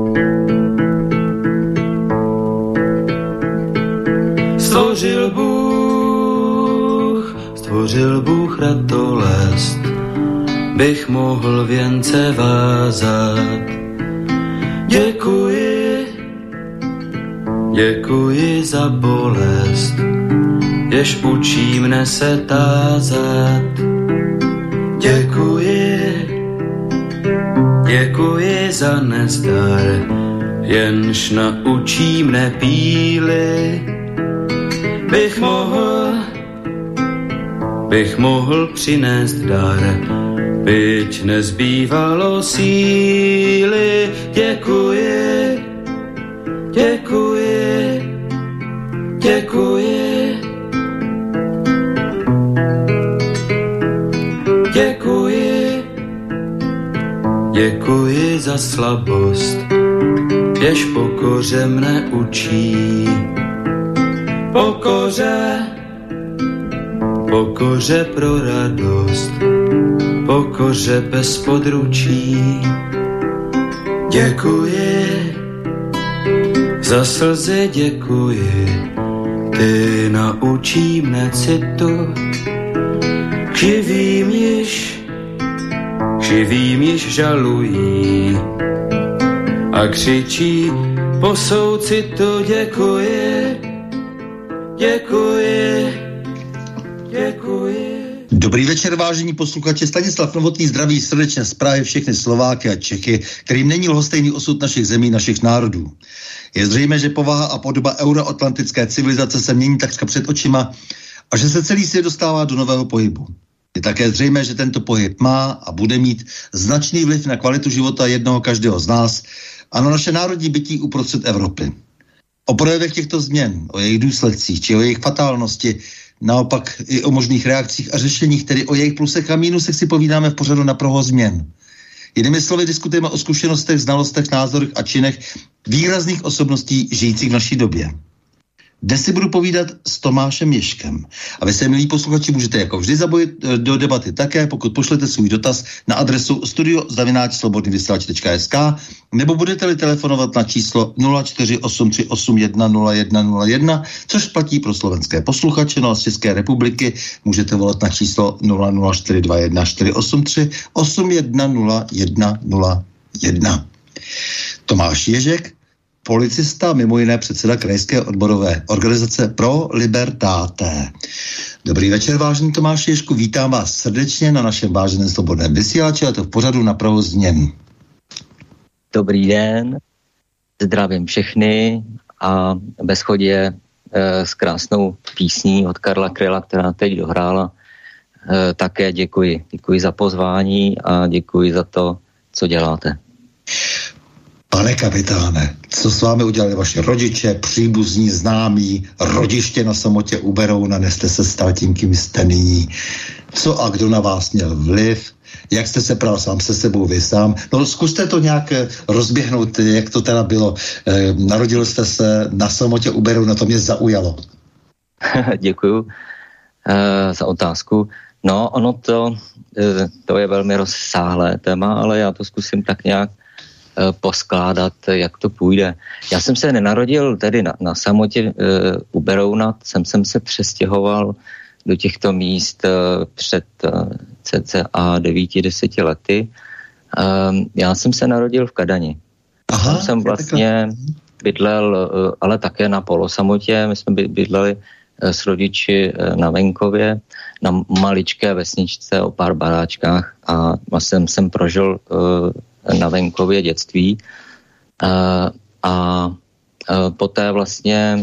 Stvořil Bůh ratolest, bych mohl věnce vázat. Děkuji za bolest, jež učí mne se tázat. Děkuji za nezdar, jenž naučí mne píly. Bych mohl přinést dar, byť nezbývalo síly. Děkuji za slabost, jež pokoře mne učí. Pokoře pro radost, pokoře bez područí. Děkuji za slzy, děkuji, ty naučí mne citu. Živým již žalují a křičí po soucitu. Děkuji. Dobrý večer, vážení posluchači. Stanislav Novotný zdraví srdečně z Prahy všechny Slováky a Čechy, kterým není lhostejný osud našich zemí, našich národů. Je zřejmé, že povaha a podoba euroatlantické civilizace se mění takřka před očima a že se celý svět dostává do nového pohybu. Je také zřejmé, že tento pohyb má a bude mít značný vliv na kvalitu života jednoho každého z nás a na naše národní bytí uprostřed Evropy. O projevech těchto změn, o jejich důsledcích či o jejich fatálnosti, naopak i o možných reakcích a řešeních, tedy o jejich plusech a mínusech si povídáme v pořadu Na proho změn. Jinými slovy diskutujeme o zkušenostech, znalostech, názorech a činech výrazných osobností žijících v naší době. Dnes si budu povídat s Tomášem Ježkem. A vy se, milí posluchači, můžete jako vždy zapojit do debaty také, pokud pošlete svůj dotaz na adresu studio@slobodnyvysílač.sk nebo budete-li telefonovat na číslo 0483810101, což platí pro slovenské posluchače, no a z České republiky můžete volat na číslo 0042148181001. Tomáš Ježek, policista, mimo jiné předseda krajské odborové organizace Pro Libertate. Dobrý večer, vážený Tomáš Ježku, vítám vás srdečně na našem váženém slobodném vysílači, a to v pořadu Na proho změn. Dobrý den, zdravím všechny a ve shodě s krásnou písní od Karla Kryla, která teď dohrála, také děkuji. Děkuji za pozvání a děkuji za to, co děláte. Pane kapitáne, co s vámi udělali vaši rodiče, příbuzní, známí, rodiště na samotě u Berouna, než jste se stal tím, kým jste nyní? Co a kdo na vás měl vliv? Jak jste se pral sám se sebou, vy sám? No zkuste to nějak rozběhnout, jak to teda bylo. Narodil jste se na samotě u Berouna, to mě zaujalo. Děkuju za otázku. No, ono to je velmi rozsáhlé téma, ale já to zkusím tak nějak poskládat, jak to půjde. Já jsem se nenarodil tedy na samotě u Berouna, jsem se přestěhoval do těchto míst před cca 9-10 lety. Já jsem se narodil v Kadani. Aha, tam jsem vlastně bydlel, ale také na polosamotě. My jsme bydleli s rodiči na venkově, na maličké vesničce o pár baráčkách a vlastně jsem prožil na venkově dětství a poté vlastně,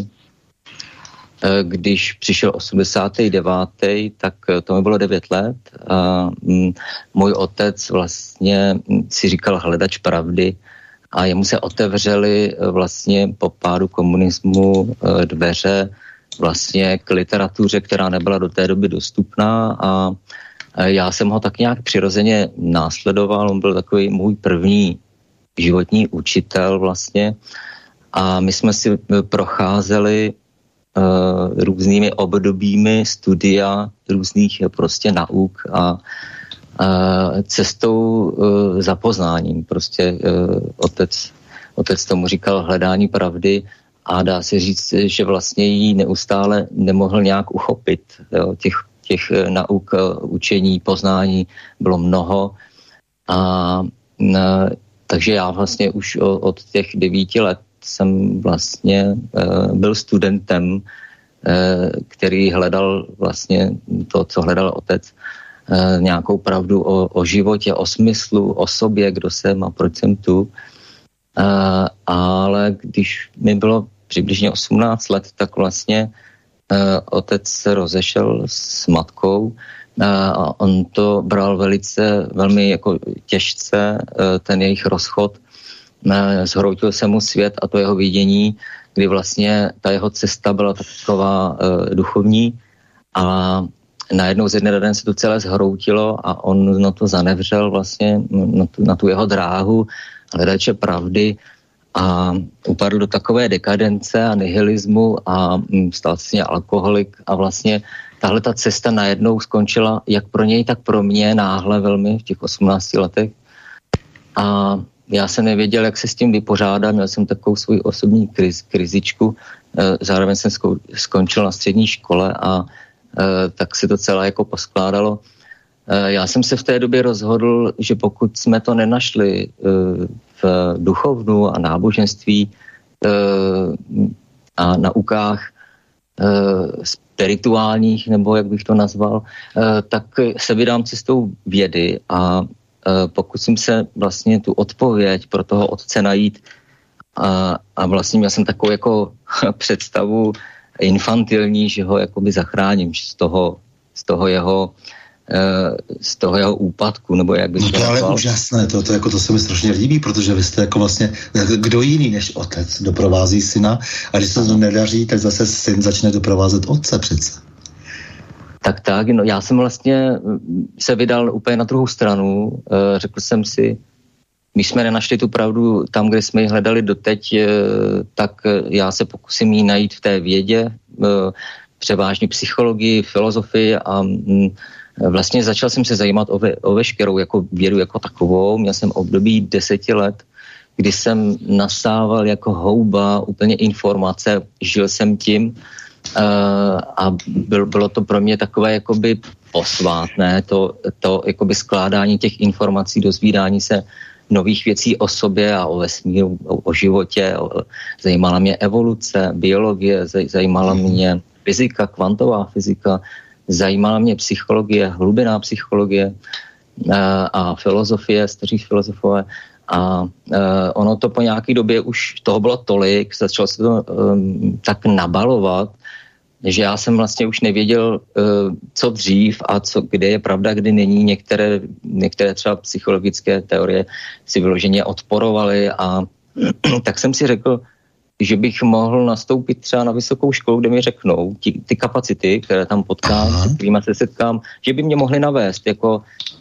když přišel 89., tak to mi bylo 9 let a můj otec vlastně si říkal hledač pravdy a jemu se otevřely vlastně po pádu komunismu dveře vlastně k literatuře, která nebyla do té doby dostupná a já jsem ho tak nějak přirozeně následoval, on byl takový můj první životní učitel vlastně a my jsme si procházeli různými obdobími studia různých prostě nauk a cestou za poznáním. Prostě otec otec tomu říkal hledání pravdy a dá se říct, že vlastně ji neustále nemohl nějak uchopit. Jo. Těch nauk, učení, poznání bylo mnoho takže já vlastně už od těch 9 let jsem vlastně byl studentem, který hledal vlastně to, co hledal otec, nějakou pravdu o životě, o smyslu, o sobě, kdo jsem a proč jsem tu. Ale když mi bylo přibližně 18 let, tak vlastně otec se rozešel s matkou a on to bral velmi jako těžce, ten jejich rozchod. Zhroutil se mu svět a to jeho vidění, kdy vlastně ta jeho cesta byla taková duchovní a najednou ze dne na den se to celé zhroutilo a on na to zanevřel vlastně, na tu jeho dráhu hledače pravdy a upadl do takové dekadence a nihilismu a stal se alkoholik a vlastně tahle ta cesta najednou skončila jak pro něj, tak pro mě náhle velmi v těch 18 letech a já jsem nevěděl, jak se s tím vypořádám, měl jsem takovou svou osobní krizičku, zároveň jsem skončil na střední škole a tak se to celé jako poskládalo. Já jsem se v té době rozhodl, že pokud jsme to nenašli v duchovnu a náboženství a naukách spirituálních, nebo jak bych to nazval, tak se vydám cestou vědy a pokusím se vlastně tu odpověď pro toho otce najít a vlastně měl jsem takovou jako představu infantilní, že ho jakoby zachráním z toho jeho úpadku, nebo jak bych to ale úžasné, to se mi strašně líbí, protože vy jste jako vlastně, kdo jiný než otec doprovází syna a když se to nedaří, tak zase syn začne doprovázet otce přece. Tak, no já jsem vlastně se vydal úplně na druhou stranu, řekl jsem si, my jsme nenašli tu pravdu tam, kde jsme ji hledali doteď, tak já se pokusím ji najít v té vědě, převážně psychologii, filozofii a vlastně začal jsem se zajímat o veškerou jako vědu jako takovou. Měl jsem období 10 let, kdy jsem nasával jako houba úplně informace, žil jsem tím a bylo to pro mě takové jakoby posvátné, to jakoby skládání těch informací, dozvídání se nových věcí o sobě a o vesmíru, o životě. Zajímala mě evoluce, biologie, zajímala mě fyzika, kvantová fyzika, zajímala mě psychologie, hlubinná psychologie a filozofie, staří filozofové. A ono to po nějaké době už toho bylo tolik, začalo se to tak nabalovat, že já jsem vlastně už nevěděl, co dřív a kde je pravda, kdy není. Některé třeba psychologické teorie si vyloženě odporovaly a tak jsem si řekl, že bych mohl nastoupit třeba na vysokou školu, kde mi řeknou ty kapacity, které tam potkám, s kterými se setkám, že by mě mohli navést, jako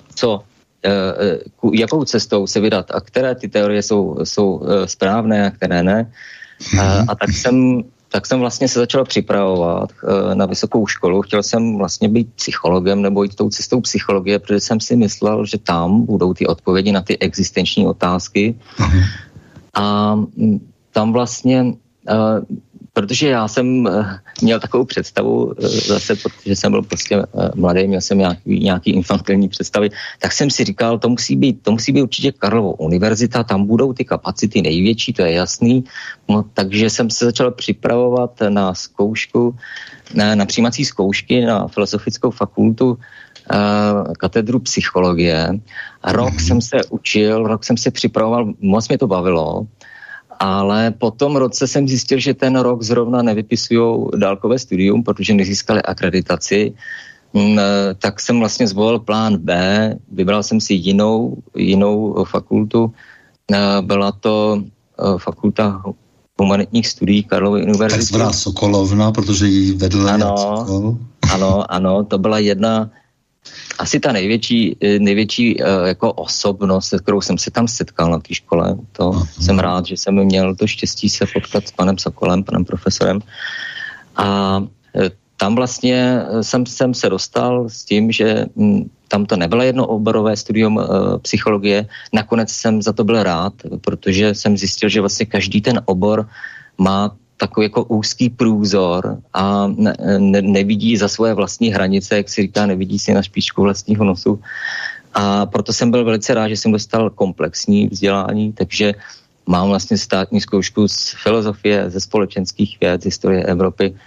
jakou cestou se vydat a které ty teorie jsou správné a které ne. A tak jsem vlastně se začal připravovat na vysokou školu. Chtěl jsem vlastně být psychologem nebo jít tou cestou psychologie, protože jsem si myslel, že tam budou ty odpovědi na ty existenční otázky. A tam vlastně, protože já jsem měl takovou představu, zase protože jsem byl prostě mladý, měl jsem nějaký infantilní představy, tak jsem si říkal, to musí být určitě Karlovo univerzita, tam budou ty kapacity největší, to je jasný. No, takže jsem se začal připravovat na zkoušku, na přijímací zkoušky na Filozofickou fakultu, katedru psychologie. Rok jsem se učil, rok jsem se připravoval, moc mě to bavilo, ale po tom roce jsem zjistil, že ten rok zrovna nevypisujou dálkové studium, protože nezískali akreditaci, tak jsem vlastně zvolil plán B, vybral jsem si jinou fakultu, byla to fakulta humanitních studií Karlovy univerzity. Takzvaná Sokolovna, protože ji vedl Sokol. Ano, to byla jedna, asi ta největší jako osobnost, se kterou jsem se tam setkal na té škole. Jsem rád, že jsem měl to štěstí se potkat s panem Sokolem, panem profesorem. A tam vlastně jsem se dostal s tím, že tam to nebylo jednooborové studium psychologie. Nakonec jsem za to byl rád, protože jsem zjistil, že vlastně každý ten obor má takový jako úzký průzor a nevidí za svoje vlastní hranice, jak si říká, nevidí si na špičku vlastního nosu. A proto jsem byl velice rád, že jsem dostal komplexní vzdělání, takže mám vlastně státní zkoušku z filozofie, ze společenských věd, z historie Evropy.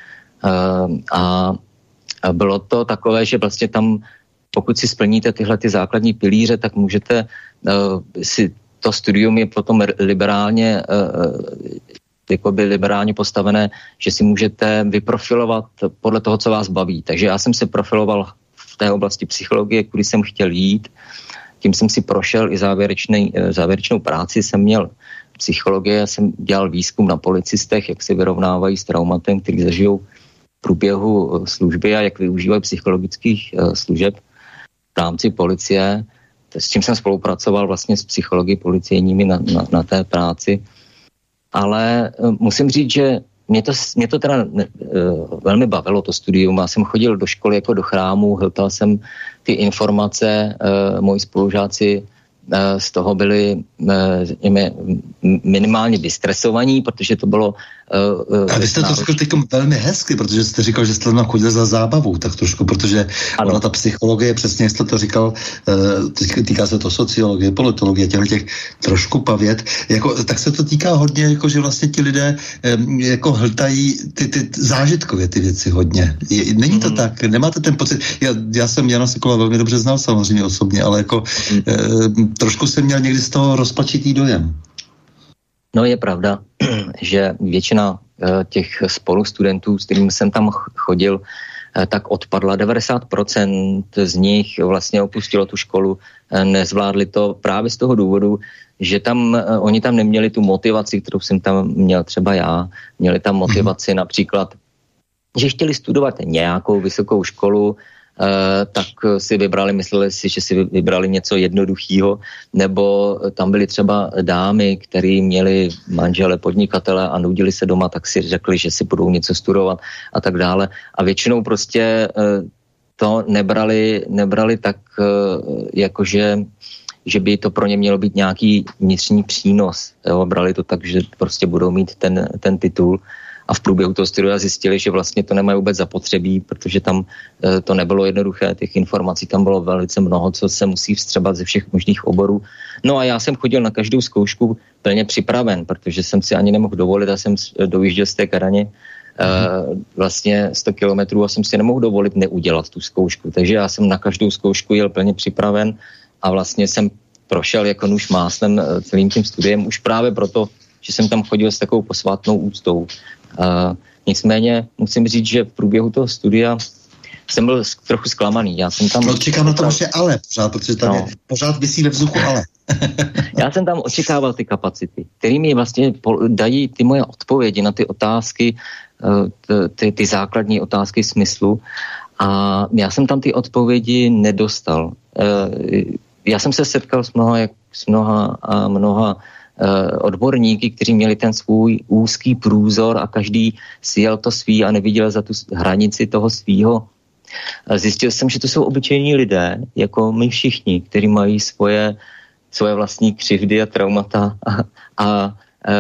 A bylo to takové, že vlastně tam, pokud si splníte tyhle ty základní pilíře, tak můžete si, to studium je potom liberálně jakoby liberálně postavené, že si můžete vyprofilovat podle toho, co vás baví. Takže já jsem se profiloval v té oblasti psychologie, kudy jsem chtěl jít. Tím jsem si prošel i závěrečnou práci, jsem měl psychologie, jsem dělal výzkum na policistech, jak se vyrovnávají s traumatem, který zažijou v průběhu služby a jak využívají psychologických služeb v rámci policie. S tím jsem spolupracoval vlastně s psychologi policejními na té práci. Ale musím říct, že mě to teda velmi bavilo, to studium. Já jsem chodil do školy jako do chrámu, hltal jsem ty informace, moji spolužáci z toho byli minimálně vystresovaní, protože to bylo... A vy jste to řekl teď velmi hezky, protože jste říkal, že jste tam chodil za zábavou, tak trošku, protože ona ta psychologie, přesně jak jste to říkal, týká se to sociologie, politologie, těch trošku pavět, jako, tak se to týká hodně, jako, že vlastně ti lidé jako hltají ty zážitkově ty věci hodně. Není to tak? Nemáte ten pocit? Já jsem Jana Sokola velmi dobře znal samozřejmě osobně, ale jako trošku jsem měl někdy z toho rozpačitý dojem. No je pravda, že většina těch spolustudentů, s kterými jsem tam chodil, tak odpadla. 90% z nich vlastně opustilo tu školu, nezvládli to právě z toho důvodu, že oni tam neměli tu motivaci, kterou jsem tam měl třeba já. Měli tam motivaci například, že chtěli studovat nějakou vysokou školu, tak si mysleli si, že si vybrali něco jednoduchého, nebo tam byly třeba dámy, které měly manžele podnikatele a nudili se doma, tak si řekli, že si budou něco studovat a tak dále. A většinou prostě to nebrali tak, jakože že by to pro ně mělo být nějaký vnitřní přínos. Jo? Brali to tak, že prostě budou mít ten titul. A v průběhu toho studia zjistili, že vlastně to nemají vůbec zapotřebí, protože tam to nebylo jednoduché, těch informací tam bylo velice mnoho, co se musí vstřebat ze všech možných oborů. No a já jsem chodil na každou zkoušku plně připraven, protože jsem si ani nemohl dovolit, já jsem dojížděl z té Kadaně vlastně 100 kilometrů a jsem si nemohl dovolit neudělat tu zkoušku. Takže já jsem na každou zkoušku jel plně připraven a vlastně jsem prošel jako nůž máslem celým tím studiem, už právě proto, že jsem tam chodil s takovou posvátnou úctou. Nicméně musím říct, že v průběhu toho studia jsem byl trochu zklamaný. Já jsem tam... No čekám na to vaše ale pořád, protože tam je pořád visí ve vzduchu ale. Já jsem tam očekával ty kapacity, které mi vlastně dají ty moje odpovědi na ty otázky, ty základní otázky smyslu. A já jsem tam ty odpovědi nedostal. Já jsem se setkal s mnoha odborníky, kteří měli ten svůj úzký průzor a každý si jel to svý a neviděl za tu hranici toho svýho. Zjistil jsem, že to jsou obyčejní lidé, jako my všichni, kteří mají svoje vlastní křivdy a traumata a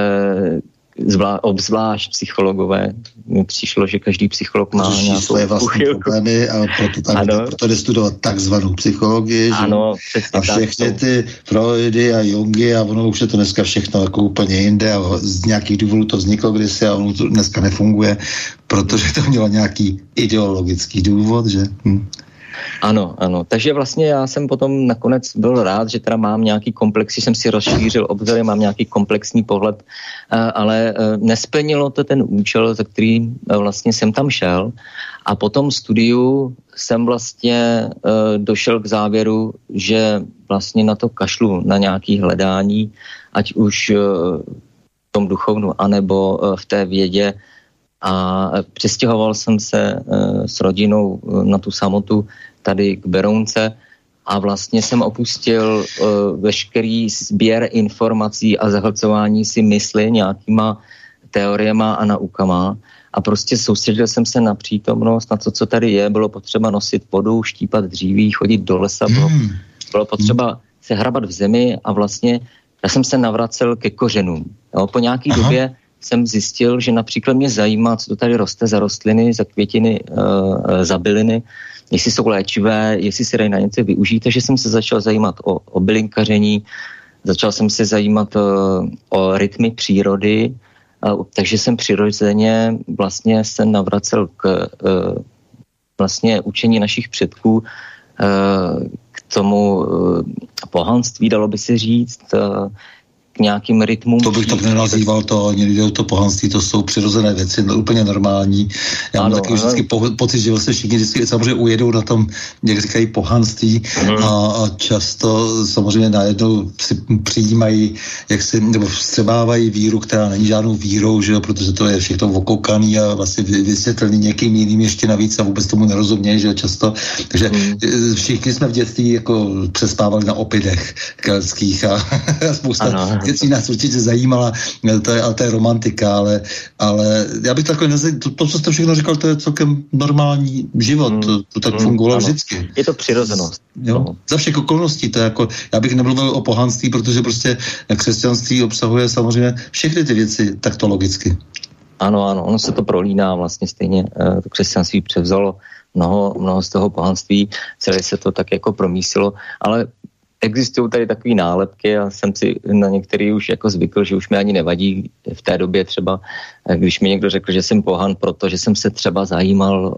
obzvlášť psychologové. Mi přišlo, že každý psycholog má nějakou svoje vlastní problémy a proto jde studovat takzvanou psychologii. Ano, a všechny ty Freudy a Jungy a ono už je to dneska všechno jako úplně jinde a z nějakých důvodů to vzniklo kdysi a ono to dneska nefunguje, protože to mělo nějaký ideologický důvod, že? Ano. Takže vlastně já jsem potom nakonec byl rád, že teda mám nějaký komplex, že jsem si rozšířil obzory, mám nějaký komplexní pohled, ale nesplnilo to ten účel, za který vlastně jsem tam šel. A po tom studiu jsem vlastně došel k závěru, že vlastně na to kašlu, na nějaký hledání, ať už v tom duchovnu, anebo v té vědě. A přestěhoval jsem se s rodinou na tu samotu tady k Berounce a vlastně jsem opustil veškerý sběr informací a zahlcování si mysli nějakýma teoriema a naukama a prostě soustředil jsem se na přítomnost, na to, co tady je. Bylo potřeba nosit vodu, štípat dříví, chodit do lesa, bylo potřeba se hrabat v zemi a vlastně já jsem se navracel ke kořenům. Jo, po nějaký době jsem zjistil, že například mě zajímá, co to tady roste za rostliny, za květiny, za byliny, jestli jsou léčivé, jestli se dají na něco využít, takže jsem se začal zajímat o bylinkaření, začal jsem se zajímat o rytmy přírody, takže jsem přirozeně vlastně se navracel k vlastně učení našich předků, k tomu pohanství, dalo by se říct, k nějakým rytmům. To bych tak nenazýval, to pohanství, to jsou přirozené věci, úplně normální. Já mám taky vždycky pocit, že vlastně všichni vždycky samozřejmě ujedou na tom, jak říkají, pohanství a často samozřejmě najednou si přijímají, nebo vstřebávají víru, která není žádnou vírou, že jo, protože to je všechno okoukaný a vlastně vysvětlený někým jiným ještě navíc a vůbec tomu nerozumějí, že jo, často. Takže všichni jsme v dětství jako přespávali na opidech keltských a spousta věcí nás určitě zajímala, to je romantika, ale já bych takhle to, co jste všechno říkal, to je celkem normální život, to tak fungovalo vždycky. Je to přirozenost. Jo? Za všech okolností, to je jako, já bych nemluvil o pohanství, protože prostě křesťanství obsahuje samozřejmě všechny ty věci takto logicky. Ano, ono se to prolíná vlastně stejně, to křesťanství převzalo mnoho z toho pohanství, celé se to tak jako promísilo, ale existují tady takové nálepky a jsem si na některý už jako zvykl, že už mi ani nevadí v té době třeba, když mi někdo řekl, že jsem pohan, protože jsem se třeba zajímal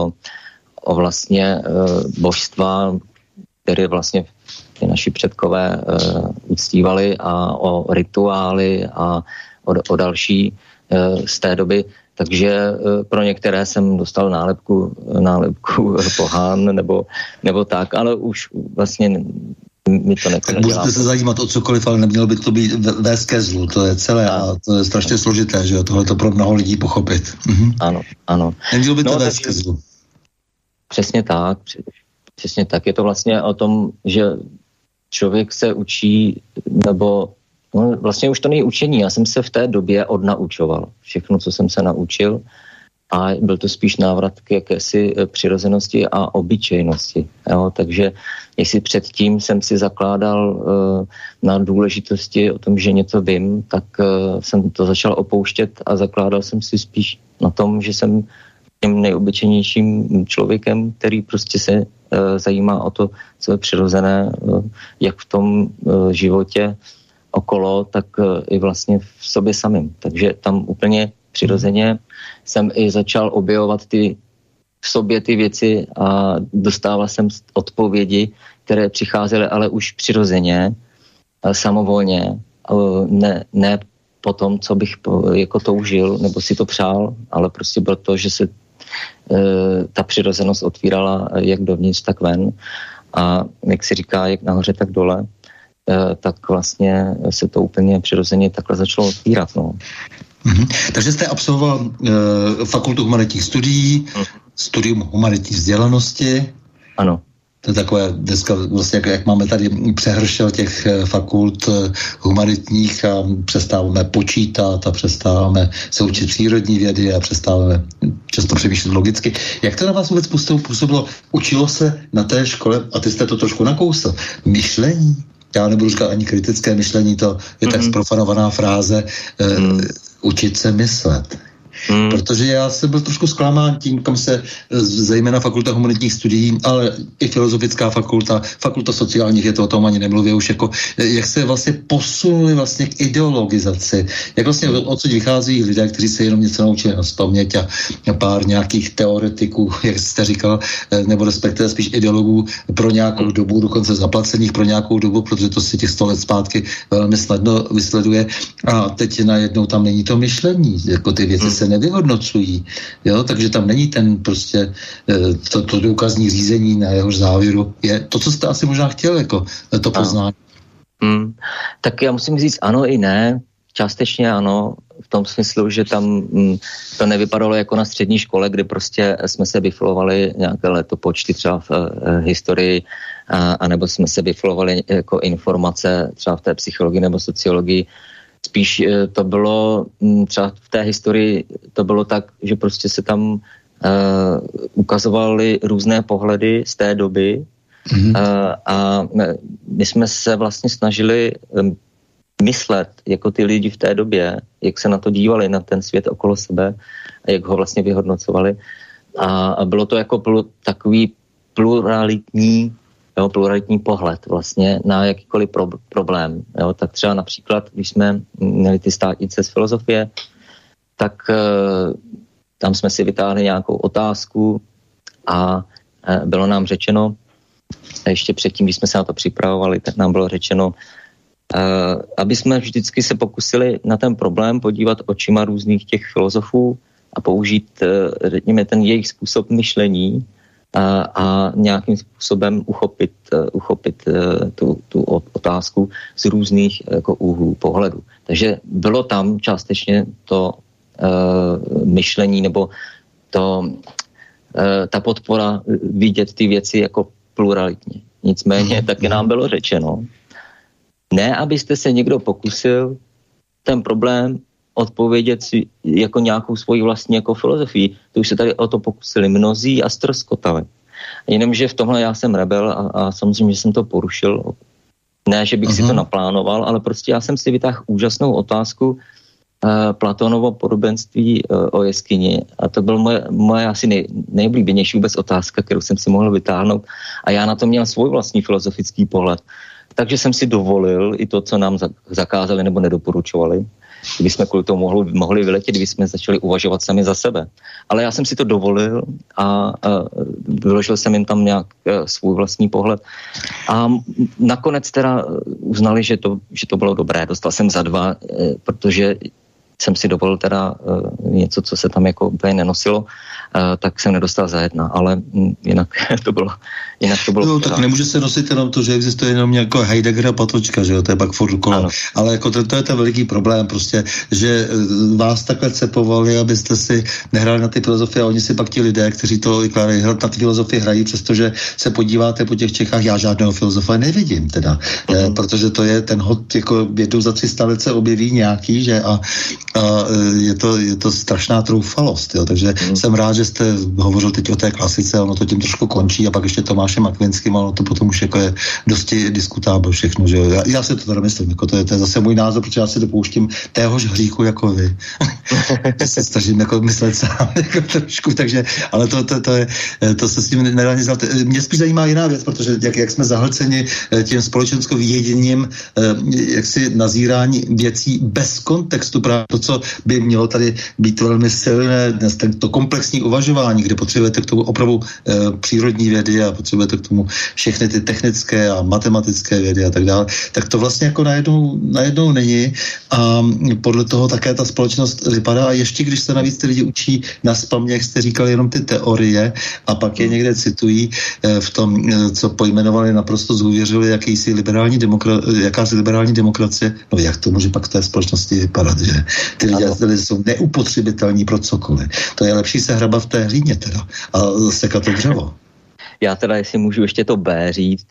o vlastně božstva, které vlastně ty naši předkové uctívali a o rituály a o další z té doby. Takže pro některé jsem dostal nálepku pohán nebo tak, ale už vlastně mi to tak můžete se zajímat o cokoliv, ale nemělo by to být vést ke zlu, to je celé a to je strašně složité, že jo, tohle to pro mnoho lidí pochopit. Ano. Nemělo by to vést ke zlu. Přesně tak. Je to vlastně o tom, že člověk se učí, nebo vlastně už to není učení, já jsem se v té době odnaučoval všechno, co jsem se naučil, a byl to spíš návrat k jakési přirozenosti a obyčejnosti. Jo? Takže jestli předtím jsem si zakládal na důležitosti o tom, že něco vím, tak jsem to začal opouštět a zakládal jsem si spíš na tom, že jsem tím nejobyčejnějším člověkem, který prostě se zajímá o to, co je přirozené, jak v tom životě okolo, tak i vlastně v sobě samým. Takže tam úplně přirozeně jsem i začal objevovat v sobě ty věci a dostával jsem odpovědi, které přicházely ale už přirozeně, samovolně, ne po tom, co bych jako toužil, nebo si to přál, ale prostě proto, že se ta přirozenost otvírala jak dovnitř, tak ven. A jak si říká, jak nahoře, tak dole, tak vlastně se to úplně přirozeně takhle začalo otvírat. No. Takže jste absolvoval fakultu humanitních studií, studium humanitní vzdělanosti. Ano. To je takové dneska vlastně, jak máme tady přehršel těch fakult humanitních a přestáváme počítat a přestáváme se učit přírodní vědy a přestáváme často přemýšlet logicky. Jak to na vás vůbec působilo? Učilo se na té škole, a ty jste to trošku nakousl, myšlení? Já nebudu říkat ani kritické myšlení, to je tak zprofanovaná fráze, učit se myslet. Protože já jsem byl trošku zklamán tím, kam se zejména fakulta humanitních studií, ale i filozofická fakulta sociálních, je to o tom ani nemluvě už, jako, jak se vlastně posunuli vlastně k ideologizaci. Jak vlastně odsud vychází lidé, kteří se jenom něco naučili na spaměť a pár nějakých teoretiků, jak jste říkal, nebo respektive spíš ideologů pro nějakou dobu, dokonce zaplacených pro nějakou dobu, protože to si těch 100 let zpátky velmi snadno vysleduje. A teď najednou tam není to myšlení, jako ty věci se nevyhodnocují, jo, takže tam není ten prostě to důkazní řízení, na jehož závěru je to, co jste asi možná chtěl, jako to poznání. Tak já musím říct ano i ne, částečně ano, v tom smyslu, že tam to nevypadalo jako na střední škole, kdy prostě jsme se biflovali nějaké letopočty třeba v historii, anebo jsme se biflovali jako informace třeba v té psychologii nebo sociologii. Spíš to bylo, třeba v té historii to bylo tak, že prostě se tam ukazovaly různé pohledy z té doby a my jsme se vlastně snažili myslet jako ty lidi v té době, jak se na to dívali, na ten svět okolo sebe a jak ho vlastně vyhodnocovali. A bylo to jako takový pluralitní pohled vlastně na jakýkoliv problém. Jo? Tak třeba například, když jsme měli ty státnice z filozofie, tak tam jsme si vytáhli nějakou otázku a bylo nám řečeno, a ještě předtím, když jsme se na to připravovali, tak nám bylo řečeno, aby jsme vždycky se pokusili na ten problém podívat očima různých těch filozofů a použít, řekněme, ten jejich způsob myšlení a nějakým způsobem uchopit tu otázku z různých jako úhlů pohledu. Takže bylo tam částečně to myšlení nebo ta podpora vidět ty věci jako pluralitně. Nicméně taky nám bylo řečeno, ne, abyste se někdo pokusil ten problém odpovědět si jako nějakou svoji vlastní jako filozofii. To už se tady o to pokusili mnozí a ztroskotali. Jenomže v tomhle já jsem rebel a samozřejmě, že jsem to porušil. Ne, že bych si to naplánoval, ale prostě já jsem si vytáhl úžasnou otázku Platónovo podobenství o jeskyni a to byl moje asi nejoblíbenější vůbec otázka, kterou jsem si mohl vytáhnout a já na to měl svůj vlastní filozofický pohled. Takže jsem si dovolil i to, co nám zakázali nebo nedoporučovali, kdyby jsme kvůli tomu mohli vyletět, když jsme začali uvažovat sami za sebe. Ale já jsem si to dovolil a vyložil jsem jim tam nějak svůj vlastní pohled. A nakonec teda uznali, že to bylo dobré. Dostal jsem za 2, protože jsem si dovolil teda něco, co se tam jako úplně nenosilo, tak jsem nedostal za 1, ale jinak to bylo no, tak nemůže se nosit jenom to, že existuje jenom jako Heidegger a Patočka, že jo, to je pak furt dokola. Ale jako to je ten veliký problém prostě, že vás takhle cepovali, abyste si nehrali na ty filozofie a oni si pak ti lidé, kteří to vykládají, na ty filozofie hrají, přestože se podíváte po těch Čechách, já žádného filozofa nevidím teda, protože to je ten hod, jako jednou za 300 let se objeví nějaký, že a je to strašná troufalost, jo, takže jsem rád, že jste hovořil teď o té klasice, ono to tím trošku končí a pak ještě Tomášem Akvinským, ono to potom už jako je dosti diskutábel všechno, že jo. Já si to teda myslím, jako to je zase můj názor, protože já si dopouštím téhož hříchu jako vy. Já se snažím jako myslet sám jako trošku, takže, ale to se s tím nedá nic dělat. Mě spíš zajímá jiná věc, protože jak jsme zahlceni tím společensko-věděním jaksi nazírání věcí bez kontextu, právě to, co by mělo tady být velmi silné, to komplexní uvažování, kde potřebujete k tomu opravdu přírodní vědy a potřebujete k tomu všechny ty technické a matematické vědy a tak dále, tak to vlastně jako najednou není a podle toho také ta společnost vypadá a ještě když se navíc ty lidi učí nazpaměť, jak jste říkali, jenom ty teorie a pak je někde citují v tom, co pojmenovali, naprosto zůvěřili jakási liberální demokracie, no jak to může pak v té společnosti vypadat, že ty lidé jsou neupotřebitelní pro cokoliv. To je lepší se hrabat v té hlíně teda a sekat to dřevo. Já teda, jestli můžu ještě to B říct,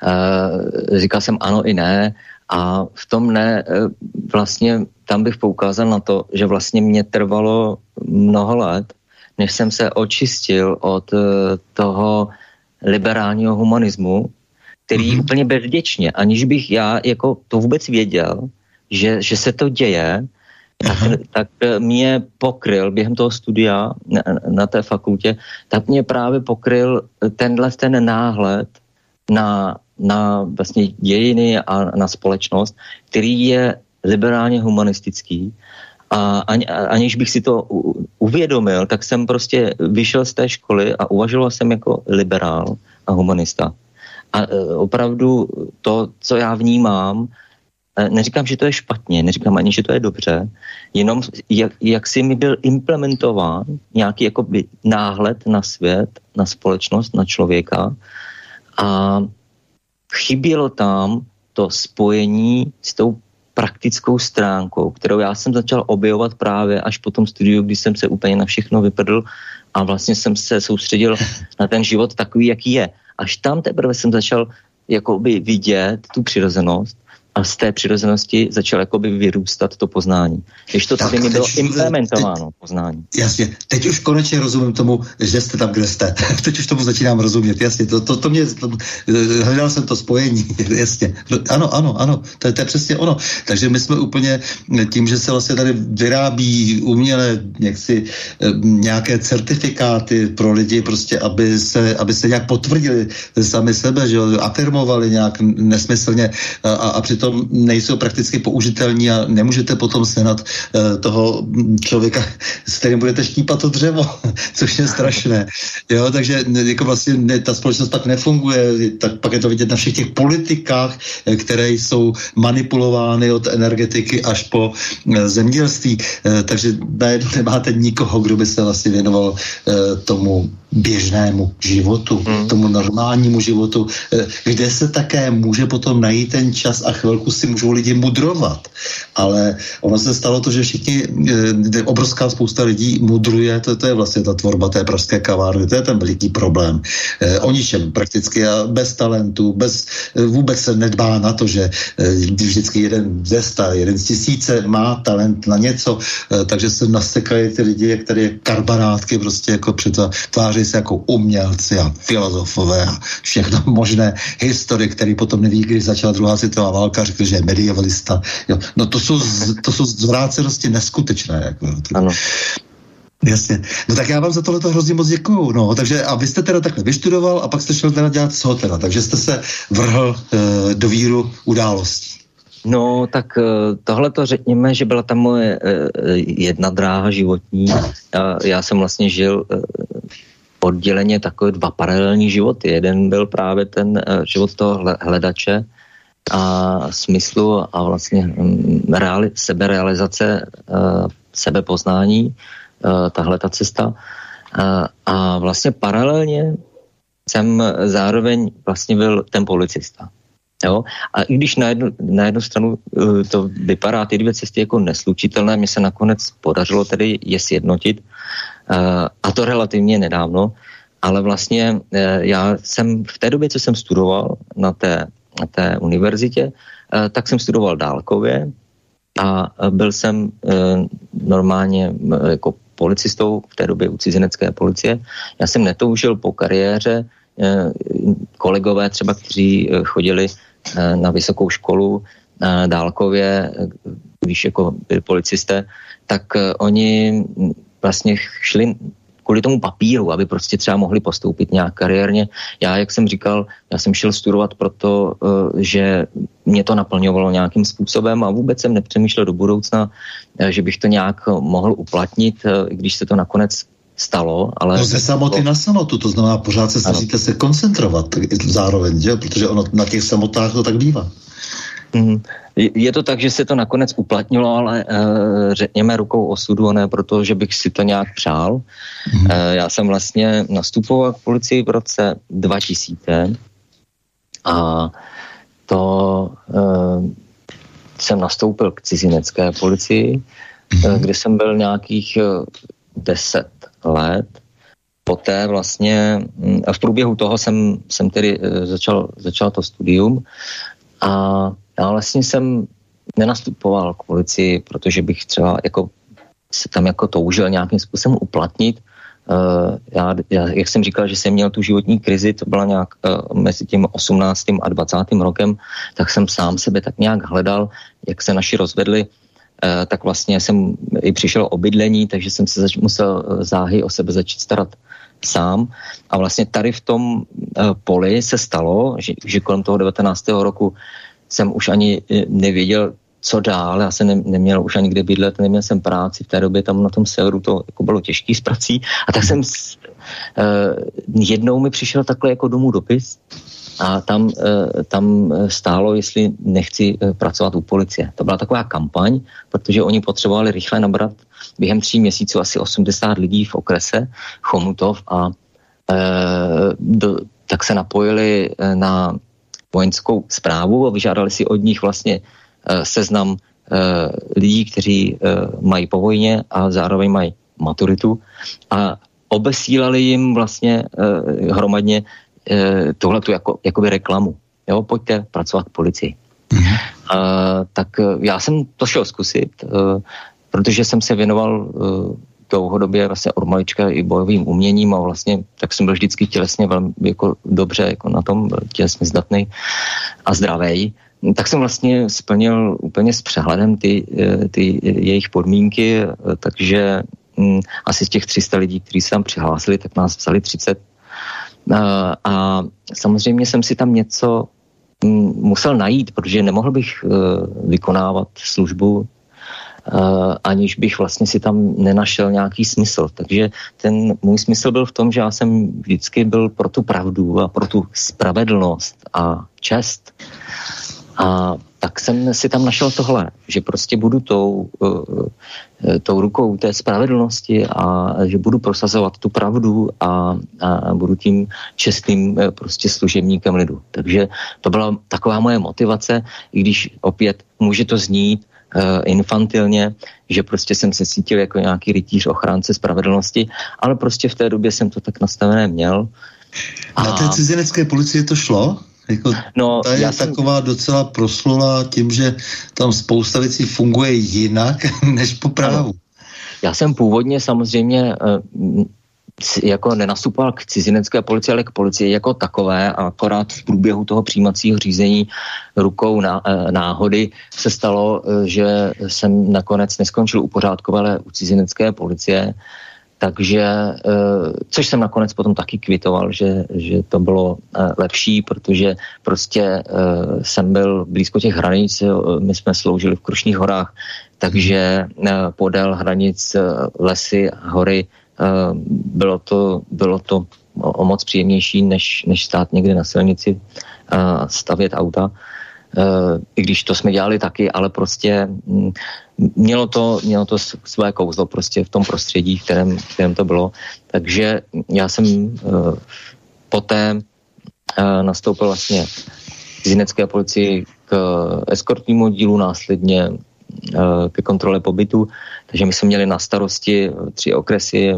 říkal jsem ano i ne a v tom ne, vlastně tam bych poukázal na to, že vlastně mě trvalo mnoho let, než jsem se očistil od toho liberálního humanismu, který úplně bezděčně, aniž bych já jako to vůbec věděl, že se to děje, tak mě pokryl během toho studia na té fakultě, tak mě právě pokryl ten náhled na vlastně dějiny a na společnost, který je liberálně humanistický. A aniž bych si to uvědomil, tak jsem prostě vyšel z té školy a uvažoval jsem jako liberál a humanista. A opravdu to, co já vnímám, neříkám, že to je špatně, neříkám ani, že to je dobře, jenom jak si mi byl implementován nějaký jakoby náhled na svět, na společnost, na člověka a chybělo tam to spojení s tou praktickou stránkou, kterou já jsem začal objevovat právě až po tom studiu, kdy jsem se úplně na všechno vyprdl a vlastně jsem se soustředil na ten život takový, jaký je. Až tam teprve jsem začal jakoby vidět tu přirozenost a z té přirozenosti začal jakoby vyrůstat to poznání. Když to tady mi bylo implementováno poznání. Jasně, teď už konečně rozumím tomu, že jste tam, kde jste. Teď už tomu začínám rozumět, jasně. To mě, hledal jsem to spojení, jasně. Ano, to je přesně ono. Takže my jsme úplně tím, že se vlastně tady vyrábí uměle nějaké certifikáty pro lidi, prostě, aby se nějak potvrdili sami sebe, že afirmovali nějak nesmyslně a přitom nejsou prakticky použitelní a nemůžete potom sehnat toho člověka, s kterým budete štípat to dřevo, což je strašné. Jo, takže jako vlastně ta společnost pak nefunguje, tak pak je to vidět na všech těch politikách, které jsou manipulovány od energetiky až po zemědělství. Takže najednou nemáte nikoho, kdo by se vlastně věnoval tomu běžnému životu, tomu normálnímu životu, kde se také může potom najít ten čas a chvilku si můžou lidi mudrovat. Ale ono se stalo to, že všichni, obrovská spousta lidí mudruje, to je vlastně ta tvorba té pražské kavárny, to je ten veliký problém. O ničem prakticky a bez talentu, vůbec se nedbá na to, že vždycky jeden ze 100, jeden z 1000 má talent na něco, takže se nasekají ty lidi, jak tady je karbarátky, prostě jako tváří se jako umělci a filozofové a všechno možné historie, který potom neví, kdy začala druhá světová válka, řekl, že je medievalista. Jo. No to jsou zvrácenosti neskutečné. Jako. Ano. Jasně. No tak já vám za tohleto hrozně moc děkuju. No, takže a vy jste teda takhle vyštudoval a pak jste šel teda dělat co teda? Takže jste se vrhl do víru událostí. No, tak tohle to řekněme, že byla tam moje jedna dráha životní. Já jsem vlastně žil odděleně takové 2 paralelní životy. Jeden byl právě ten život toho hledače a smyslu a vlastně seberealizace, sebepoznání, tahle ta cesta. A vlastně paralelně jsem zároveň vlastně byl ten policista. Jo? A i když na jednu stranu to vypadá ty 2 cesty jako neslučitelné, mně se nakonec podařilo tedy je sjednotit, a to relativně nedávno, ale vlastně já jsem v té době, co jsem studoval na té univerzitě, tak jsem studoval dálkově a byl jsem normálně jako policistou v té době u cizinecké policie. Já jsem netoužil po kariéře, kolegové třeba, kteří chodili na vysokou školu dálkově, když jako byli policisté, tak oni vlastně šli kvůli tomu papíru, aby prostě třeba mohli postoupit nějak kariérně. Já, jak jsem říkal, já jsem šel studovat proto, že mě to naplňovalo nějakým způsobem a vůbec jsem nepřemýšlel do budoucna, že bych to nějak mohl uplatnit, když se to nakonec stalo, ale... No ze samoty na samotu, to znamená pořád se snažíte se koncentrovat zároveň, že? Protože ono na těch samotách to tak bývá. Je to tak, že se to nakonec uplatnilo, ale řekněme rukou osudu, ne proto, že bych si to nějak přál. Já jsem vlastně nastupoval k policii v roce 2000 a to jsem nastoupil k cizinecké policii, kde jsem byl nějakých 10 let. Poté vlastně v průběhu toho jsem tedy začal to studium a já vlastně jsem nenastupoval k policii, protože bych třeba jako se tam jako toužil nějakým způsobem uplatnit. Já, jak jsem říkal, že jsem měl tu životní krizi, to byla nějak mezi tím 18. a 20. rokem, tak jsem sám sebe tak nějak hledal, jak se naši rozvedli, tak vlastně jsem i přišel o bydlení, takže jsem se musel záhy o sebe začít starat sám. A vlastně tady v tom poli se stalo, že kolem toho 19. roku jsem už ani nevěděl, co dál. Já jsem neměl už ani kde bydlet, neměl jsem práci. V té době tam na tom severu to jako bylo těžký s prací. A tak jsem jednou mi přišel takhle jako domů dopis a tam stálo, jestli nechci pracovat u policie. To byla taková kampaň, protože oni potřebovali rychle nabrat během 3 měsíců asi 80 lidí v okrese Chomutov a tak se napojili na vojenskou správu a vyžádali si od nich vlastně seznam lidí, kteří mají po vojně a zároveň mají maturitu a obesílali jim vlastně hromadně tohletu jakoby reklamu. Jo, pojďte pracovat k policii. Tak já jsem to šel zkusit, protože jsem se věnoval dlouhodobě vlastně od malička i bojovým uměním a vlastně tak jsem byl vždycky tělesně velmi jako dobře jako na tom, tělesně zdatný a zdravý. Tak jsem vlastně splnil úplně s přehledem ty jejich podmínky, takže asi z těch 300 lidí, kteří se tam přihlásili, tak nás vzali 30. A samozřejmě jsem si tam něco musel najít, protože nemohl bych vykonávat službu, aniž bych vlastně si tam nenašel nějaký smysl. Takže ten můj smysl byl v tom, že já jsem vždycky byl pro tu pravdu a pro tu spravedlnost a čest. A tak jsem si tam našel tohle, že prostě budu tou rukou té spravedlnosti a že budu prosazovat tu pravdu a budu tím čestným prostě služebníkem lidu. Takže to byla taková moje motivace, i když opět může to znít infantilně, že prostě jsem se cítil jako nějaký rytíř ochránce spravedlnosti, ale prostě v té době jsem to tak nastavené měl. Na té cizinecké policii to šlo? Jako, no, ta je taková docela proslula tím, že tam spousta věcí funguje jinak než po právu. Já jsem původně samozřejmě jako nenastupoval k cizinecké policii, ale k policii jako takové a akorát v průběhu toho přijímacího řízení rukou náhody se stalo, že jsem nakonec neskončil u pořádkové, ale u cizinecké policie. Takže, což jsem nakonec potom taky kvitoval, že to bylo lepší, protože prostě jsem byl blízko těch hranic, my jsme sloužili v Krušných horách, takže podél hranic lesy, hory, bylo to o moc příjemnější, než stát někde na silnici stavět auta. I když to jsme dělali taky, ale prostě mělo to své kouzlo prostě v tom prostředí, v kterém to bylo. Takže já jsem poté nastoupil vlastně k cizinecké policii k eskortnímu oddílu, následně ke kontrole pobytu, takže my jsme měli na starosti 3 okresy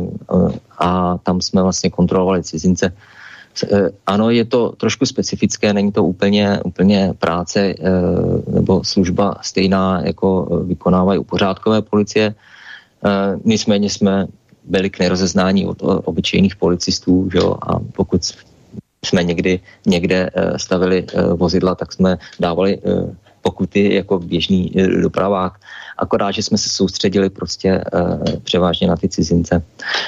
a tam jsme vlastně kontrolovali cizince. Ano, je to trošku specifické, není to úplně práce nebo služba stejná, jako vykonávají u pořádkové policie. Nicméně jsme byli k nerozeznání od obyčejných policistů, že jo? A pokud jsme někde stavili vozidla, tak jsme dávali pokuty jako běžný dopravák. Akorát, že jsme se soustředili prostě převážně na ty cizince.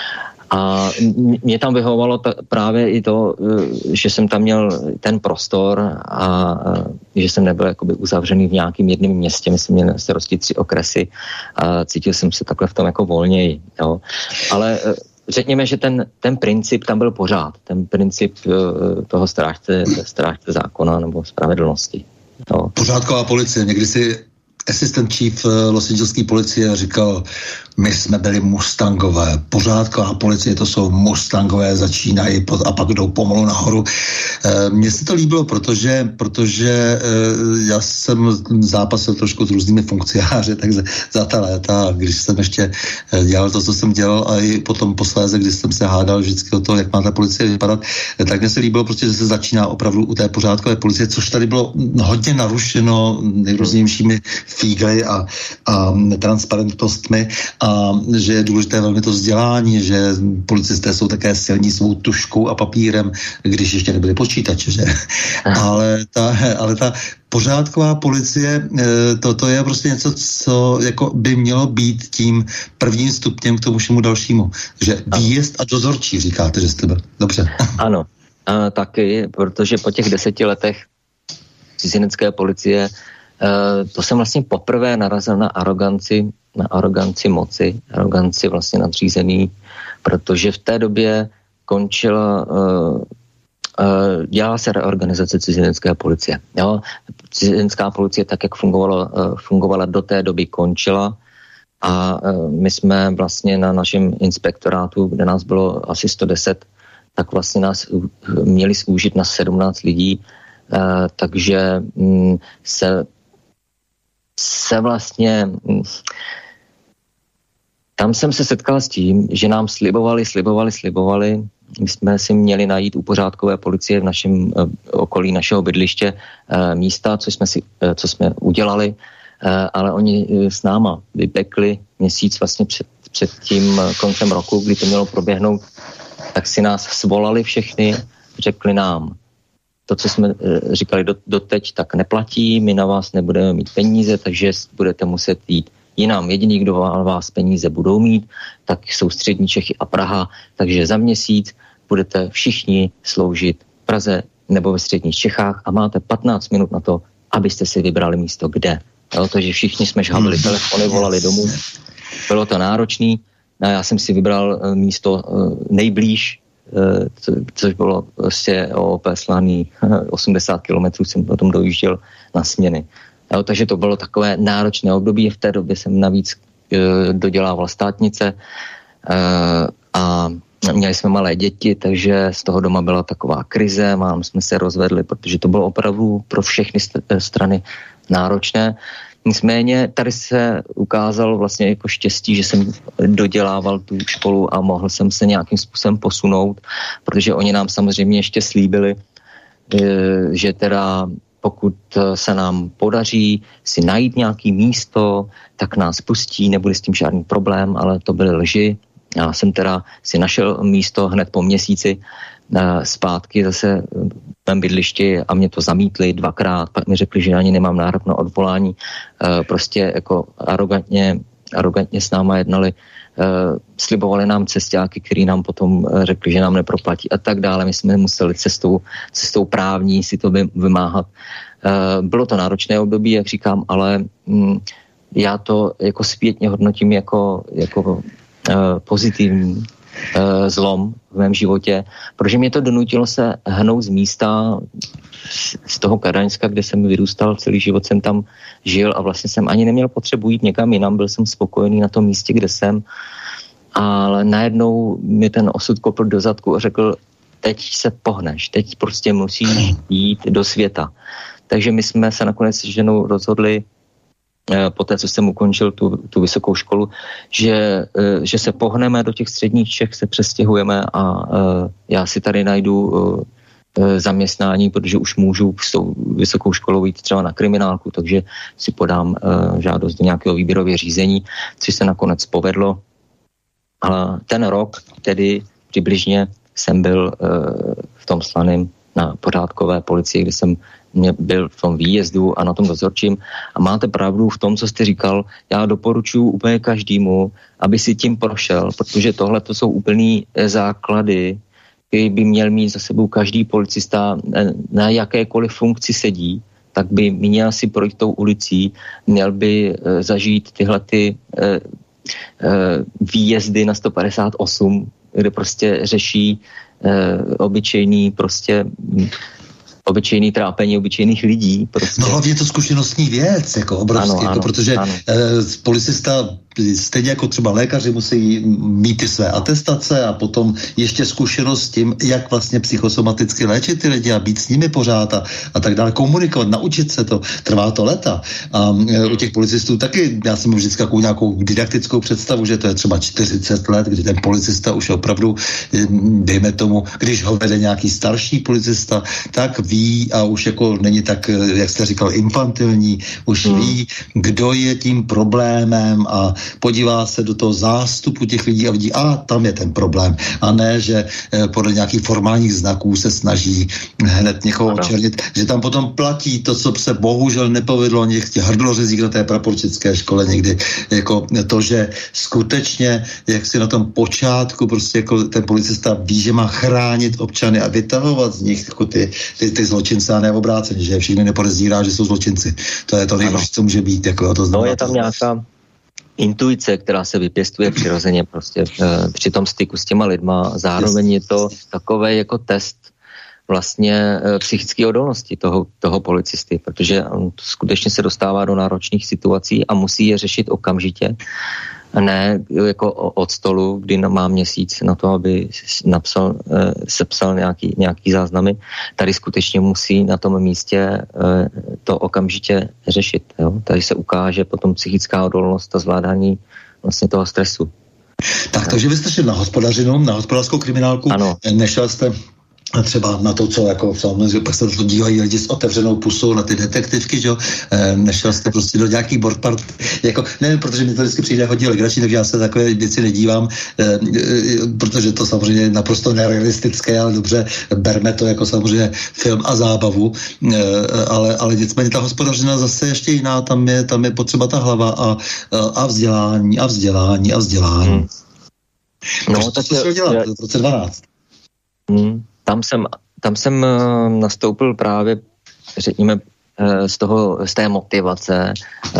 A mě tam vyhovovalo právě i to, že jsem tam měl ten prostor a že jsem nebyl jakoby uzavřený v nějakém jednom městě. My jsme měli na starosti 3 okresy a cítil jsem se takhle v tom jako volněji. Jo. Ale řekněme, že ten princip tam byl pořád. Ten princip toho strážce zákona nebo spravedlnosti. Jo. Pořádková policie. Někdy si asistent chief Los Angeleské policie říkal, my jsme byli Mustangové, pořádková policie, to jsou Mustangové, začínají a pak jdou pomalu nahoru. Mně se to líbilo, protože já jsem zápasil trošku s různými funkcionáři, tak za ta léta, když jsem ještě dělal to, co jsem dělal a i potom posléze, když jsem se hádal vždycky o to, jak má ta policie vypadat, tak mně se líbilo, protože se začíná opravdu u té pořádkové policie, což tady bylo hodně narušeno nejrůznějšími fígly a netransparentnostmi a že je důležité velmi to vzdělání, že policisté jsou také silní svou tuškou a papírem, když ještě nebyly počítače, že? Ale ta pořádková policie, to je prostě něco, co jako by mělo být tím prvním stupněm k tomu všemu dalšímu. Že výjezd a dozorčí, říkáte, že jste byl. Dobře. Ano, taky, protože po těch 10 letech cizinecké policie to jsem vlastně poprvé narazil na aroganci moci, aroganci vlastně nadřízený, protože v té době dělala se reorganizace cizinecké policie. Jo? Cizinecká policie, tak jak fungovala do té doby, končila a my jsme vlastně na našem inspektorátu, kde nás bylo asi 110, tak vlastně nás měli zúžit na 17 lidí, takže se vlastně tam jsem se setkal s tím, že nám slibovali my jsme si měli najít u pořádkové policie v našem okolí našeho bydliště místa, co jsme udělali, ale oni s náma vypekli měsíc vlastně před tím koncem roku, kdy to mělo proběhnout, tak si nás svolali všechny, řekli nám, to, co jsme říkali doteď, tak neplatí, my na vás nebudeme mít peníze, takže budete muset jít jinam. Jediný, kdo vás peníze budou mít, tak jsou střední Čechy a Praha, takže za měsíc budete všichni sloužit v Praze nebo ve středních Čechách a máte 15 minut na to, abyste si vybrali místo kde. Jo, takže všichni jsme žhavili telefony, volali domů. Bylo to náročný. A já jsem si vybral místo nejblíž, což bylo prostě OOP Slaný, 80 kilometrů jsem potom dojížděl na směny. Jo, takže to bylo takové náročné období. V té době jsem navíc dodělával státnice a měli jsme malé děti, takže z toho doma byla taková krize, jsme se rozvedli, protože to bylo opravdu pro všechny strany náročné. Nicméně tady se ukázalo vlastně jako štěstí, že jsem dodělával tu školu a mohl jsem se nějakým způsobem posunout, protože oni nám samozřejmě ještě slíbili, že teda pokud se nám podaří si najít nějaké místo, tak nás pustí, nebude s tím žádný problém, ale to byly lži. Já jsem teda si našel místo hned po měsíci zpátky zase v mém bydlišti a mě to zamítli 2krát, pak mi řekli, že ani nemám nárok na odvolání, prostě jako arrogantně s náma jednali, slibovali nám cestáky, který nám potom řekli, že nám neproplatí a tak dále. My jsme museli cestou právní si to vymáhat. Bylo to náročné období, jak říkám, ale já to jako zpětně hodnotím jako pozitivní zlom v mém životě, protože mě to donutilo se hnout z místa z toho Kadaňska, kde jsem vyrůstal, celý život jsem tam žil a vlastně jsem ani neměl potřebu jít někam jinam, byl jsem spokojený na tom místě, kde jsem, ale najednou mi ten osud kopl do zadku a řekl, teď se pohneš, teď prostě musíš jít do světa. Takže my jsme se nakonec s ženou rozhodli, poté, co jsem ukončil tu vysokou školu, že se pohneme do těch středních Čech, se přestěhujeme a já si tady najdu zaměstnání, protože už můžu s tou vysokou školou jít třeba na kriminálku, takže si podám žádost do nějakého výběrového řízení, což se nakonec povedlo. A ten rok, tedy přibližně, jsem byl v tom Slaném na pořádkové policii, kde jsem byl v tom výjezdu a na tom dozorčím. A máte pravdu v tom, co jste říkal. Já doporučuji úplně každému, aby si tím prošel, protože tohle to jsou úplný základy, který by měl mít za sebou každý policista, na jakékoliv funkci sedí, tak by měl si projít tou ulicí, měl by zažít tyhle ty výjezdy na 158, kde prostě řeší obyčejný trápení obyčejných lidí. Prostě. No hlavně to zkušenostní věc, jako obrovský, ano, protože policista, stejně jako třeba lékaři, musí mít ty své atestace a potom ještě zkušenost s tím, jak vlastně psychosomaticky léčit ty lidi a být s nimi pořád a tak dále, komunikovat, naučit se to, trvá to leta. A u těch policistů taky, já jsem vždycky nějakou didaktickou představu, že to je třeba 40 let, kdy ten policista už opravdu, dejme tomu, když ho vede nějaký starší policista, tak ví a už jako není tak, jak jste říkal, infantilní, už ví, kdo je tím problémem a podívá se do toho zástupu těch lidí a vidí, tam je ten problém. A ne, že podle nějakých formálních znaků se snaží hned někoho očernit, že tam potom platí to, co se bohužel nepovedlo těch hrdlořezích na té praporčické škole někdy, jako to, že skutečně, jak si na tom počátku prostě jako ten policista ví, že má chránit občany a vytahovat z nich jako ty zločince a ne obráceně, že všichni nepodezírá, že jsou zločinci. To je to nejhorší, co může být. Jako, to znamená, je tam nějaká intuice, která se vypěstuje přirozeně prostě při tom styku s těma lidma. Zároveň je to takový jako test vlastně psychické odolnosti toho policisty, protože on skutečně se dostává do náročných situací a musí je řešit okamžitě. Ne jako od stolu, kdy má měsíc na to, aby sepsal nějaký záznamy. Tady skutečně musí na tom místě to okamžitě řešit. Jo? Tady se ukáže potom psychická odolnost a zvládání vlastně toho stresu. Tak Takže vy jste šli na hospodařinu, na hospodářskou kriminálku, ano. Nešel jste třeba na to, co jako samozřejmě, pak se to dívají lidi s otevřenou pusou na ty detektivky, že jo, nešel jste prostě do nějakých boardpart, jako, nevím, protože mi to vždycky přijde hodně legrační, takže já se takové věci nedívám, protože to samozřejmě je naprosto nerealistické, ale dobře, berme to jako samozřejmě film a zábavu, ale nicméně ta hospodařina zase ještě jiná, tam je potřeba ta hlava a vzdělání. No, tak co šel dělat v roce 12? Tam jsem nastoupil právě, řekněme, z té motivace,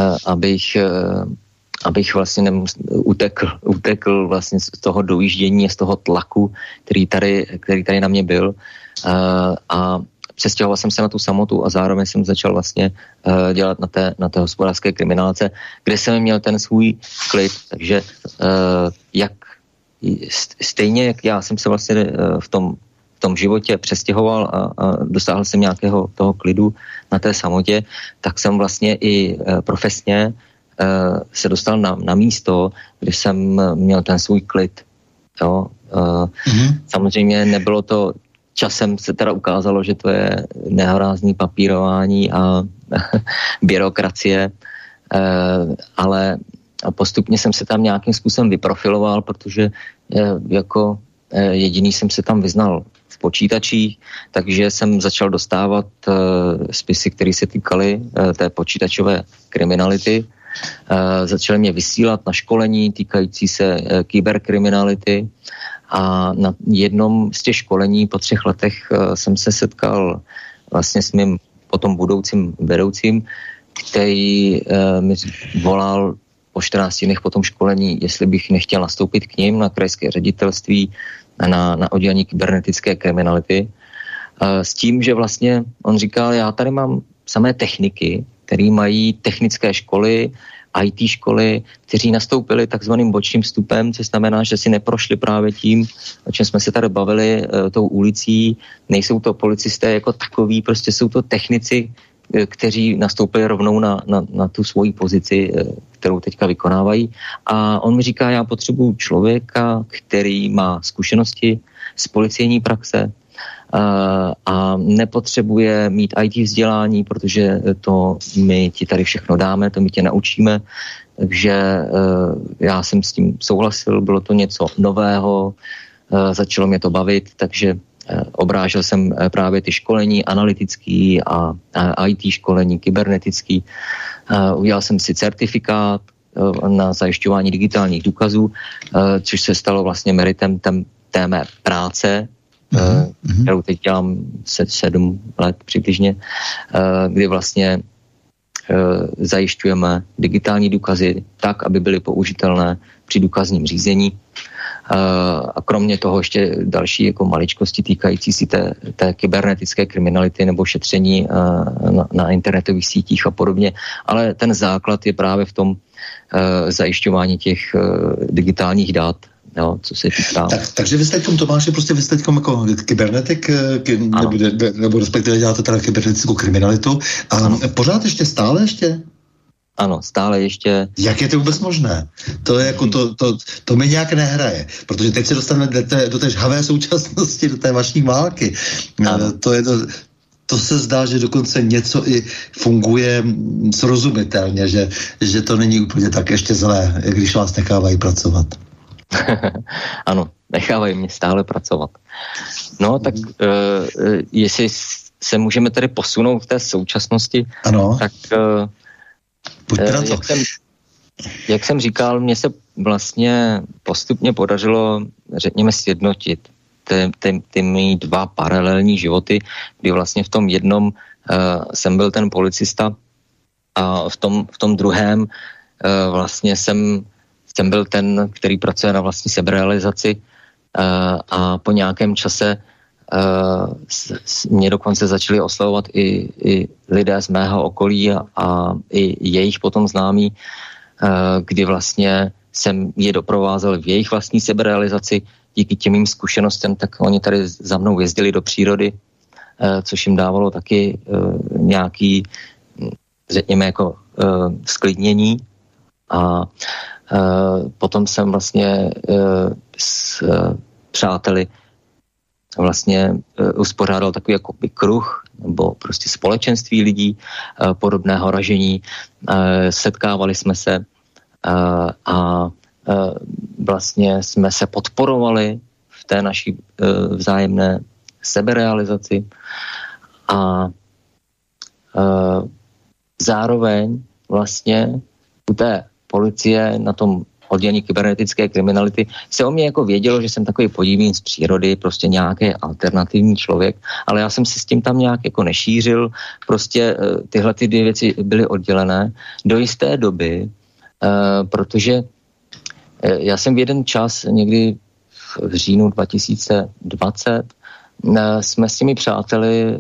abych vlastně utekl vlastně z toho dojíždění, z toho tlaku, který tady na mě byl, a přestěhoval jsem se na tu samotu a zároveň jsem začal vlastně dělat na té hospodářské kriminálce, kde jsem měl ten svůj klid, takže stejně jak já jsem se vlastně v tom životě přestěhoval a dosáhl jsem nějakého toho klidu na té samotě, tak jsem vlastně i profesně se dostal na místo, kde jsem měl ten svůj klid. Jo? Samozřejmě nebylo to, časem se teda ukázalo, že to je nehorázný papírování a byrokracie, ale postupně jsem se tam nějakým způsobem vyprofiloval, protože jako jediný jsem se tam vyznal v počítačích, takže jsem začal dostávat spisy, které se týkaly té počítačové kriminality. Začali mě vysílat na školení týkající se kyberkriminality a na jednom z těch školení po 3 letech jsem se setkal vlastně s mým potom budoucím vedoucím, který mi volal po 14 dnech po tom školení, jestli bych nechtěl nastoupit k ním na krajské ředitelství, na oddělení kybernetické kriminality. S tím, že vlastně on říkal, já tady mám samé techniky, který mají technické školy, IT školy, kteří nastoupili takzvaným bočním vstupem, což znamená, že si neprošli právě tím, o čem jsme se tady bavili, tou ulicí, nejsou to policisté jako takový, prostě jsou to technici, kteří nastoupili rovnou na tu svoji pozici, kterou teďka vykonávají. A on mi říká, já potřebuji člověka, který má zkušenosti z policejní praxe a nepotřebuje mít IT vzdělání, protože to my ti tady všechno dáme, to my tě naučíme. Takže já jsem s tím souhlasil, bylo to něco nového, začalo mě to bavit, takže obrážel jsem právě ty školení analytický a IT školení kybernetický. Udělal jsem si certifikát na zajišťování digitálních důkazů, což se stalo vlastně meritem té mé práce, kterou teď dělám 7 let přibližně, kdy vlastně zajišťujeme digitální důkazy tak, aby byly použitelné při důkazním řízení. A kromě toho ještě další jako maličkosti týkající si té kybernetické kriminality nebo šetření na internetových sítích a podobně. Ale ten základ je právě v tom zajišťování těch digitálních dat, jo, co se týká. Takže vy jste Tomáši, prostě vy jste jako kybernetik, nebo respektive děláte teda kybernetickou kriminalitu a ano. Pořád ještě, stále ještě? Ano, stále ještě. Jak je to vůbec možné? To je jako to mi nějak nehraje, protože teď se dostaneme do té žhavé současnosti, do té vaší války. To se zdá, že dokonce něco i funguje srozumitelně, že to není úplně tak ještě zlé, když vás nechávají pracovat. Ano, nechávají mě stále pracovat. No, tak jestli se můžeme tedy posunout v té současnosti, ano. Tak jak jsem říkal, mně se vlastně postupně podařilo, řekněme, sjednotit ty mý 2 paralelní životy, kdy vlastně v tom jednom jsem byl ten policista a v tom druhém vlastně jsem byl ten, který pracuje na vlastní seberealizaci a po nějakém čase mě dokonce začali oslovovat i lidé z mého okolí a i jejich potom známí, kdy vlastně jsem je doprovázel v jejich vlastní seberealizaci. Díky těm mým zkušenostem, tak oni tady za mnou jezdili do přírody, což jim dávalo taky nějaký, řekněme, jako sklidnění. A potom jsem vlastně s přáteli vlastně uspořádal takový jakoby kruh nebo prostě společenství lidí podobného ražení. Setkávali jsme se a vlastně jsme se podporovali v té naší vzájemné seberealizaci a zároveň vlastně u té policie na tom oddělení kybernetické kriminality se o mě jako vědělo, že jsem takový podivný z přírody, prostě nějaký alternativní člověk, ale já jsem si s tím tam nějak jako nešířil, prostě tyhle ty dvě věci byly oddělené do jisté doby, protože já jsem v jeden čas někdy v říjnu 2020 jsme s těmi přáteli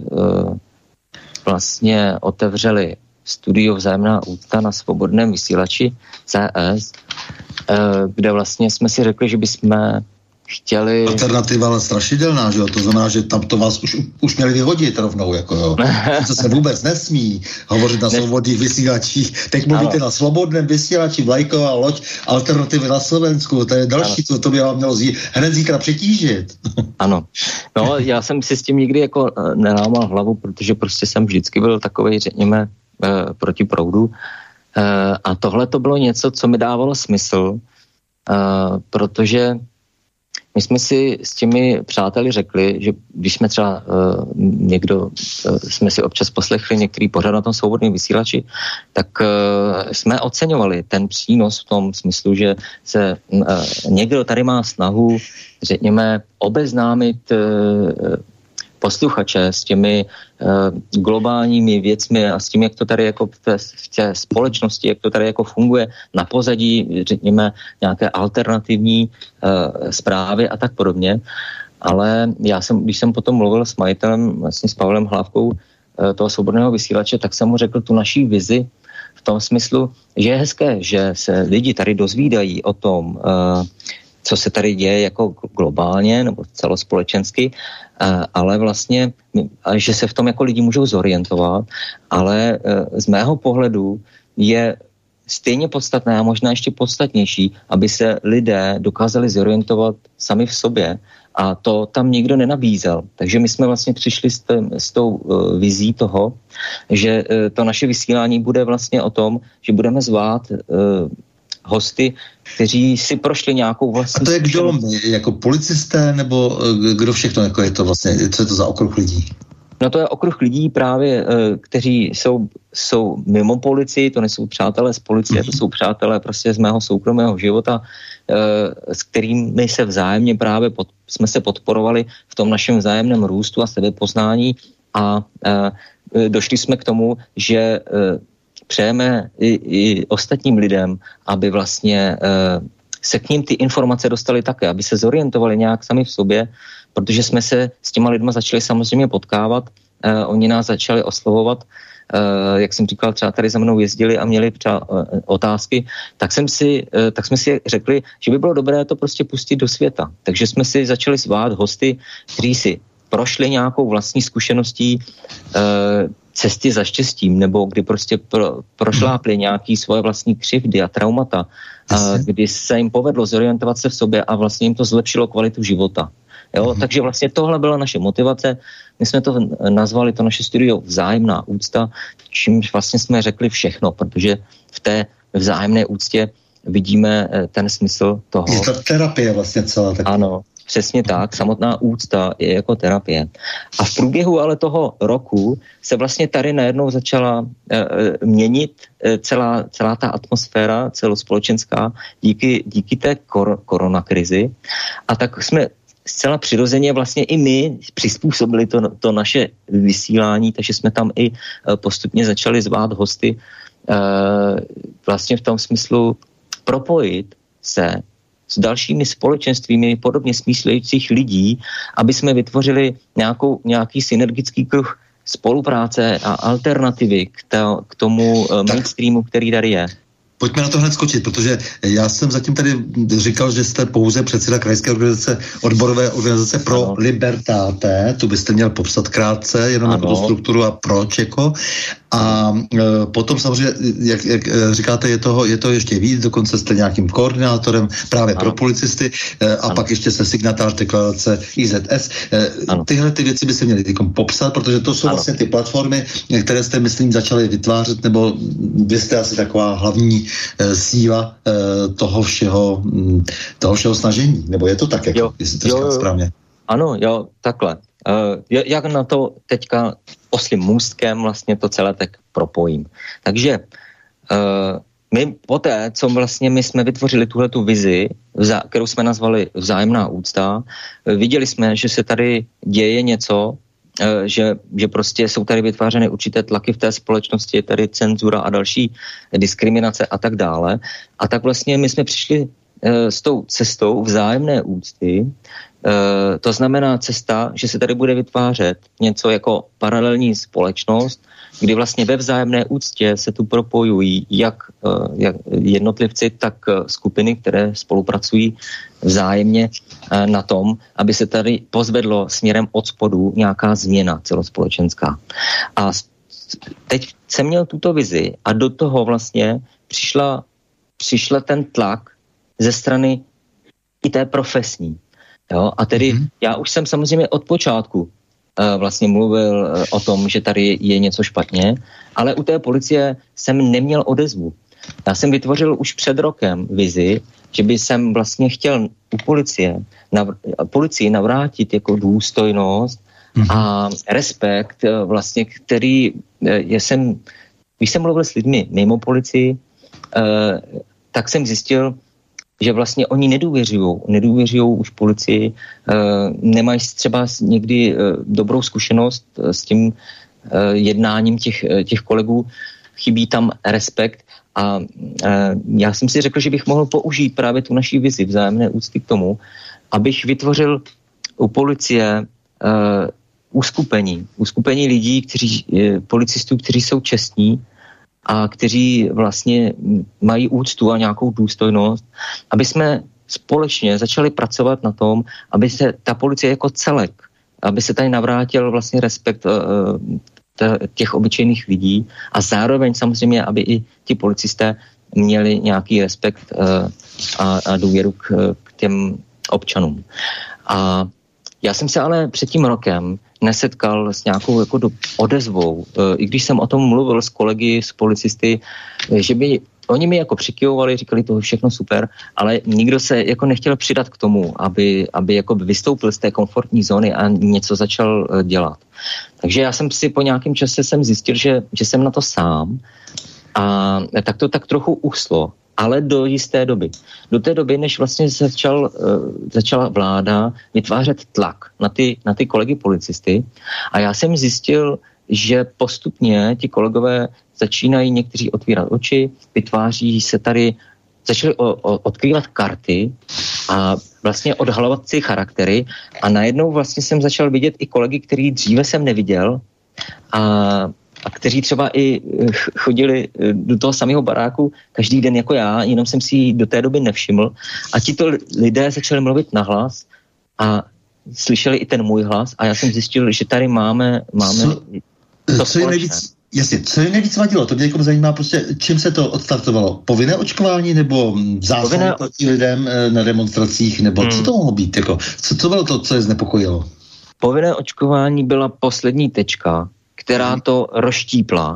vlastně otevřeli studio Vzájemná úcta na Svobodném vysílači CS, kde vlastně jsme si řekli, že bychom chtěli... Alternativa ale strašidelná, že jo? To znamená, že tam to vás už měli vyhodit rovnou, jako jo. To se vůbec nesmí hovořit na svobodných vysílačích. Teď mluvíte na Svobodném vysílači, vlajková loď, alternativy na Slovensku. To je další, co to by vám mělo hned zítra přetížit. Ano. No, já jsem si s tím nikdy jako nelámal hlavu, protože prostě jsem vždycky byl takovej, řekněme, proti proudu. A tohle to bylo něco, co mi dávalo smysl, protože my jsme si s těmi přáteli řekli, že když jsme třeba jsme si občas poslechli některý pořad na tom Svobodném vysílači, tak jsme oceňovali ten přínos v tom smyslu, že se někdo tady má snahu, řekněme, obeznámit posluchače s těmi globálními věcmi a s tím, jak to tady jako v té společnosti, jak to tady jako funguje na pozadí, řekněme, nějaké alternativní zprávy a tak podobně. Ale když jsem potom mluvil s majitelem, vlastně s Pavlem Hlávkou toho Svobodného vysílače, tak jsem mu řekl tu naší vizi v tom smyslu, že je hezké, že se lidi tady dozvídají o tom, co se tady děje jako globálně nebo celospolečensky, ale vlastně, že se v tom jako lidi můžou zorientovat, ale z mého pohledu je stejně podstatné a možná ještě podstatnější, aby se lidé dokázali zorientovat sami v sobě a to tam nikdo nenabízel. Takže my jsme vlastně přišli s tou vizí toho, že to naše vysílání bude vlastně o tom, že budeme zvát hosty, kteří si prošli nějakou vlastní... A to je kdo? Jako policisté, nebo kdo všechno, jako je to vlastně, co je to za okruh lidí? No to je okruh lidí právě, kteří jsou mimo policii, to nejsou přátelé z policie, to jsou přátelé prostě z mého soukromého života, s kterými se vzájemně právě jsme se podporovali v tom našem vzájemném růstu a sebepoznání a došli jsme k tomu, že přejeme i ostatním lidem, aby vlastně se k ním ty informace dostaly také, aby se zorientovali nějak sami v sobě, protože jsme se s těma lidma začali samozřejmě potkávat, oni nás začali oslovovat, jak jsem říkal, třeba tady za mnou jezdili a měli třeba otázky, tak jsme si řekli, že by bylo dobré to prostě pustit do světa. Takže jsme si začali zvát hosty, kteří si prošli nějakou vlastní zkušeností cesty za štěstím, nebo kdy prostě prošlápli nějaký svoje vlastní křivdy a traumata, kdy se jim povedlo zorientovat se v sobě a vlastně jim to zlepšilo kvalitu života. Jo? Takže vlastně tohle byla naše motivace. My jsme to nazvali, to naše studio Vzájemná úcta, čímž vlastně jsme řekli všechno, protože v té vzájemné úctě vidíme ten smysl toho. Je to terapie vlastně celá. Tak... Ano. Přesně tak, samotná úcta je jako terapie. A v průběhu ale toho roku se vlastně tady najednou začala měnit celá ta atmosféra celospolečenská díky té koronakrizi. A tak jsme zcela přirozeně vlastně i my přizpůsobili to naše vysílání, takže jsme tam i postupně začali zvát hosty vlastně v tom smyslu propojit se s dalšími společenstvími podobně smýšlejících lidí, aby jsme vytvořili nějaký synergický kruh spolupráce a alternativy k tomu mainstreamu, který tady je. Pojďme na to hned skočit, protože já jsem zatím tady říkal, že jste pouze předseda krajské odborové organizace Pro Libertate, tu byste měl popsat krátce, jenom jako tu strukturu a proč, jako. A potom samozřejmě, jak říkáte, je to ještě víc, dokonce jste nějakým koordinátorem právě pro policisty a pak ještě se signatář deklarace IZS. Tyhle ty věci by se měly popsat, protože to jsou vlastně ty platformy, které jste, myslím, začali vytvářet, nebo vy jste asi taková hlavní síla toho všeho snažení, nebo je to tak, jestli to říkám správně? Ano, jo, takhle. Jak na to teďka oslím můstkem vlastně to celé tak propojím. Takže my poté, co vlastně my jsme vytvořili tuhletu vizi, kterou jsme nazvali vzájemná úcta, viděli jsme, že se tady děje něco, že prostě jsou tady vytvářeny určité tlaky v té společnosti, je tady cenzura a další diskriminace a tak dále. A tak vlastně my jsme přišli s tou cestou vzájemné úcty. To znamená cesta, že se tady bude vytvářet něco jako paralelní společnost, kdy vlastně ve vzájemné úctě se tu propojují jak jednotlivci, tak skupiny, které spolupracují vzájemně na tom, aby se tady pozvedlo směrem od spodu nějaká změna celospolečenská. A teď jsem měl tuto vizi a do toho vlastně přišla ten tlak ze strany i té profesní. Jo? A tedy já už jsem samozřejmě od počátku vlastně mluvil o tom, že tady je něco špatně, ale u té policie jsem neměl odezvu. Já jsem vytvořil už před rokem vizi, že by jsem vlastně chtěl u policii navrátit jako důstojnost a respekt vlastně, který když jsem mluvil s lidmi mimo policii, tak jsem zjistil, že vlastně oni nedůvěřují už policii, nemají třeba někdy dobrou zkušenost s tím jednáním těch kolegů, chybí tam respekt a já jsem si řekl, že bych mohl použít právě tu naší vizi vzájemné úcty k tomu, abych vytvořil u policie uskupení lidí, policistů, kteří jsou čestní, a kteří vlastně mají úctu a nějakou důstojnost, aby jsme společně začali pracovat na tom, aby se ta policie jako celek, aby se tady navrátil vlastně respekt těch obyčejných lidí a zároveň samozřejmě, aby i ti policisté měli nějaký respekt a důvěru k těm občanům. A já jsem se ale před tím rokem nesetkal s nějakou jako odezvou. I když jsem o tom mluvil s kolegy, s policisty, že by oni mi jako přikyvovali, říkali to všechno super, ale nikdo se jako nechtěl přidat k tomu, aby jako vystoupil z té komfortní zóny a něco začal dělat. Takže já jsem si po nějakém čase zjistil, že jsem na to sám a tak to tak trochu uslo. Ale do jisté doby. Do té doby, než vlastně začala vláda vytvářet tlak na ty kolegy policisty a já jsem zjistil, že postupně ti kolegové začínají někteří otvírat oči, vytváří se tady, začali odkrývat karty a vlastně odhalovat si charaktery a najednou vlastně jsem začal vidět i kolegy, který dříve jsem neviděl a kteří třeba i chodili do toho samého baráku každý den jako já, jenom jsem si ji do té doby nevšiml. A tito lidé začali mluvit nahlas a slyšeli i ten můj hlas a já jsem zjistil, že tady máme to společné. Co je nejvíc vadilo? To mě jako zajímá prostě, čím se to odstartovalo? Povinné očkování nebo zásahy proti lidem na demonstracích? Nebo co to mohlo být? Jako, co bylo to, co je znepokojilo? Povinné očkování byla poslední tečka, která to rozštípla.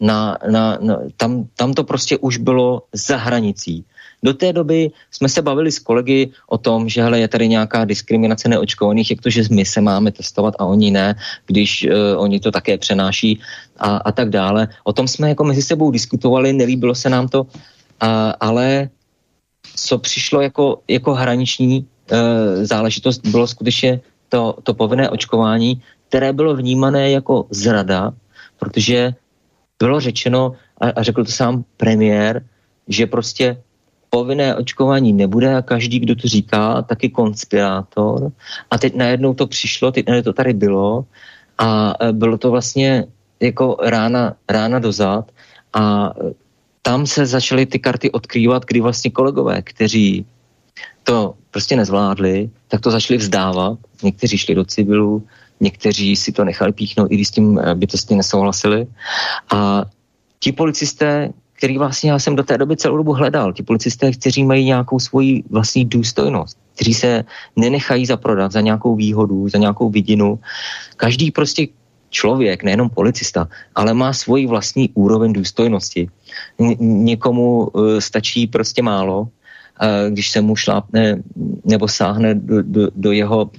Tam to prostě už bylo za hranicí. Do té doby jsme se bavili s kolegy o tom, že hele, je tady nějaká diskriminace neočkovaných, jak to, že my se máme testovat a oni ne, když oni to také přenáší a tak dále. O tom jsme jako mezi sebou diskutovali, nelíbilo se nám to, ale co přišlo jako hraniční záležitost, bylo skutečně to povinné očkování, které bylo vnímané jako zrada, protože bylo řečeno, a řekl to sám premiér, že prostě povinné očkování nebude a každý, kdo to říká, taky konspirátor. A teď najednou to přišlo, teď to tady bylo a bylo to vlastně jako rána dozad a tam se začaly ty karty odkrývat, kdy vlastně kolegové, kteří to prostě nezvládli, tak to začali vzdávat. Někteří šli do civilu, někteří si to nechali píchnout, i když s tím bytostně nesouhlasili. A ti policisté, který vlastně já jsem do té doby celou dobu hledal, ti policisté, kteří mají nějakou svoji vlastní důstojnost, kteří se nenechají zaprodat za nějakou výhodu, za nějakou vidinu. Každý prostě člověk, nejenom policista, ale má svoji vlastní úroveň důstojnosti. Někomu stačí prostě málo, když se mu šlápne nebo sáhne do jeho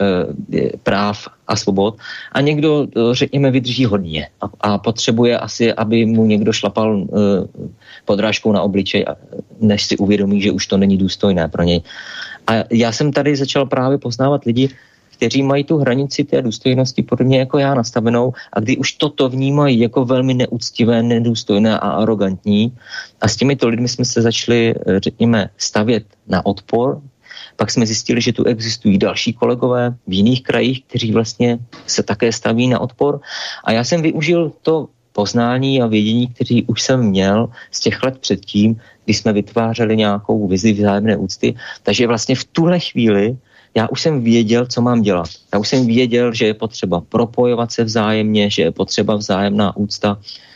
práv a svobod a někdo, řekněme, vydrží hodně a potřebuje asi, aby mu někdo šlapal podrážkou na obličej, než si uvědomí, že už to není důstojné pro něj. A já jsem tady začal právě poznávat lidi, kteří mají tu hranici té důstojnosti podobně jako já nastavenou a kdy už toto vnímají jako velmi neúctivé, nedůstojné a arrogantní. A s těmito lidmi jsme se začali, řekněme, stavět na odpor. Pak jsme zjistili, že tu existují další kolegové v jiných krajích, kteří vlastně se také staví na odpor. A já jsem využil to poznání a vědění, který už jsem měl z těch let předtím, kdy jsme vytvářeli nějakou vizi vzájemné úcty. Takže vlastně v tuhle chvíli já už jsem věděl, co mám dělat. Já už jsem věděl, že je potřeba propojovat se vzájemně, že je potřeba vzájemná úcta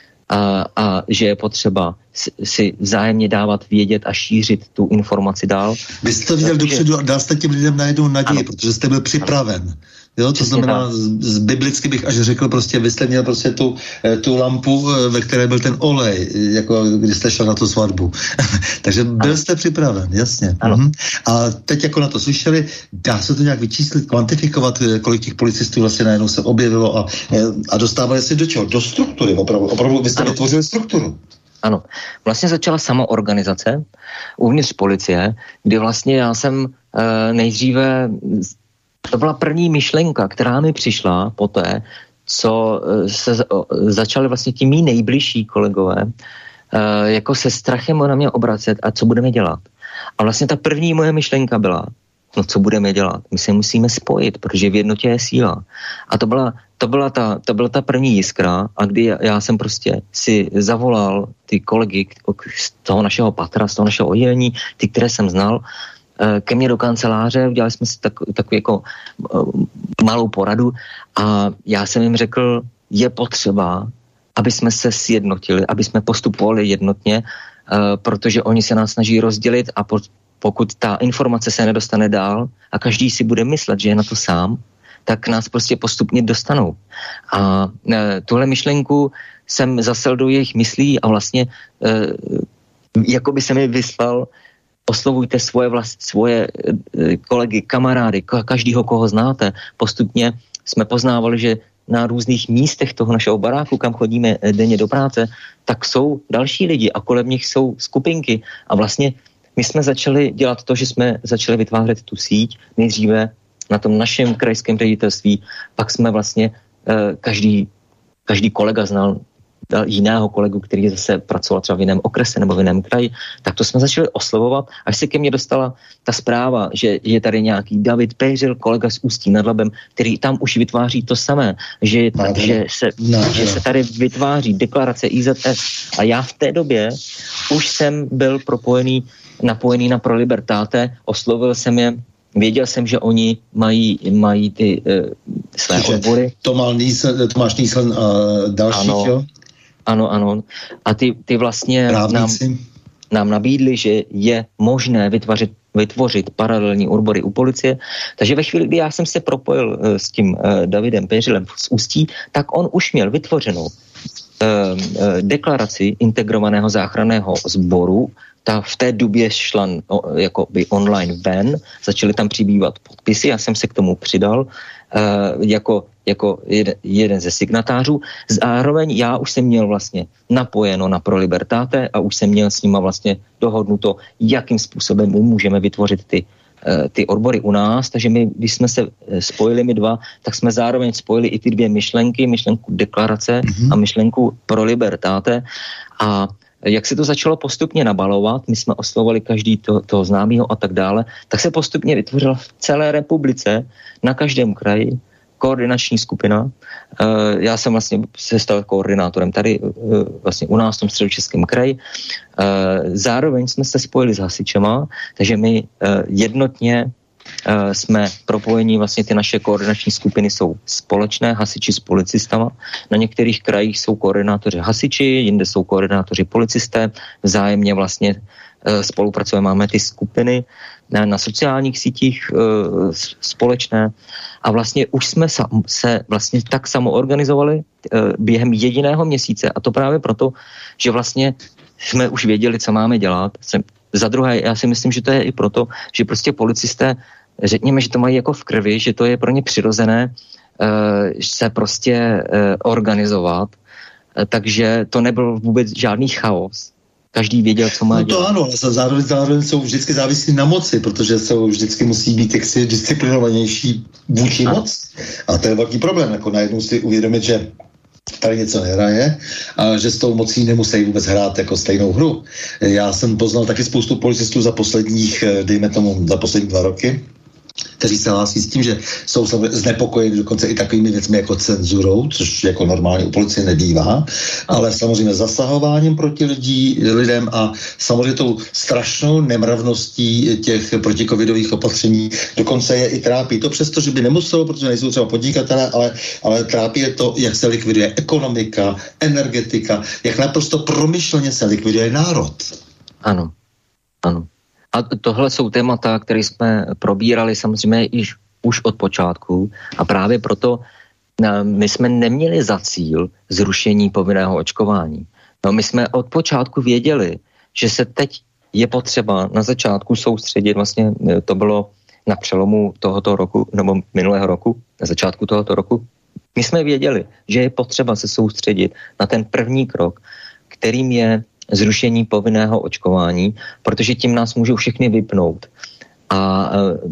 a že je potřeba si vzájemně dávat vědět a šířit tu informaci dál. Vy jste to viděl dopředu a dal jste těm lidem najednou naději, protože jste byl připraven. Jo, to znamená, z biblicky bych až řekl, prostě vy jste měl prostě tu lampu, ve které byl ten olej, jako když jste šel na tu svatbu. Takže byl jste připraven, jasně. A teď jako na to slyšeli, dá se to nějak vyčíslit, kvantifikovat, kolik těch policistů vlastně najednou se objevilo a dostávali se do čeho? Do struktury, opravdu vy jste vytvořili strukturu. Ano, vlastně začala samoorganizace uvnitř policie, kdy vlastně já jsem nejdříve, to byla první myšlenka, která mi přišla poté, co se začali vlastně ti mý nejbližší kolegové jako se strachem na mě obracet a co budeme dělat. A vlastně ta první moje myšlenka byla, no co budeme dělat? My se musíme spojit, protože v jednotě je síla. A to byla ta první jiskra, a kdy já jsem prostě si zavolal ty kolegy z toho našeho patra, z toho našeho oddělení, ty, které jsem znal, ke mně do kanceláře, udělali jsme si takovou jako malou poradu a já jsem jim řekl, je potřeba, aby jsme se sjednotili, aby jsme postupovali jednotně, protože oni se nás snaží rozdělit a pokud ta informace se nedostane dál a každý si bude myslet, že je na to sám, tak nás prostě postupně dostanou. A tuhle myšlenku jsem zasel do jejich myslí a vlastně jako by se mi vyslal, oslovujte svoje kolegy, kamarády, každýho, koho znáte. Postupně jsme poznávali, že na různých místech toho našeho baráku, kam chodíme denně do práce, tak jsou další lidi a kolem nich jsou skupinky. A vlastně my jsme začali dělat to, že jsme začali vytvářet tu síť nejdříve na tom našem krajském ředitelství, pak jsme vlastně každý kolega znal jiného kolegu, který zase pracoval třeba v jiném okrese nebo v jiném kraji, tak to jsme začali oslovovat, až se ke mně dostala ta zpráva, že je tady nějaký David Pejřil, kolega z Ústí nad Labem, který tam už vytváří to samé, že se tady vytváří deklarace IZS a já v té době už jsem byl napojený na Pro Libertate, oslovil jsem je, věděl jsem, že oni mají ty své odbory. Tomáš Nýslen a další, jo? Ano. A ty vlastně nám nabídli, že je možné vytvořit paralelní odbory u policie. Takže ve chvíli, kdy já jsem se propojil s tím Davidem Pejřilem z Ústí, tak on už měl vytvořenou deklaraci integrovaného záchranného sboru. Ta v té době šla jakoby online ven, začaly tam přibývat podpisy, já jsem se k tomu přidal jako jeden ze signatářů. Zároveň já už jsem měl vlastně napojeno na Pro Libertate a už jsem měl s nima vlastně dohodnuto, jakým způsobem my můžeme vytvořit ty odbory u nás, takže my, když jsme se spojili my dva, tak jsme zároveň spojili i ty dvě myšlenky, myšlenku deklarace a myšlenku Pro Libertate a jak se to začalo postupně nabalovat, my jsme oslovovali každý toho známého a tak dále, tak se postupně vytvořila v celé republice, na každém kraji, koordinační skupina. Já jsem vlastně se stal koordinátorem tady vlastně u nás v tom Středočeském kraji. Zároveň jsme se spojili s hasičema, takže my jednotně jsme propojení, vlastně ty naše koordinační skupiny jsou společné, hasiči s policistama. Na některých krajích jsou koordinátoři hasiči, jinde jsou koordinátoři policisté, vzájemně vlastně spolupracujeme, máme ty skupiny na sociálních sítích společné a vlastně už jsme se vlastně tak samoorganizovali během jediného měsíce a to právě proto, že vlastně jsme už věděli, co máme dělat. Za druhé, já si myslím, že to je i proto, že prostě policisté, řekněme, že to mají jako v krvi, že to je pro ně přirozené se prostě organizovat, takže to nebyl vůbec žádný chaos. Každý věděl, co má dělat. No to ano, zároveň jsou vždycky závislí na moci, protože jsou vždycky musí být jaksi disciplinovanější vůči moc. A to je velký problém, jako najednou si uvědomit, že tady něco nehraje a že s tou mocí nemusí vůbec hrát jako stejnou hru. Já jsem poznal taky spoustu policistů za posledních, dejme tomu, za poslední 2 roky, kteří se hlásí s tím, že jsou znepokojeni dokonce i takovými věcmi jako cenzurou, což jako normálně u policie nebývá, ale samozřejmě zasahováním proti lidem a samozřejmě tou strašnou nemravností těch protikovidových opatření. Dokonce je i trápí to přesto, že by nemuselo, protože nejsou třeba podnikatelé, ale trápí je to, jak se likviduje ekonomika, energetika, jak naprosto promyšleně se likviduje národ. Ano, ano. A tohle jsou témata, které jsme probírali samozřejmě už od počátku a právě proto my jsme neměli za cíl zrušení povinného očkování. No, my jsme od počátku věděli, že se teď je potřeba na začátku soustředit, vlastně to bylo na přelomu tohoto roku, nebo minulého roku, na začátku tohoto roku, my jsme věděli, že je potřeba se soustředit na ten první krok, kterým je zrušení povinného očkování, protože tím nás můžou všechny vypnout. A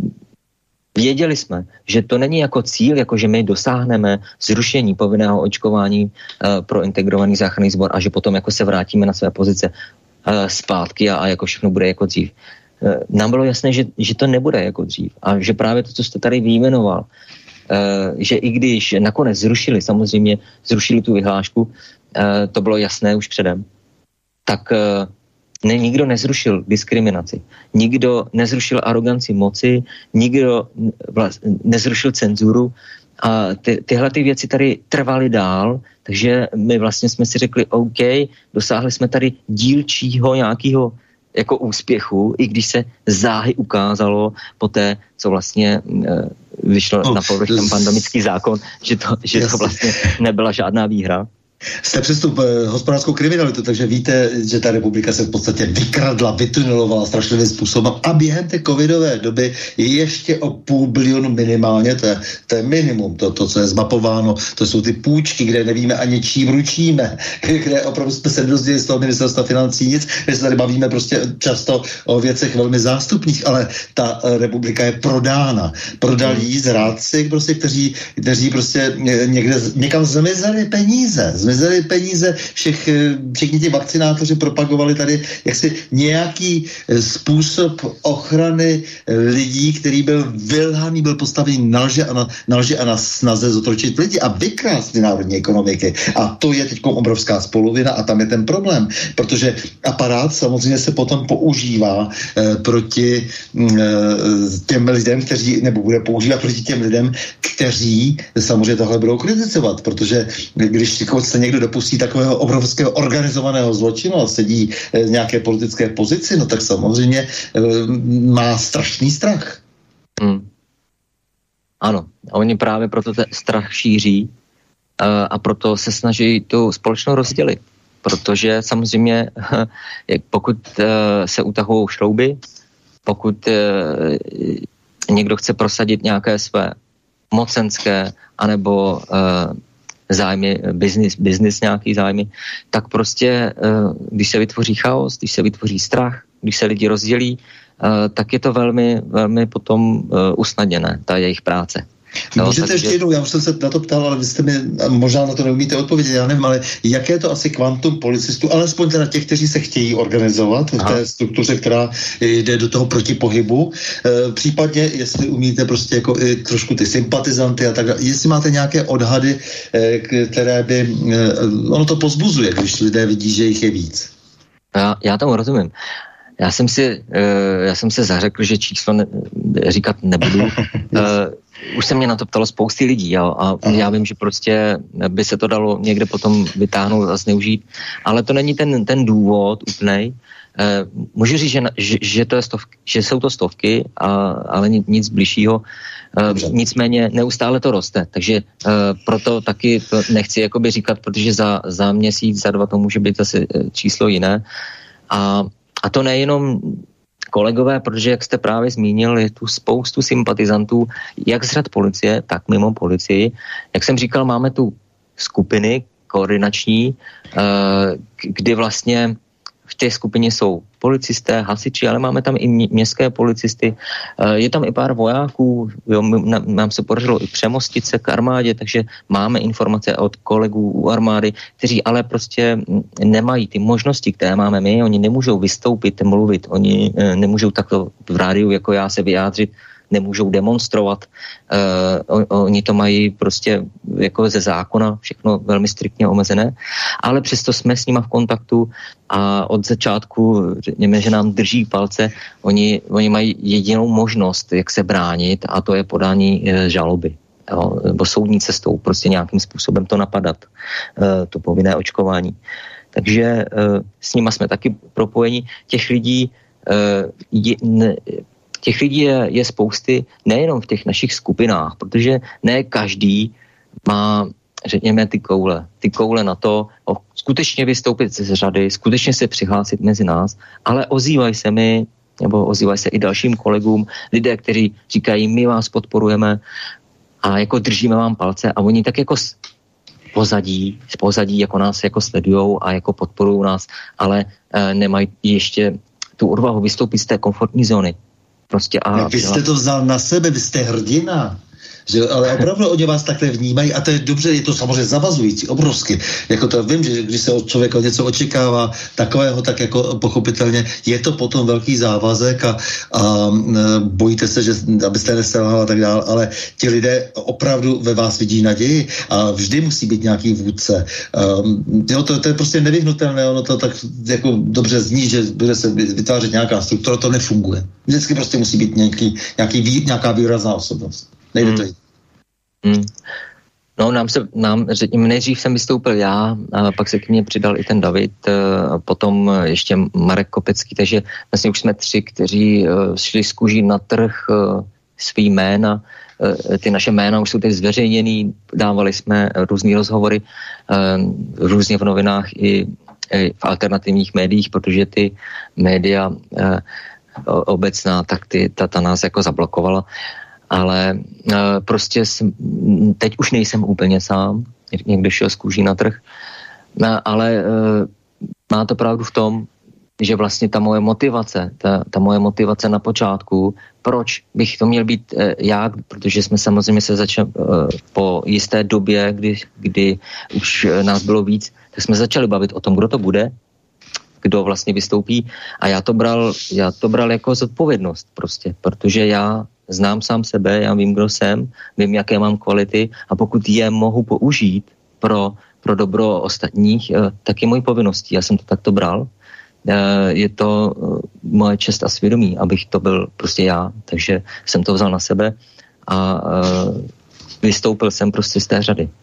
věděli jsme, že to není jako cíl, jako že my dosáhneme zrušení povinného očkování pro integrovaný záchranný sbor a že potom jako se vrátíme na své pozice zpátky a jako všechno bude jako dřív. Nám bylo jasné, že to nebude jako dřív a že právě to, co jste tady vyjmenoval, že i když nakonec zrušili tu vyhlášku, to bylo jasné už předem, tak nikdo nezrušil diskriminaci, nikdo nezrušil aroganci moci, nikdo nezrušil cenzuru a tyhle ty věci tady trvaly dál, takže my vlastně jsme si řekli, OK, dosáhli jsme tady dílčího nějakého jako úspěchu, i když se záhy ukázalo po té, co vlastně vyšlo na povrch ten pandemický zákon, že to vlastně nebyla žádná výhra. Jste přestup hospodářskou kriminalitu, takže víte, že ta republika se v podstatě vykradla, vytunelovala strašlivým způsobem a během té covidové doby je ještě o 500 milionu minimálně, to je minimum, to, co je zmapováno, to jsou ty půjčky, kde nevíme ani čím ručíme, kde opravdu jsme se dozvěděli z toho ministerstva financí nic, kde se tady bavíme prostě často o věcech velmi zástupných, ale ta republika je prodána. Prodali zrádci, prostě, kteří prostě někam zmizeli peníze, všichni ti vakcinátoři propagovali tady jaksi nějaký způsob ochrany lidí, který byl vylhaný, byl postavený na lži a na snaze zotročit lidi a vykrást ty národní ekonomiky. A to je teď obrovská spoluvina a tam je ten problém, protože aparát samozřejmě se potom používá proti těm lidem, nebo bude používat proti těm lidem, kteří samozřejmě tohle budou kritizovat, protože když se někdo dopustí takového obrovského organizovaného zločinu a sedí v nějaké politické pozici, no tak samozřejmě má strašný strach. Ano, a oni právě proto ten strach šíří a proto se snaží tu společnost rozdělit. Protože samozřejmě pokud se utahují šrouby, pokud někdo chce prosadit nějaké své mocenské anebo zájmy, biznis nějaký zájmy, tak prostě, když se vytvoří chaos, když se vytvoří strach, když se lidi rozdělí, tak je to velmi, velmi potom usnadněné, ta jejich práce. No, můžete ještě jednou, já už jsem se na to ptal, ale vy jste mi možná na to neumíte odpovědět, já nevím, ale jaké je to asi kvantum policistů, alespoň teda těch, kteří se chtějí organizovat v té struktuře, která jde do toho protipohybu, případně, jestli umíte prostě jako i trošku ty sympatizanty a tak dále, jestli máte nějaké odhady, které by, ono to pozbuzuje, když lidé vidí, že jich je víc. Já tomu rozumím. Já jsem se zařekl, že číslo říkat nebudu. Už se mě na to ptalo spousty lidí, jo, a já vím, že prostě by se to dalo někde potom vytáhnout a zneužít, ale to není ten důvod úplnej. Můžu říct, že jsou to stovky, ale nic bližšího. Nicméně neustále to roste, takže proto taky to nechci jakoby říkat, protože za měsíc, za 2 to může být zase číslo jiné. A to nejenom kolegové, protože jak jste právě zmínil, je tu spoustu sympatizantů, jak z řad policie, tak mimo policii. Jak jsem říkal, máme tu skupiny koordinační, kdy vlastně v té skupině jsou policisté, hasiči, ale máme tam i městské policisty. Je tam i pár vojáků, jo, nám se podařilo i přemostit se k armádě, takže máme informace od kolegů u armády, kteří ale prostě nemají ty možnosti, které máme my. Oni nemůžou vystoupit, mluvit, oni nemůžou takto v rádiu jako já se vyjádřit, nemůžou demonstrovat. Oni to mají prostě jako ze zákona všechno velmi striktně omezené, ale přesto jsme s nima v kontaktu a od začátku řekněme, že nám drží palce. Oni mají jedinou možnost, jak se bránit, a to je podání žaloby. Jo, nebo soudní cestou, prostě nějakým způsobem to napadat, to povinné očkování. Takže s nima jsme taky propojeni. Těch lidí je spousty nejenom v těch našich skupinách, protože ne každý má, řekněme, ty koule na to, skutečně vystoupit z řady, skutečně se přihlásit mezi nás, ale ozývají se mi, nebo ozývají se i dalším kolegům, lidé, kteří říkají, my vás podporujeme a jako držíme vám palce, a oni tak jako z pozadí jako nás jako sledujou a jako podporují nás, ale nemají ještě tu odvahu vystoupit z té komfortní zóny. Prostě vy jste to vzal na sebe, vy jste hrdina. Že, ale opravdu oni vás takhle vnímají a to je dobře, je to samozřejmě zavazující, obrovsky. Jako to vím, že když se od člověka něco očekává takového, tak jako pochopitelně je to potom velký závazek a bojíte se, že abyste neselhal a tak dále, ale ti lidé opravdu ve vás vidí naději a vždy musí být nějaký vůdce. To je prostě nevyhnutelné, ono to tak jako dobře zní, že bude se vytvářet nějaká struktura, to nefunguje. Vždycky prostě musí být nějaká výrazná osobnost. Nejde to jít. No, řekněme, nejdřív jsem vystoupil já, a pak se k mně přidal i ten David, potom ještě Marek Kopecký, takže vlastně už jsme 3, kteří šli z kůží na trh svý jména. Ty naše jména už jsou teď zveřejněný, dávali jsme různý rozhovory, různě v novinách i v alternativních médiích, protože ty média obecná, tak ta nás jako zablokovala. Ale prostě teď už nejsem úplně sám, někdy šel z kůží na trh, ale má to pravdu v tom, že vlastně ta moje motivace na počátku, proč bych to měl být já, protože jsme samozřejmě se začali po jisté době, kdy už nás bylo víc, tak jsme začali bavit o tom, kdo to bude, kdo vlastně vystoupí, a já to bral jako zodpovědnost prostě, protože já znám sám sebe, já vím, kdo jsem, vím, jaké mám kvality, a pokud je mohu použít pro dobro ostatních, tak je mojí povinností. Já jsem to takto bral. Je to moje čest a svědomí, abych to byl prostě já. Takže jsem to vzal na sebe a vystoupil jsem prostě z té řady.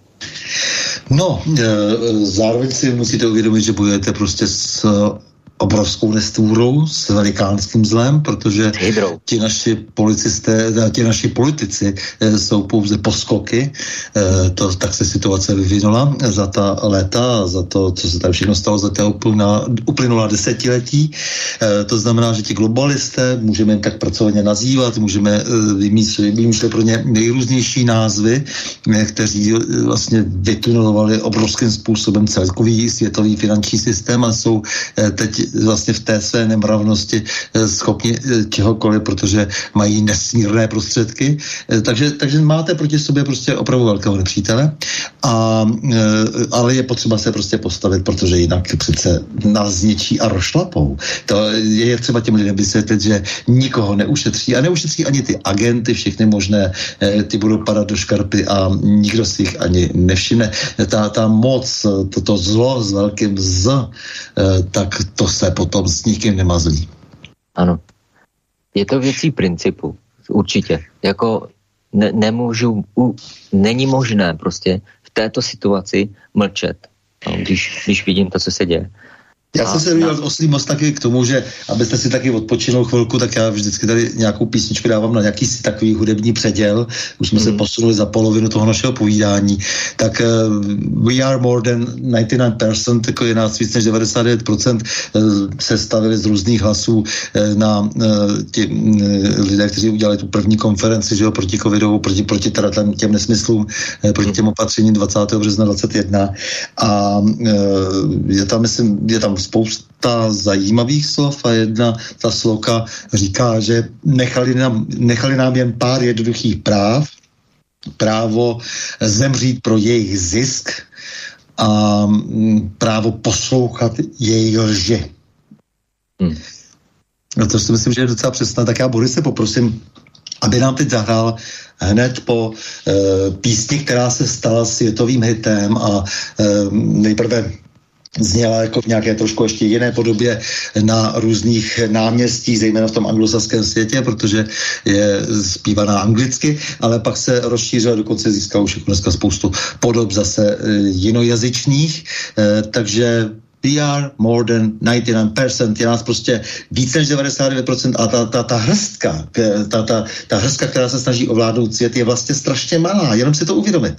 No, zároveň si musíte uvědomit, že bojujete prostě s obrovskou nestvůrou, s velikánským zlem, protože ti naši policisté, ti naši politici jsou pouze poskoky. Tak se situace vyvinula za ta léta, za to, co se tam všechno stalo za té uplynulá desetiletí. To znamená, že ti globalisté, můžeme jen tak pracovně nazývat, můžeme vymýšlet pro ně nejrůznější názvy, kteří vlastně vytunelovali obrovským způsobem celkový světový finanční systém a jsou teď vlastně v té své nemravnosti schopni čehokoliv, protože mají nesmírné prostředky. Takže máte proti sobě prostě opravdu velkého nepřítele, ale je potřeba se prostě postavit, protože jinak přece nás zničí a rozšlapou. To je třeba těm lidem vysvětlit, že nikoho neušetří a neušetří ani ty agenty, všechny možné, ty budou padat do škarpy a nikdo si jich ani nevšimne. Ta moc, toto zlo s velkým Z, tak to se potom s nikým nemazlí. Ano. Je to věcí principu. Určitě. Jako není možné prostě v této situaci mlčet, no, když vidím to, co se děje. Já jsem se udělal oslý most taky k tomu, že abyste si taky odpočinul chvilku, tak já vždycky tady nějakou písničku dávám na nějaký si takový hudební předěl. Už jsme se posunuli za polovinu toho našeho povídání. Tak We Are More Than 99%, jako je nás víc než 99%, se stavili z různých hlasů na lidé, kteří udělali tu první konferenci, že jo, proti covidovou, proti teda těm nesmyslům, proti těm opatřením 20. března 21. A je tam spousta zajímavých slov a jedna ta sloka říká, že nechali nám jen pár jednoduchých práv, právo zemřít pro jejich zisk a právo poslouchat jejich lži. No to si myslím, že je docela přesná. Tak já Borise poprosím, aby nám teď zahrál hned po písni, která se stala světovým hitem a nejprve zněla jako v nějaké trošku ještě jiné podobě na různých náměstích, zejména v tom anglosaském světě, protože je zpívaná anglicky, ale pak se rozšířila, dokonce získala už dneska spoustu podob zase jinojazyčných, takže We Are More Than 99%, je nás prostě víc než 99% a ta hrstka, která se snaží ovládnout svět, je vlastně strašně malá, jenom si to uvědomit.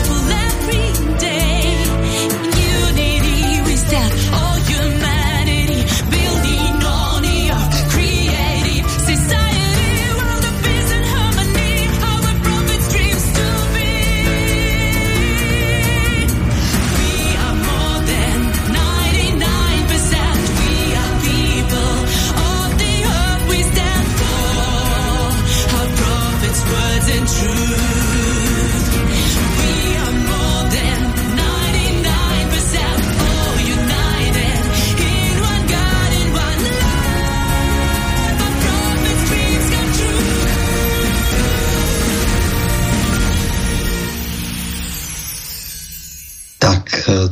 Humanity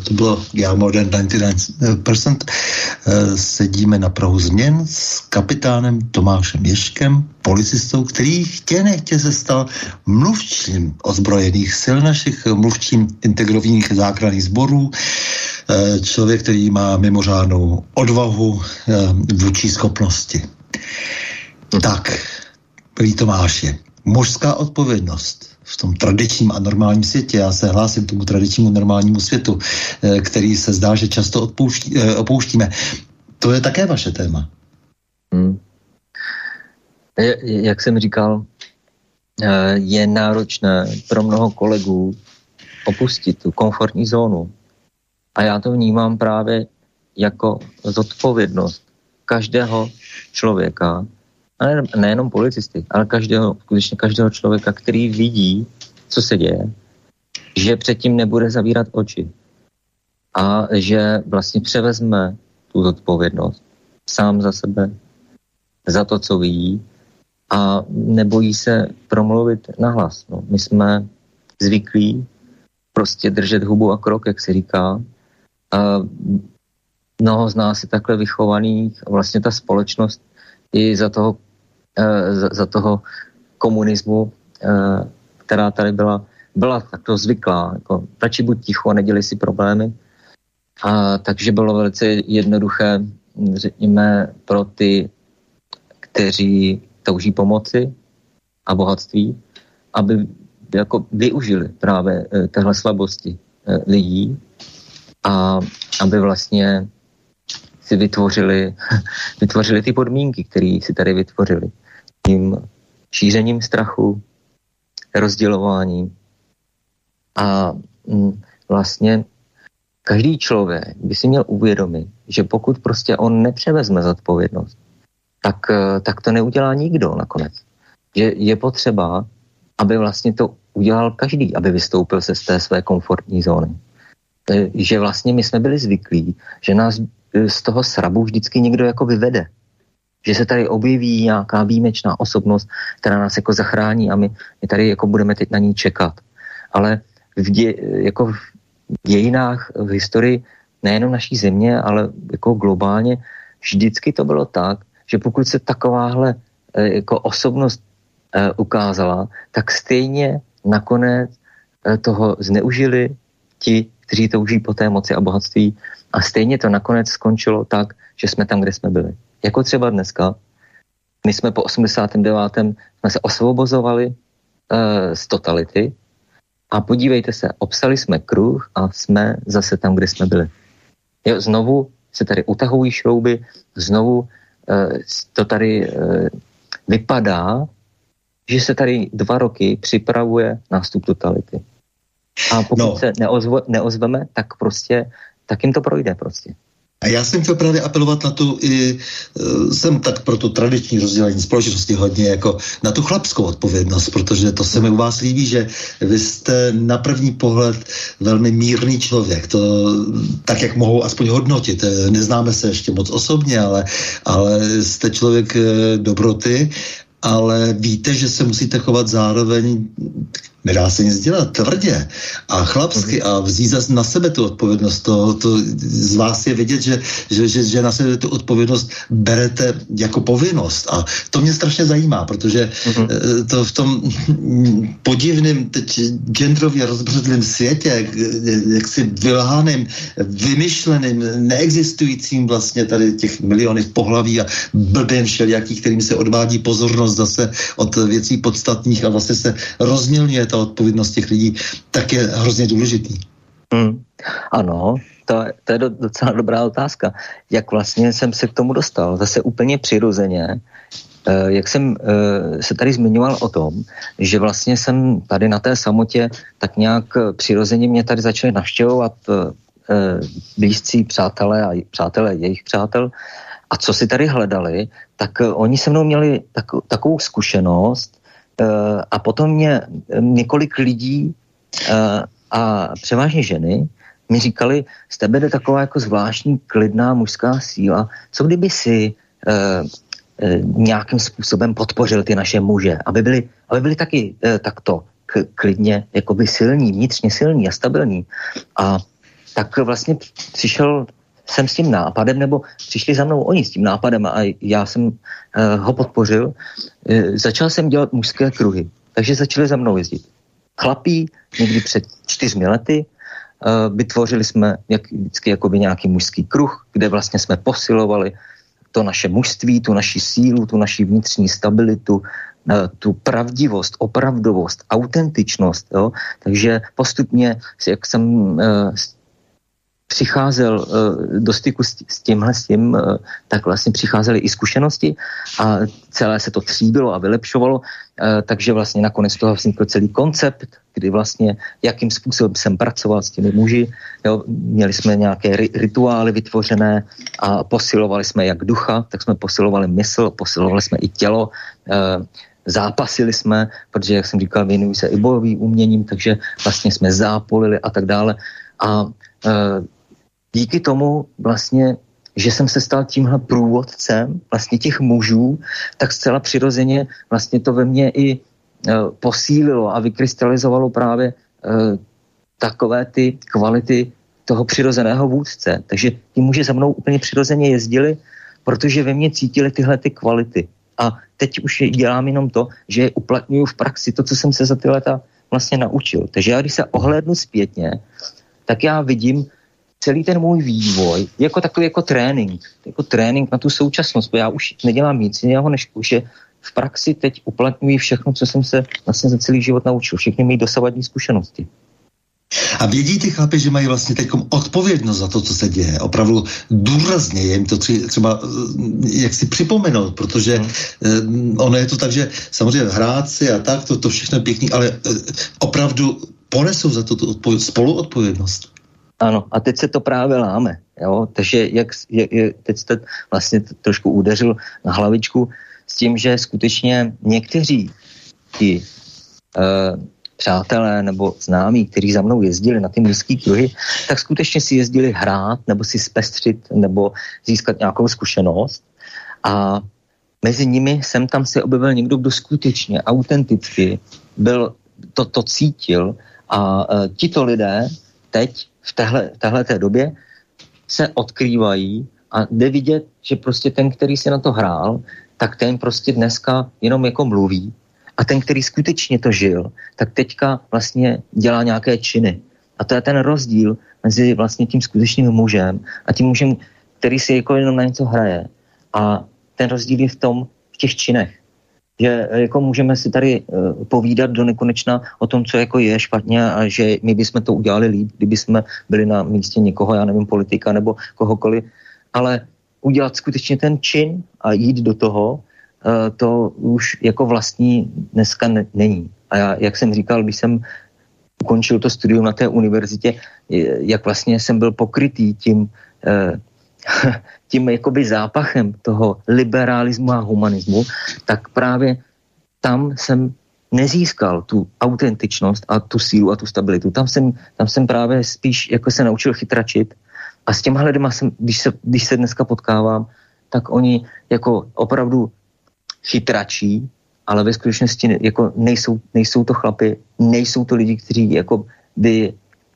to bylo Yeah More Than 99%. Sedíme na prahu změn s kapitánem Tomášem Ježkem, policistou, který chtě nechtě se stal mluvčím ozbrojených sil našich, mluvčím integrovaných záchranných sborů, člověk, který má mimořádnou odvahu, vůči schopnosti. Tak, milý Tomáši, mužská odpovědnost v tom tradičním a normálním světě, já se hlásím k tomu tradičnímu normálnímu světu, který se zdá, že často opouštíme. To je také vaše téma. Jak jsem říkal, je náročné pro mnoho kolegů opustit tu komfortní zónu. A já to vnímám právě jako zodpovědnost každého člověka, a nejenom policisty, ale skutečně každého člověka, který vidí, co se děje, že předtím nebude zavírat oči a že vlastně převezme tu zodpovědnost sám za sebe, za to, co vidí a nebojí se promluvit nahlas. No, my jsme zvyklí prostě držet hubu a krok, jak se říká. A mnoho z nás je takhle vychovaných a vlastně ta společnost i za toho komunismu, která tady byla takto zvyklá. Jako, radši buď ticho a neděli si problémy. A takže bylo velice jednoduché, řekněme, pro ty, kteří touží pomoci a bohatství, aby jako využili právě téhle slabosti lidí a aby vlastně si vytvořili ty podmínky, které si tady vytvořili. Tím šířením strachu, rozdělováním. A vlastně každý člověk by si měl uvědomit, že pokud prostě on nepřevezme zodpovědnost, tak to neudělá nikdo nakonec. Že je potřeba, aby vlastně to udělal každý, aby vystoupil se z té své komfortní zóny. Že vlastně my jsme byli zvyklí, že nás z toho srabu vždycky někdo jako vyvede. Že se tady objeví nějaká výjimečná osobnost, která nás jako zachrání a my tady jako budeme teď na ní čekat. Ale v dějinách, v historii nejenom naší země, ale jako globálně vždycky to bylo tak, že pokud se takováhle jako osobnost ukázala, tak stejně nakonec toho zneužili ti, kteří touží po té moci a bohatství a stejně to nakonec skončilo tak, že jsme tam, kde jsme byli. Jako třeba dneska. My jsme po 89. jsme se osvobozovali z totality a podívejte se, obsali jsme kruh a jsme zase tam, kde jsme byli. Jo, znovu se tady utahují šrouby, znovu to tady vypadá, že se tady 2 roky připravuje nástup totality. A pokud se neozveme, tak jim to projde prostě. A já jsem chtěl právě apelovat na tu, jsem tak pro to tradiční rozdělení společnosti hodně jako na tu chlapskou odpovědnost, protože to se mi u vás líbí, že vy jste na první pohled velmi mírný člověk, to tak, jak mohou aspoň hodnotit. Neznáme se ještě moc osobně, ale jste člověk dobroty, ale víte, že se musíte chovat zároveň, nedá se nic dělat, tvrdě a chlapsky a vzít na sebe tu odpovědnost. To z vás je vidět, že na sebe tu odpovědnost berete jako povinnost a to mě strašně zajímá, protože to v tom podivným, teď genderově rozbředlým světě, jaksi vylhaným, vymyšleným, neexistujícím vlastně tady těch milionech pohlaví a blbým všelijakých, kterým se odvádí pozornost zase od věcí podstatných a vlastně se rozmělňuje ta odpovědnost těch lidí, tak je hrozně důležitý. Ano, to je docela dobrá otázka. Jak vlastně jsem se k tomu dostal? Zase úplně přirozeně. Jak jsem se tady zmiňoval o tom, že vlastně jsem tady na té samotě tak nějak přirozeně mě tady začali navštěvovat blízcí přátelé jejich přátel a co si tady hledali, tak oni se mnou měli takovou zkušenost a potom mě několik lidí a převážně ženy mi říkali, z tebe jde taková jako zvláštní klidná mužská síla, co kdyby si nějakým způsobem podpořil ty naše muže, aby byli taky takto klidně jakoby silní, vnitřně silní a stabilní. A tak vlastně přišel jsem s tím nápadem, nebo přišli za mnou oni s tím nápadem a já jsem ho podpořil. Začal jsem dělat mužské kruhy, takže začali za mnou jezdit chlapí, někdy před 4 lety. Vytvořili jsme vždycky jakoby nějaký mužský kruh, kde vlastně jsme posilovali to naše mužství, tu naši sílu, tu naši vnitřní stabilitu, tu pravdivost, opravdovost, autentičnost. Jo? Takže postupně, jak jsem přicházel do styku s tím, tak vlastně přicházely i zkušenosti a celé se to tříbilo a vylepšovalo, takže vlastně nakonec toho vznikl celý koncept, kdy vlastně jakým způsobem jsem pracoval s těmi muži. Jo, měli jsme nějaké rituály vytvořené a posilovali jsme jak ducha, tak jsme posilovali mysl, posilovali jsme i tělo, zápasili jsme, protože, jak jsem říkal, věnují se i bojovým uměním, takže vlastně jsme zápolili a tak dále. A díky tomu vlastně, že jsem se stal tímhle průvodcem vlastně těch mužů, tak zcela přirozeně vlastně to ve mně i posílilo a vykrystalizovalo právě takové ty kvality toho přirozeného vůdce. Takže ti muži za mnou úplně přirozeně jezdili, protože ve mně cítili tyhle ty kvality. A teď už dělám jenom to, že je uplatňuju v praxi to, co jsem se za ty leta vlastně naučil. Takže já, když se ohlédnu zpětně, tak já vidím celý ten můj vývoj jako takový jako trénink na tu současnost, já už nedělám nic jiného, než už je v praxi teď uplatňuji všechno, co jsem se vlastně za celý život naučil, všechny mý dosavadní zkušenosti. A vědí ty chlapi, že mají vlastně teď odpovědnost za to, co se děje. Opravdu důrazně je jim to třeba jak si připomenout, protože ono je to tak, že samozřejmě hrát si a tak, to všechno je pěkný, ale opravdu ponesou za to spoluodpovědnost. Ano, a teď se to právě láme. Jo? Takže teď jste vlastně trošku udeřil na hlavičku s tím, že skutečně někteří ti přátelé nebo známí, kteří za mnou jezdili na ty mužské kruhy, tak skutečně si jezdili hrát nebo si zpestřit nebo získat nějakou zkušenost. A mezi nimi jsem tam se objevil někdo, kdo skutečně autenticky byl to cítil a tito lidé teď v téhleté době se odkrývají a jde vidět, že prostě ten, který si na to hrál, tak ten prostě dneska jenom jako mluví a ten, který skutečně to žil, tak teďka vlastně dělá nějaké činy. A to je ten rozdíl mezi vlastně tím skutečným mužem a tím mužem, který si jako jenom na něco hraje. A ten rozdíl je v těch činech. Že jako můžeme si tady povídat do nekonečna o tom, co jako je špatně a že my bychom to udělali líp, kdyby jsme byli na místě někoho, já nevím, politika nebo kohokoliv, ale udělat skutečně ten čin a jít do toho, to už jako vlastní dneska není. A já, jak jsem říkal, když jsem ukončil to studium na té univerzitě, jak vlastně jsem byl pokrytý tím jakoby zápachem toho liberalismu a humanismu, tak právě tam jsem nezískal tu autentičnost a tu sílu a tu stabilitu. Tam jsem právě spíš jako se naučil chytračit a s těma lidma když se dneska potkávám, tak oni jako opravdu chytračí, ale ve skutečnosti jako nejsou to chlapi, nejsou to lidi, kteří jako by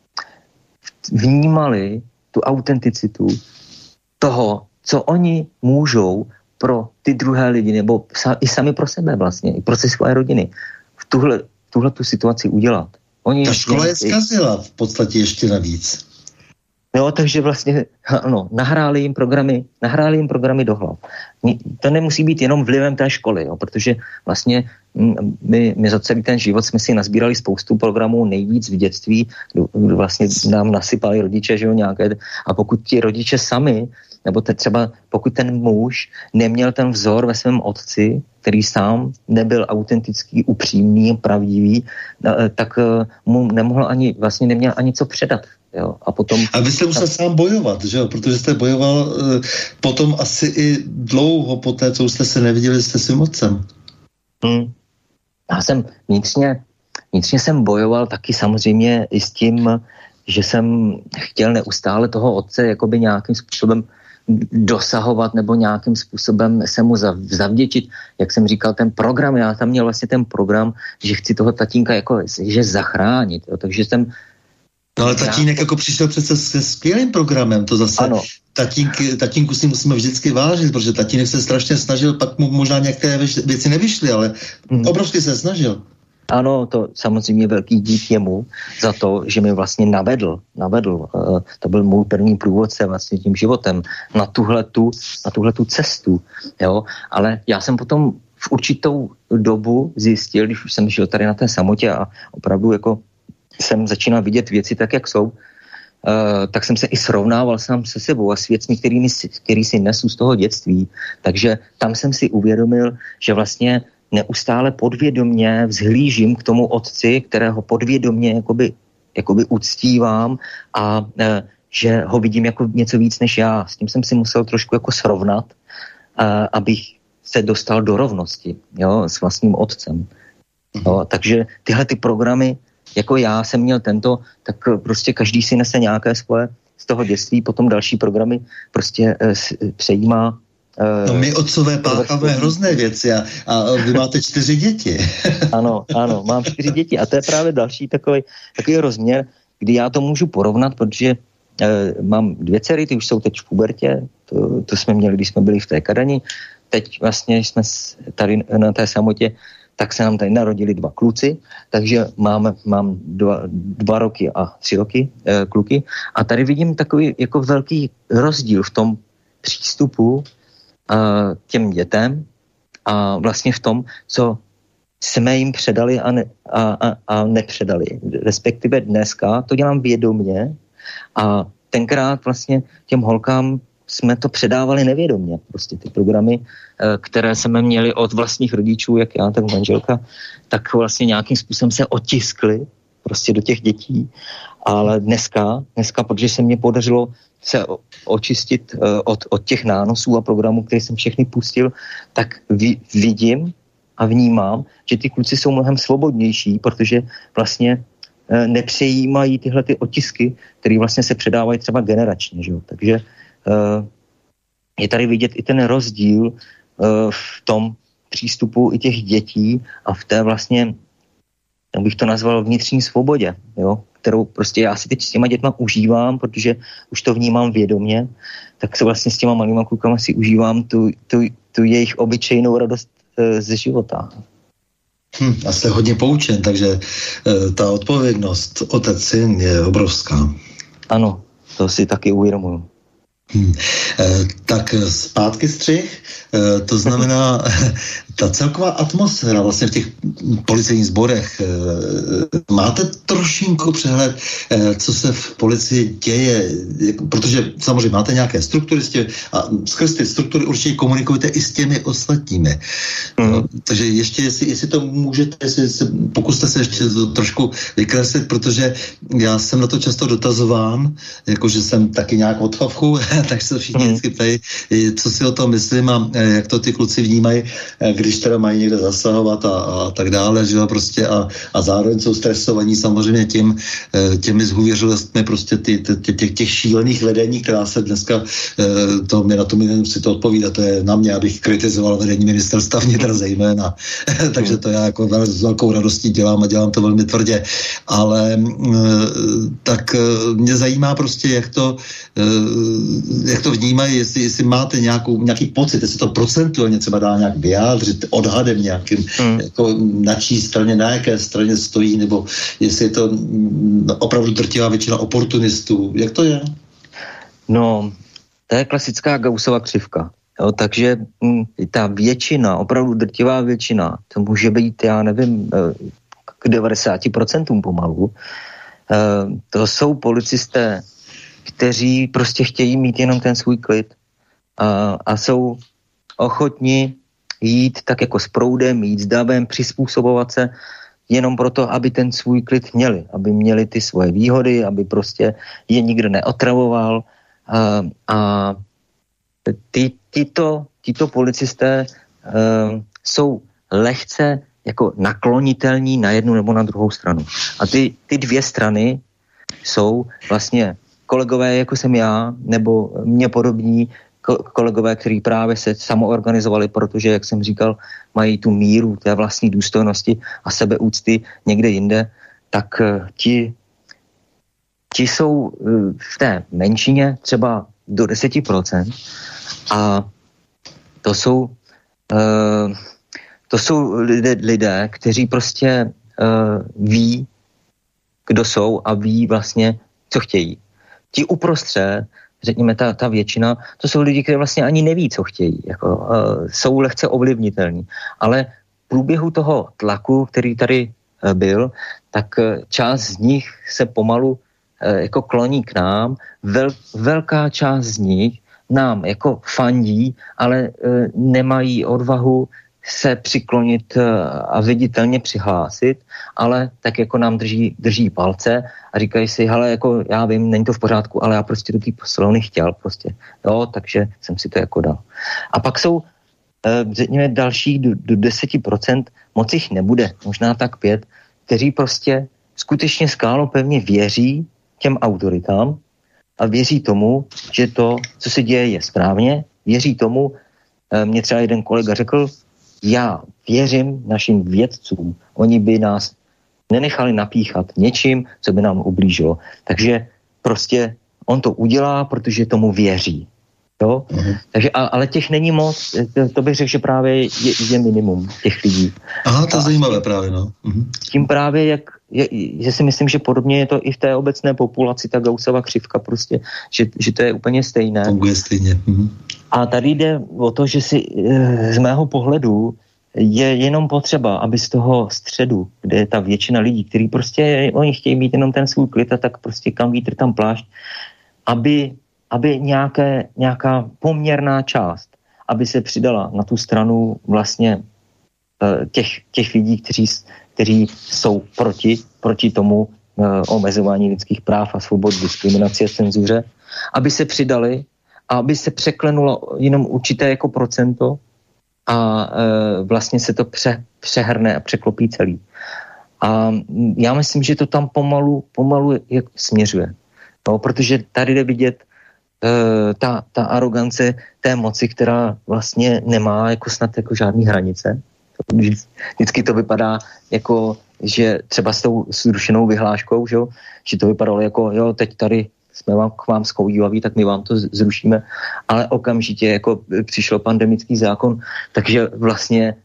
vnímali tu autenticitu toho, co oni můžou pro ty druhé lidi, nebo i sami pro sebe vlastně, i pro své rodiny v tuhle tu situaci udělat. Ta škola je zkazila v podstatě ještě navíc. No, takže vlastně, ano, nahráli jim programy do hlav. To nemusí být jenom vlivem té školy, jo, protože vlastně my za celý ten život jsme si nazbírali spoustu programů, nejvíc v dětství, kdo vlastně nám nasypali rodiče, že jo, nějaké, a pokud ti rodiče sami, nebo třeba pokud ten muž neměl ten vzor ve svém otci, který sám nebyl autentický, upřímný, pravdivý, tak mu nemohl neměl ani co předat. Jo, a vy jste musel sám bojovat, že jo? Protože jste bojoval potom asi i dlouho po té, co jste se neviděli se svým otcem. Já jsem vnitřně jsem bojoval taky samozřejmě i s tím, že jsem chtěl neustále toho otce jakoby nějakým způsobem dosahovat nebo nějakým způsobem se mu zavděčit. Jak jsem říkal, ten program, já tam měl vlastně ten program, že chci toho tatínka jako, že zachránit. Jo? Takže jsem No ale tatínek jako přišel přece se skvělým programem, to zase tatínku si musíme vždycky vážit, protože tatínek se strašně snažil, pak mu možná některé věci nevyšly, ale obrovsky se snažil. Ano, to samozřejmě velký dík jemu za to, že mi vlastně navedl, to byl můj první průvodce vlastně tím životem na tuhletu cestu, jo, ale já jsem potom v určitou dobu zjistil, když už jsem žil tady na té samotě a opravdu jako jsem začínal vidět věci tak, jak jsou, tak jsem se i srovnával sám se sebou a s věcmi, který si nesu z toho dětství. Takže tam jsem si uvědomil, že vlastně neustále podvědomě vzhlížím k tomu otci, kterého podvědomě jakoby uctívám a že ho vidím jako něco víc než já. S tím jsem si musel trošku jako srovnat, abych se dostal do rovnosti, jo, s vlastním otcem. Jo, takže tyhle ty programy, jako já jsem měl tento, tak prostě každý si nese nějaké svoje z toho dětství, potom další programy prostě přejímá. No my otcové pácháme hrozné věci a vy máte 4 děti. Ano, mám 4 děti a to je právě další takový rozměr, kdy já to můžu porovnat, protože mám 2 dcery, ty už jsou teď v pubertě, to jsme měli, když jsme byli v té Kadani, teď vlastně jsme tady na té samotě, tak se nám tady narodili 2 kluci, takže mám 2 roky a 3 roky kluky a tady vidím takový jako velký rozdíl v tom přístupu těm dětem a vlastně v tom, co jsme jim předali a nepředali. Respektive dneska to dělám vědomně a tenkrát vlastně těm holkám jsme to předávali nevědomně. Prostě ty programy, které jsme měli od vlastních rodičů, jak já, tak manželka, tak vlastně nějakým způsobem se otiskly prostě do těch dětí. Ale dneska, protože se mně podařilo se očistit od těch nánosů a programů, které jsem všechny pustil, tak vidím a vnímám, že ty kluci jsou mnohem svobodnější, protože vlastně nepřejímají tyhle ty otisky, které vlastně se předávají třeba generačně. Že? Takže je tady vidět i ten rozdíl v tom přístupu i těch dětí a v té vlastně, jak bych to nazval, vnitřní svobodě, jo? Kterou prostě já si teď s těma dětma užívám, protože už to vnímám vědomě, tak se vlastně s těma malýma klukama si užívám tu jejich obyčejnou radost ze života. A jste hodně poučen, takže ta odpovědnost otec syn je obrovská. Ano, to si taky uvědomuji. Tak zpátky střih, to znamená ta celková atmosféra vlastně v těch policejních sborech. Máte trošinku přehled, co se v policii děje, protože samozřejmě máte nějaké struktury a skrz ty struktury určitě komunikujete i s těmi ostatními. Takže ještě, jestli to můžete, pokuste se ještě trošku vykreslit, protože já jsem na to často dotazován, jakože jsem taky nějak od favchu, tak se všichni vždycky ptají, co si o tom myslím a jak to ty kluci vnímají, když teda mají někde zasahovat a tak dále, že jo, prostě a zároveň jsou stresovaní samozřejmě těmi zhůvěřilostmi prostě těch šílených vedení, která se dneska, to mi na to si to odpovídá, to je na mě, abych kritizoval vedení ministerstva vnitra zejména, takže to já jako s velkou radostí dělám a dělám to velmi tvrdě, ale tak mě zajímá prostě, jak to vnímají, jestli máte nějaký pocit, jestli to procentuálně třeba dá nějak vyjádřit odhadem nějakým, jako na čí straně, na jaké straně stojí, nebo jestli je to opravdu drtivá většina oportunistů. Jak to je? No, to je klasická Gaussova křivka. Jo, takže ta většina, opravdu drtivá většina, to může být, já nevím, k 90% pomalu. To jsou policisté, kteří prostě chtějí mít jenom ten svůj klid a jsou ochotni jít tak jako s proudem, jít s davem, přizpůsobovat se jenom proto, aby ten svůj klid měli, aby měli ty svoje výhody, aby prostě je nikdo neotravoval a tyto policisté jsou lehce jako naklonitelní na jednu nebo na druhou stranu. A ty 2 strany jsou vlastně kolegové, jako jsem já, nebo mě podobní kolegové, kteří právě se samoorganizovali, protože, jak jsem říkal, mají tu míru té vlastní důstojnosti a sebeúcty někde jinde, tak ti ti jsou v té menšině třeba do 10% a to jsou lidé, kteří prostě ví, kdo jsou a ví vlastně, co chtějí. Ti uprostřed, řekněme, ta většina, to jsou lidi, kteří vlastně ani neví, co chtějí. Jako, jsou lehce ovlivnitelní. Ale v průběhu toho tlaku, který tady byl, tak část z nich se pomalu jako kloní k nám. Velká část z nich nám jako fandí, ale nemají odvahu se přiklonit a viditelně přihlásit, ale tak jako nám drží palce a říkají si, hele, jako já vím, není to v pořádku, ale já prostě do té posilovny chtěl prostě. Jo, takže jsem si to jako dal. A pak jsou, řekněme, další do 10%, moc jich nebude, možná tak 5, kteří prostě skutečně skálopevně věří těm autoritám a věří tomu, že to, co se děje, je správně. Věří tomu, mě třeba jeden kolega řekl, já věřím našim vědcům, oni by nás nenechali napíchat něčím, co by nám ublížilo. Takže prostě on to udělá, protože tomu věří. Jo? Takže, ale těch není moc, to bych řekl, že právě je minimum těch lidí. Aha, to je zajímavé právě, no. Tím právě, že si myslím, že podobně je to i v té obecné populaci, ta Gaussova křivka prostě, že to je úplně stejné. Funguje stejně. A tady jde o to, že si z mého pohledu je jenom potřeba, aby z toho středu, kde je ta většina lidí, kteří prostě, oni chtějí mít jenom ten svůj klid a tak prostě kam vítr, tam plášť, aby nějaká poměrná část, aby se přidala na tu stranu vlastně těch lidí, kteří jsou proti tomu omezování lidských práv a svobod, diskriminaci a cenzuře, aby se přidali a aby se překlenulo jenom určité jako procento a vlastně se to přehrne a překlopí celý. A já myslím, že to tam pomalu směřuje. No, protože tady jde vidět ta arogance té moci, která vlastně nemá jako snad jako žádný hranice. Vždycky to vypadá jako, že třeba s tou zrušenou vyhláškou, že to vypadalo jako, jo, teď tady jsme k vám schovývaví, tak my vám to zrušíme, ale okamžitě jako přišel pandemický zákon, takže vlastně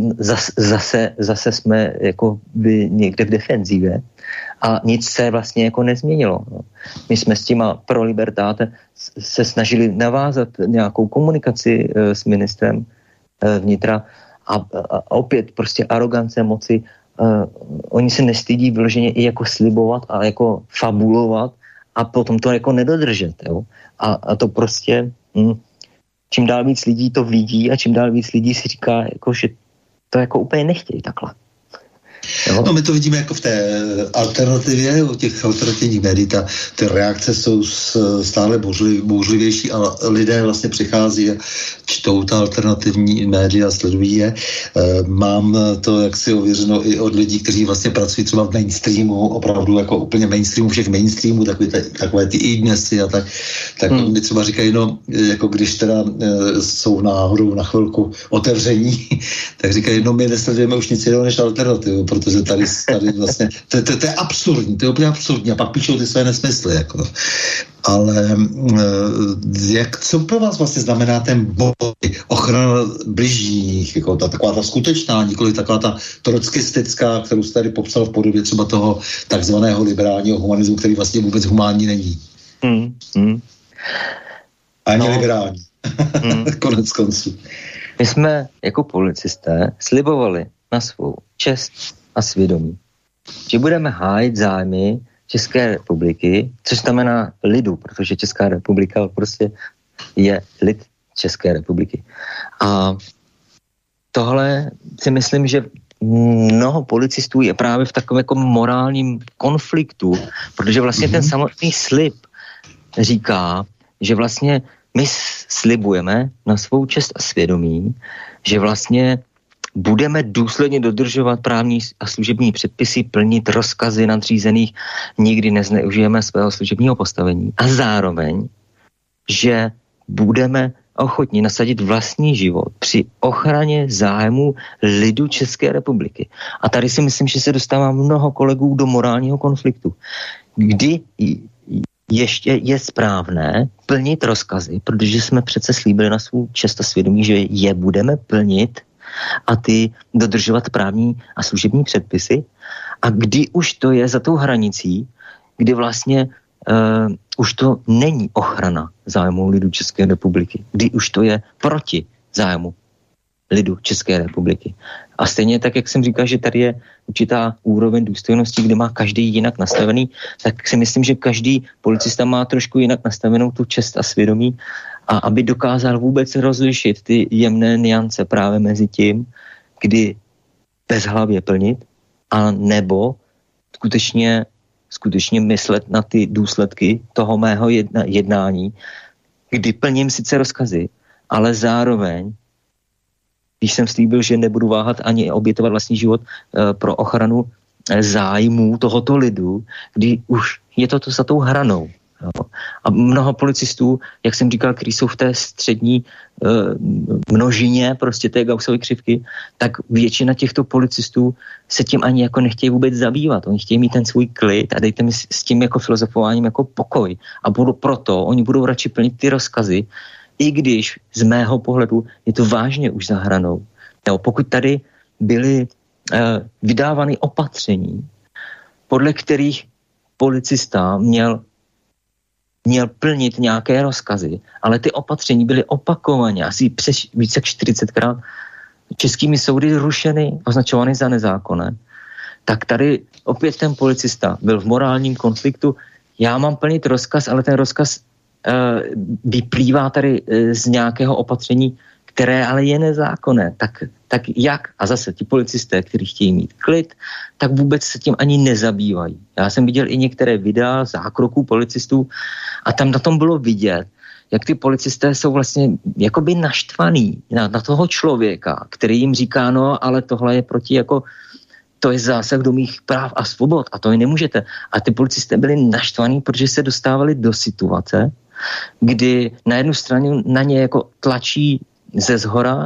zase jsme jako by někde v defenzívě a nic se vlastně jako nezměnilo. No. My jsme s těma pro Libertáte se snažili navázat nějakou komunikaci s ministrem vnitra a opět prostě arogance moci, oni se nestydí vyloženě i jako slibovat a jako fabulovat a potom to jako nedodržet. Jo? A to prostě čím dál víc lidí to vidí a čím dál víc lidí si říká, jako, že to jako úplně nechtějí takhle. Jo? No my to vidíme jako v té alternativě, u těch alternativních médií, ty reakce jsou stále bouřlivější a lidé vlastně přichází a čtou ta alternativní média a sledují je. Mám to jaksi ověřeno i od lidí, kteří vlastně pracují třeba v mainstreamu, opravdu jako úplně mainstreamu, všech mainstreamů, takové ty iDnesy a tak mi třeba říkají, no, jako když teda jsou náhodou na chvilku otevření, tak říkají, no my nesledujeme už nic jiného než alternativu, protože tady vlastně, to je absurdní, to je úplně absurdní a pak píšou ty své nesmysly, jako. Ale co pro vás vlastně znamená ten boj, ochrana bližních, jako taková ta skutečná, nikoli taková ta trockistická, kterou jste tady popsal v podobě třeba toho takzvaného liberálního humanismu, který vlastně vůbec humánní není. Ani liberální. Konec konců. My jsme jako policisté slibovali na svou čest a svědomí, že budeme hájit zájmy České republiky, což znamená lidu, protože Česká republika prostě je lid České republiky. A tohle si myslím, že mnoho policistů je právě v takovém jako morálním konfliktu, protože vlastně ten samotný slib říká, že vlastně my slibujeme na svou čest a svědomí, že vlastně budeme důsledně dodržovat právní a služební předpisy, plnit rozkazy nadřízených, nikdy nezneužijeme svého služebního postavení a zároveň, že budeme ochotní nasadit vlastní život při ochraně zájmu lidu České republiky. A tady si myslím, že se dostává mnoho kolegů do morálního konfliktu, kdy ještě je správné plnit rozkazy, protože jsme přece slíbili na svou čest a svědomí, že je budeme plnit a ty dodržovat právní a služební předpisy. A kdy už to je za tou hranicí, kdy vlastně už to není ochrana zájmu lidu České republiky, kdy už to je proti zájmu lidu České republiky. A stejně tak, jak jsem říkal, že tady je určitá úroveň důstojnosti, kde má každý jinak nastavený, tak si myslím, že každý policista má trošku jinak nastavenou tu čest a svědomí, a aby dokázal vůbec rozlišit ty jemné nuance právě mezi tím, kdy bezhlavě plnit, a nebo skutečně myslet na ty důsledky toho mého jednání, kdy plním sice rozkazy, ale zároveň, když jsem slíbil, že nebudu váhat ani obětovat vlastní život pro ochranu zájmů tohoto lidu, kdy už je to za tou hranou. Jo. A mnoho policistů, jak jsem říkal, kteří jsou v té střední množině prostě té Gaussovy křivky, tak většina těchto policistů se tím ani jako nechtějí vůbec zabývat. Oni chtějí mít ten svůj klid a dejte mi s tím jako filozofováním jako pokoj. A proto oni budou radši plnit ty rozkazy, i když z mého pohledu je to vážně už za hranou. Jo, pokud tady byly vydávány opatření, podle kterých policista měl plnit nějaké rozkazy, ale ty opatření byly opakovaně asi přes více jak 40krát českými soudy rušeny, označovány za nezákonné, tak tady opět ten policista byl v morálním konfliktu. Já mám plnit rozkaz, ale ten rozkaz vyplývá tady z nějakého opatření, které ale je nezákonné. Tak jak? A zase ti policisté, kteří chtějí mít klid, tak vůbec se tím ani nezabývají. Já jsem viděl i některé videa zákroků policistů a tam na tom bylo vidět, jak ty policisté jsou vlastně jakoby naštvaný na toho člověka, který jim říká, no ale tohle je proti jako to je zásah do mých práv a svobod a to je nemůžete. A ty policisté byli naštvaní, protože se dostávali do situace, kdy na jednu stranu na ně jako tlačí ze zhora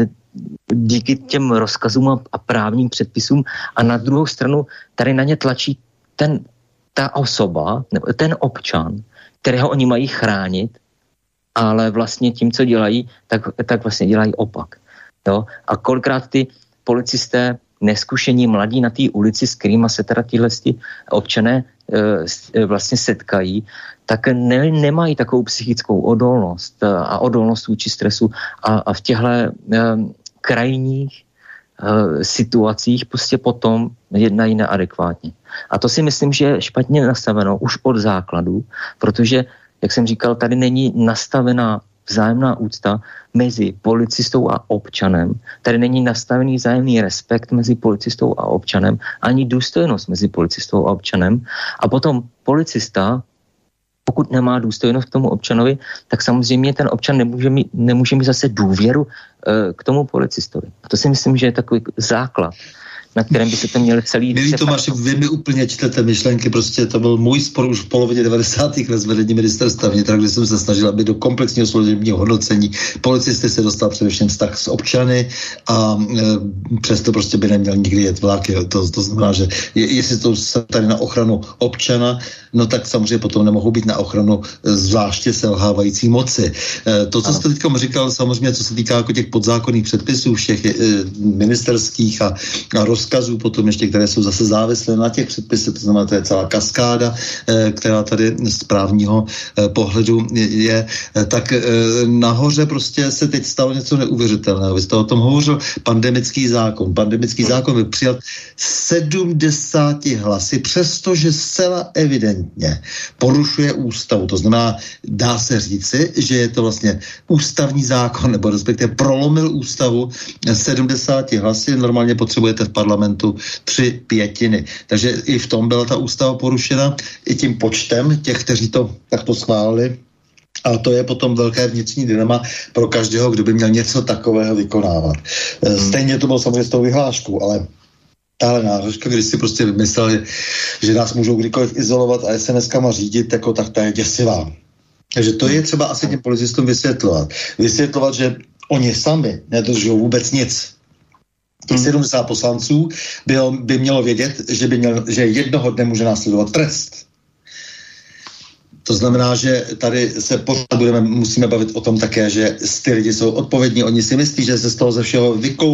díky těm rozkazům a právním předpisům a na druhou stranu tady na ně tlačí ta osoba, nebo ten občan, kterého oni mají chránit, ale vlastně tím, co dělají, tak vlastně dělají opak. Jo? A kolikrát ty policisté neskušení mladí na té ulici, s kterýma se teda tyhle občané vlastně setkají, tak nemají takovou psychickou odolnost a odolnost vůči stresu a v těchto krajních situacích prostě potom jednají neadekvátně. A to si myslím, že je špatně nastaveno už od základu, protože, jak jsem říkal, tady není nastavená vzájemná úcta mezi policistou a občanem. Tady není nastavený vzájemný respekt mezi policistou a občanem, ani důstojnost mezi policistou a občanem. A potom policista, pokud nemá důstojnost k tomu občanovi, tak samozřejmě ten občan nemůže mít zase důvěru k tomu policistovi. A to si myslím, že je takový základ, na kterém by se to měli celý... Milí Tomáši, vy mi úplně čtete myšlenky, prostě to byl můj spor už v polovině 90. let s vedením ministerstva vnitra, kde jsem se snažil, aby do komplexního služebního hodnocení policisty se dostal především vztah s občany a přesto prostě by neměl nikdy jet vlak. To znamená, že jestli to se tady na ochranu občana, no tak samozřejmě potom nemohou být na ochranu zvláště selhávající moci. To, co jste teďka říkal, samozřejmě, co se týká jako těch podzákonných předpisů všech ministerských a rozkazů, potom ještě, které jsou zase závislé na těch předpisech, to znamená, to je celá kaskáda, která tady z právního pohledu je, tak nahoře prostě se teď stalo něco neuvěřitelného. Vy jste o tom hovořil, pandemický zákon. Pandemický zákon byl přijat 70 hlasy, přestože zcela evidentně porušuje ústavu. To znamená, dá se říci, že je to vlastně ústavní zákon, nebo respektive prolomil ústavu 70 hlasy, normálně potřebujete v parlamentu 3/5. Takže i v tom byla ta ústava porušena, i tím počtem těch, kteří to takto schválili. A to je potom velké vnitřní dilema pro každého, kdo by měl něco takového vykonávat. Stejně to bylo samozřejmě s tou vyhláškou, ale tahle náhražka, když si prostě vymyslel, že nás můžou kdykoliv izolovat a SMS-kama řídit, jako, tak ta je děsivá. Takže to je třeba asi těm policistům vysvětlovat. Vysvětlovat, že oni sami nedržou vůbec nic. Těch 70 poslanců by mělo vědět, že jednoho dne může následovat trest. To znamená, že tady se pořád musíme bavit o tom také, že ty lidi jsou odpovědní, oni si myslí, že se z toho ze všeho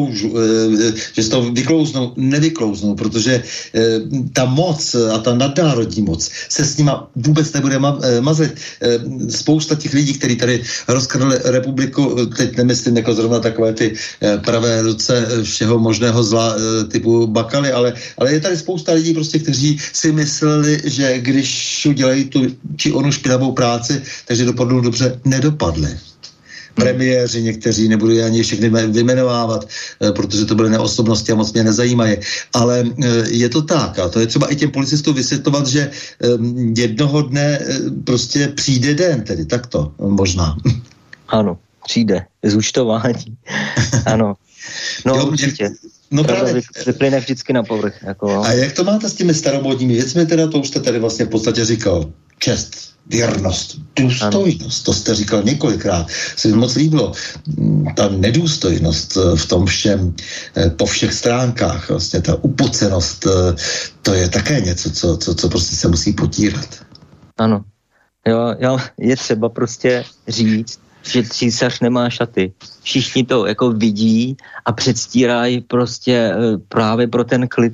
že z toho nevyklouznou, protože ta moc a ta nadnárodní moc se s nima vůbec nebude mazlit. Spousta těch lidí, kteří tady rozkradli republiku, teď nemyslím jako zrovna takové ty pravé ruce všeho možného zla typu Bakaly, ale je tady spousta lidí prostě, kteří si mysleli, že když udělají tu či onu špinavou práci, takže dopadnou dobře, nedopadly. Premiéři někteří, nebudu je ani všechny vyjmenovávat, protože to byly neosobnosti a moc mě nezajímají. Ale je to tak a to je třeba i těm policistům vysvětlovat, že jednoho dne prostě přijde den, tedy takto možná. Ano, přijde zúčtování. Ano. No jo, určitě. No právě. Vyplyne vždycky na povrch. Jako. A jak to máte s těmi staromódními věcmi, teda to už jste tady vlastně v podstatě říkal. Čest, věrnost, důstojnost, to jste říkal několikrát. Se mi moc líbilo. Ta nedůstojnost v tom všem, po všech stránkách, vlastně ta upocenost, to je také něco, co prostě se musí potírat. Ano. Jo, je třeba prostě říct, že císař nemá šaty. Všichni to jako vidí a předstírají prostě právě pro ten klid.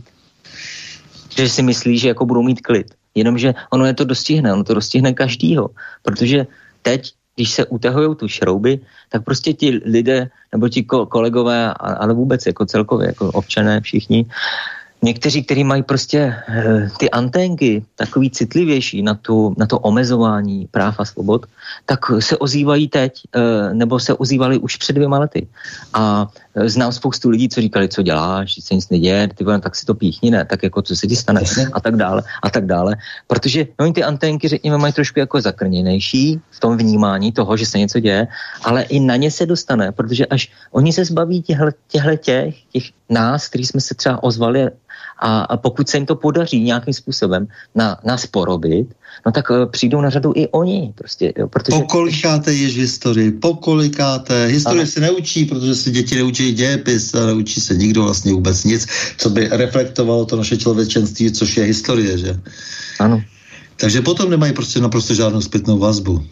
Že si myslí, že jako budou mít klid. Jenomže ono to dostihne každýho. Protože teď, když se utahujou tu šrouby, tak prostě ti lidé, nebo ti kolegové, ale vůbec jako celkově, jako občané všichni, někteří, kteří mají prostě ty anténky takový citlivější na to omezování práv a svobod, tak se ozývají teď, nebo se ozývali už před 2 lety. A znám spoustu lidí, co říkali, co děláš, se nic neděje, tak si to píchni, ne, tak jako co se ti stane a tak dále. Protože oni ty anténky, řekněme, mají trošku jako zakrněnější v tom vnímání toho, že se něco děje, ale i na ně se dostane, protože až oni se zbaví těch nás, kteří jsme se třeba ozvali a pokud se jim to podaří nějakým způsobem nás porobit, no tak přijdou na řadu i oni. Prostě, jo, protože... Pokolikáte již historii, Historie se neučí, protože se děti neučí dějepis a neučí se nikdo vlastně vůbec nic, co by reflektovalo to naše člověčenství, což je historie, že? Ano. Takže potom nemají prostě naprosto žádnou zpětnou vazbu.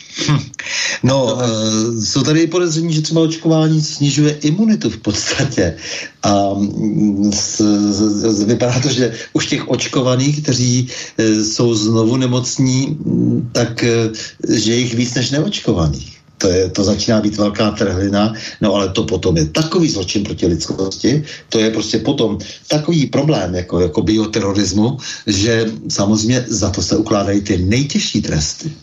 No, jsou tady podezření, že třeba očkování snižuje imunitu v podstatě. A vypadá to, že už těch očkovaných, kteří jsou znovu nemocní, tak že jich víc než neočkovaných. To začíná být velká trhlina, no ale to potom je takový zločin proti lidskosti, to je prostě potom takový problém jako bioterorismu, že samozřejmě za to se ukládají ty nejtěžší tresty.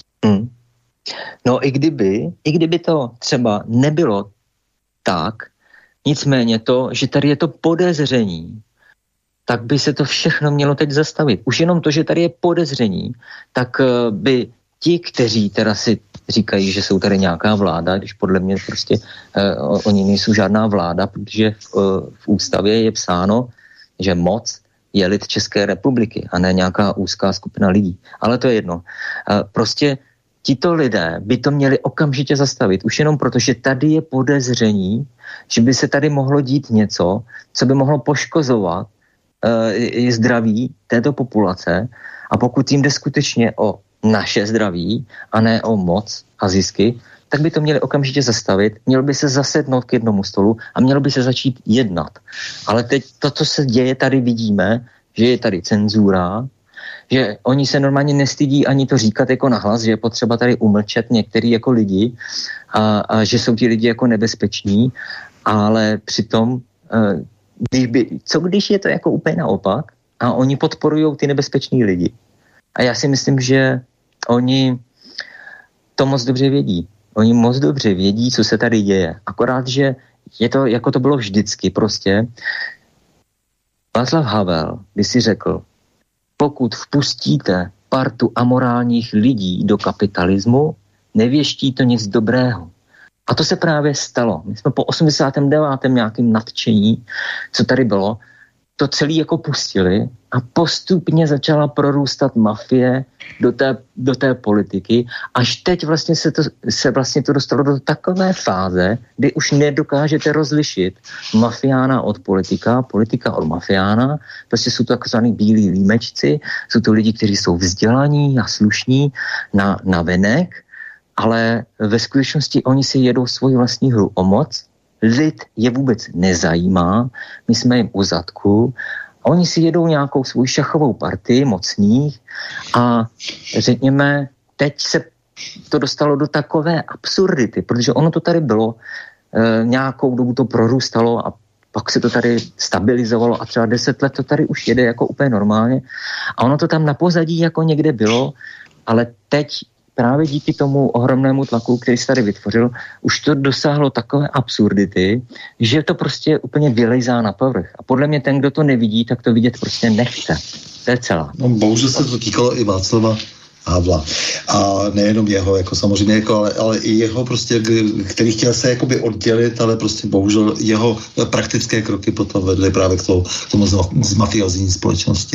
No i kdyby to třeba nebylo tak, nicméně to, že tady je to podezření, tak by se to všechno mělo teď zastavit. Už jenom to, že tady je podezření, tak by ti, kteří teda si říkají, že jsou tady nějaká vláda, když podle mě prostě oni nejsou žádná vláda, protože v ústavě je psáno, že moc je lid České republiky a ne nějaká úzká skupina lidí. Ale to je jedno. Prostě tito lidé by to měli okamžitě zastavit. Už jenom proto, že tady je podezření, že by se tady mohlo dít něco, co by mohlo poškozovat zdraví této populace. A pokud jim jde skutečně o naše zdraví a ne o moc a zisky, tak by to měli okamžitě zastavit, mělo by se zasednout k jednomu stolu a mělo by se začít jednat. Ale teď to, co se děje, tady vidíme, že je tady cenzura, že oni se normálně nestydí ani to říkat jako nahlas, že je potřeba tady umlčet některý jako lidi a že jsou ti lidi jako nebezpeční, ale přitom, když je to jako úplně naopak a oni podporují ty nebezpeční lidi. A já si myslím, že oni to moc dobře vědí. Oni moc dobře vědí, co se tady děje. Akorát, že je to, jako to bylo vždycky prostě. Václav Havel by si řekl, pokud vpustíte partu amorálních lidí do kapitalismu, nevěští to nic dobrého. A to se právě stalo. My jsme po 89. nějakým nadšení, co tady bylo, to celé jako pustili a postupně začala prorůstat mafie do té politiky, až teď vlastně se vlastně to dostalo do takové fáze, kdy už nedokážete rozlišit mafiána od politika od mafiána, prostě jsou to takzvaný bílí límečci, jsou to lidi, kteří jsou vzdělaní a slušní na venek, ale ve skutečnosti oni si jedou svoji vlastní hru o moc, lid je vůbec nezajímá, my jsme jim u zadku, oni si jedou nějakou svou šachovou partii mocných a řekněme, teď se to dostalo do takové absurdity, protože ono to tady bylo, nějakou dobu to prorůstalo a pak se to tady stabilizovalo a třeba 10 let to tady už jede jako úplně normálně a ono to tam na pozadí jako někde bylo, ale teď právě díky tomu ohromnému tlaku, který se tady vytvořil, už to dosáhlo takové absurdity, že to prostě úplně vylejzá na povrch. A podle mě ten, kdo to nevidí, tak to vidět prostě nechce. To je celá. No, bohužel se to týkalo i Václava Havla. A nejenom jeho, jako samozřejmě, jako, ale i jeho prostě, který chtěl se jakoby oddělit, ale prostě bohužel jeho praktické kroky potom vedly právě k tomu zmafiozní společnosti.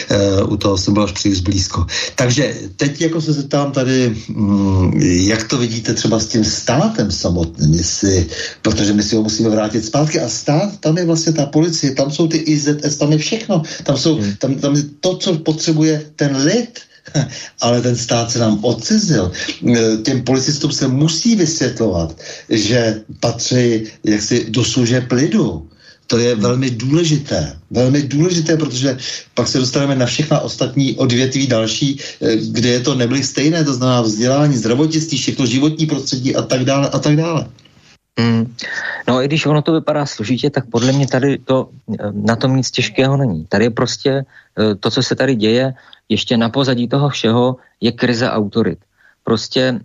U toho jsem byl až příliš blízko. Takže teď jako se zeptám tady, jak to vidíte třeba s tím státem samotným, protože my si ho musíme vrátit zpátky a stát, tam je vlastně ta policie, tam jsou ty IZS, tam je všechno, tam je to, co potřebuje ten lid, ale ten stát se nám odcizil. Těm policistům se musí vysvětlovat, že patří jaksi do služeb lidu. To je velmi důležité, protože pak se dostaneme na všechna ostatní odvětví další, kde je to nebyly stejné, to znamená vzdělání, zdravotnictví, všechno životní prostředí a tak dále a tak dále. No i když ono to vypadá složitě, tak podle mě tady to na tom nic těžkého není. Tady je prostě to, co se tady děje, ještě na pozadí toho všeho je krize autorit. Prostě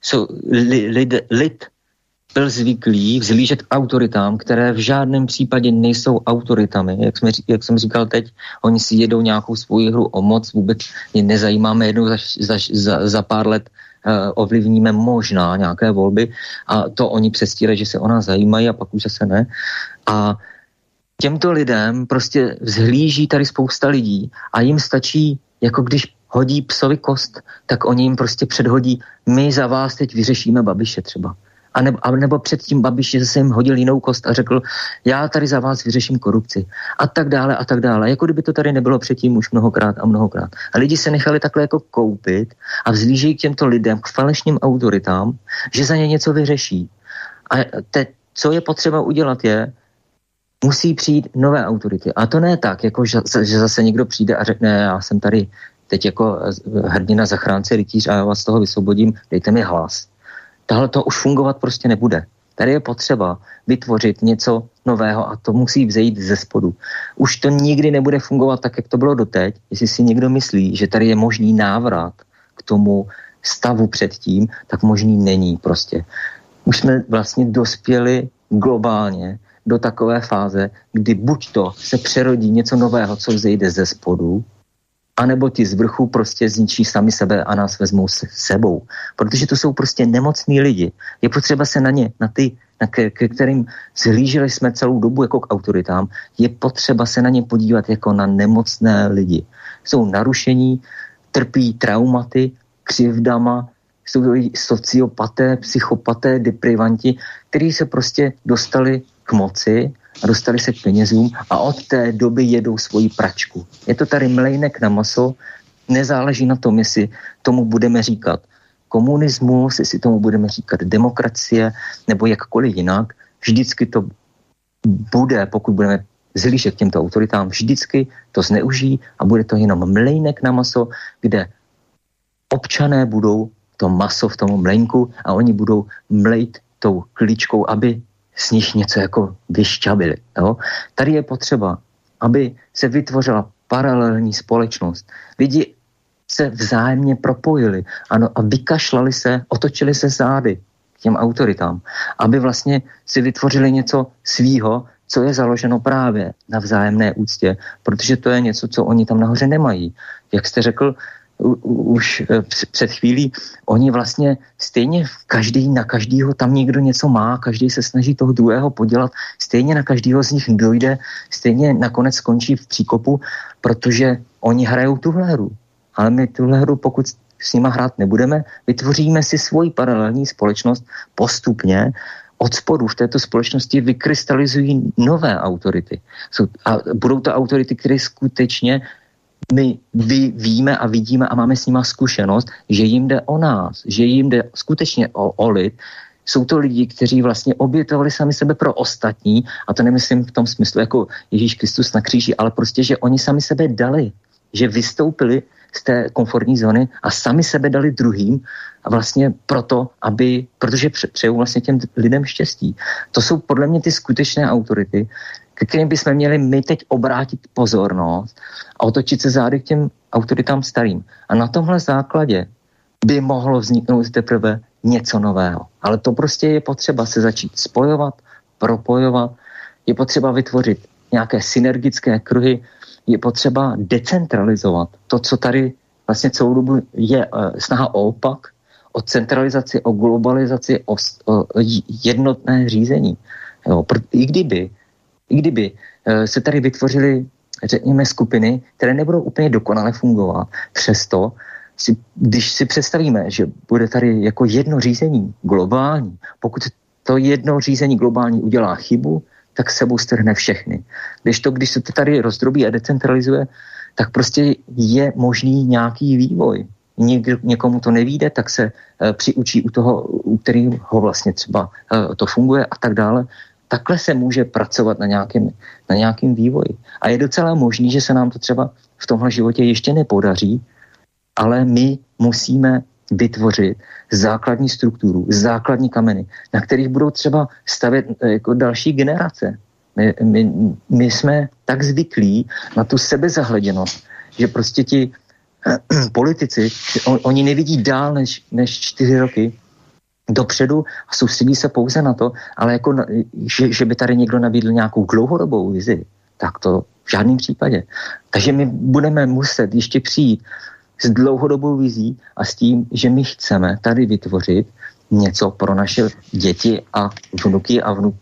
lid byl zvyklý vzlížet k autoritám, které v žádném případě nejsou autoritami. Jak jsem říkal teď, oni si jedou nějakou svou hru o moc, vůbec je nezajímáme, jednou za pár let ovlivníme možná nějaké volby a to oni předstírají, že se o nás zajímají a pak už zase ne. A těmto lidem prostě vzhlíží tady spousta lidí a jim stačí, jako když hodí psovi kost, tak oni jim prostě předhodí, my za vás teď vyřešíme Babiše třeba. A nebo předtím Babiš zase jim hodil jinou kost a řekl, já tady za vás vyřeším korupci. A tak dále. Jako kdyby to tady nebylo předtím už mnohokrát a mnohokrát. A lidi se nechali takhle jako koupit a vzlížejí k těmto lidem, k falešným autoritám, že za ně něco vyřeší. A teď, co je potřeba udělat je, musí přijít nové autority. A to ne tak, jako že zase někdo přijde a řekne, já jsem tady teď jako hrdina, zachránce, rytíř a já vás z toho vysvobodím, dejte mi hlas. Tahle to už fungovat prostě nebude. Tady je potřeba vytvořit něco nového a to musí vzejít ze spodu. Už to nikdy nebude fungovat tak, jak to bylo doteď. Jestli si někdo myslí, že tady je možný návrat k tomu stavu předtím, tak možný není prostě. Už jsme vlastně dospěli globálně do takové fáze, kdy buď to se přerodí něco nového, co vzejde ze spodu, anebo ti z vrchu prostě zničí sami sebe a nás vezmou se sebou. Protože to jsou prostě nemocní lidi. Je potřeba se na ně, ke kterým zhlíželi jsme celou dobu jako k autoritám, je potřeba se na ně podívat jako na nemocné lidi. Jsou narušení, trpí traumaty, křivdama, jsou sociopaté, psychopaté, deprivanti, kteří se prostě dostali k moci a dostali se k penězům a od té doby jedou svoji pračku. Je to tady mlejnek na maso, nezáleží na tom, jestli tomu budeme říkat komunismus, jestli tomu budeme říkat demokracie nebo jakkoliv jinak. Vždycky to bude, pokud budeme zhlížet k těmto autoritám, vždycky to zneužijí a bude to jenom mlejnek na maso, kde občané budou to maso v tom mlejnku a oni budou mlejt tou klíčkou, aby z nich něco jako vyšťabili. Jo? Tady je potřeba, aby se vytvořila paralelní společnost. Lidi se vzájemně propojili a vykašlali se, otočili se zády k těm autoritám, aby vlastně si vytvořili něco svýho, co je založeno právě na vzájemné úctě, protože to je něco, co oni tam nahoře nemají. Jak jste řekl, už před chvílí, oni vlastně stejně každý na každýho tam někdo něco má, každý se snaží toho druhého podělat, stejně na každýho z nich dojde, stejně nakonec skončí v příkopu, protože oni hrajou tuhle hru. Ale my tuhle hru, pokud s nima hrát nebudeme, vytvoříme si svoji paralelní společnost postupně. Od spodu v této společnosti vykrystalizují nové autority. A budou to autority, které skutečně my víme a vidíme a máme s nima zkušenost, že jim jde o nás, že jim jde skutečně o lid. Jsou to lidi, kteří vlastně obětovali sami sebe pro ostatní, a to nemyslím v tom smyslu jako Ježíš Kristus na kříži, ale prostě, že oni sami sebe dali, že vystoupili z té komfortní zóny a sami sebe dali druhým a vlastně protože přejou vlastně těm lidem štěstí. To jsou podle mě ty skutečné autority, ke kterým bychom měli my teď obrátit pozornost a otočit se zády k těm autoritám starým. A na tomhle základě by mohlo vzniknout teprve něco nového. Ale to prostě je potřeba se začít spojovat, propojovat, je potřeba vytvořit nějaké synergické kruhy, je potřeba decentralizovat to, co tady vlastně celou dobu je snaha o opak, o centralizaci, o globalizaci, o jednotné řízení. Jo, I kdyby se tady vytvořily, řekněme, skupiny, které nebudou úplně dokonale fungovat, přesto, když si představíme, že bude tady jako jedno řízení globální, pokud to jedno řízení globální udělá chybu, tak sebou strhne všechny. Když se to tady rozdrobí a decentralizuje, tak prostě je možný nějaký vývoj. Někomu to nevíde, tak se přiučí u toho, u kterého vlastně třeba to funguje a tak dále. Takhle se může pracovat na nějakém vývoji. A je docela možný, že se nám to třeba v tomhle životě ještě nepodaří, ale my musíme vytvořit základní strukturu, základní kameny, na kterých budou třeba stavět jako další generace. My jsme tak zvyklí na tu sebezahleděnost, že prostě ti politici, oni nevidí dál než 4 roky dopředu a soustředí se pouze na to, ale jako, že by tady někdo nabídl nějakou dlouhodobou vizi, tak to v žádném případě. Takže my budeme muset ještě přijít s dlouhodobou vizí a s tím, že my chceme tady vytvořit něco pro naše děti a vnuky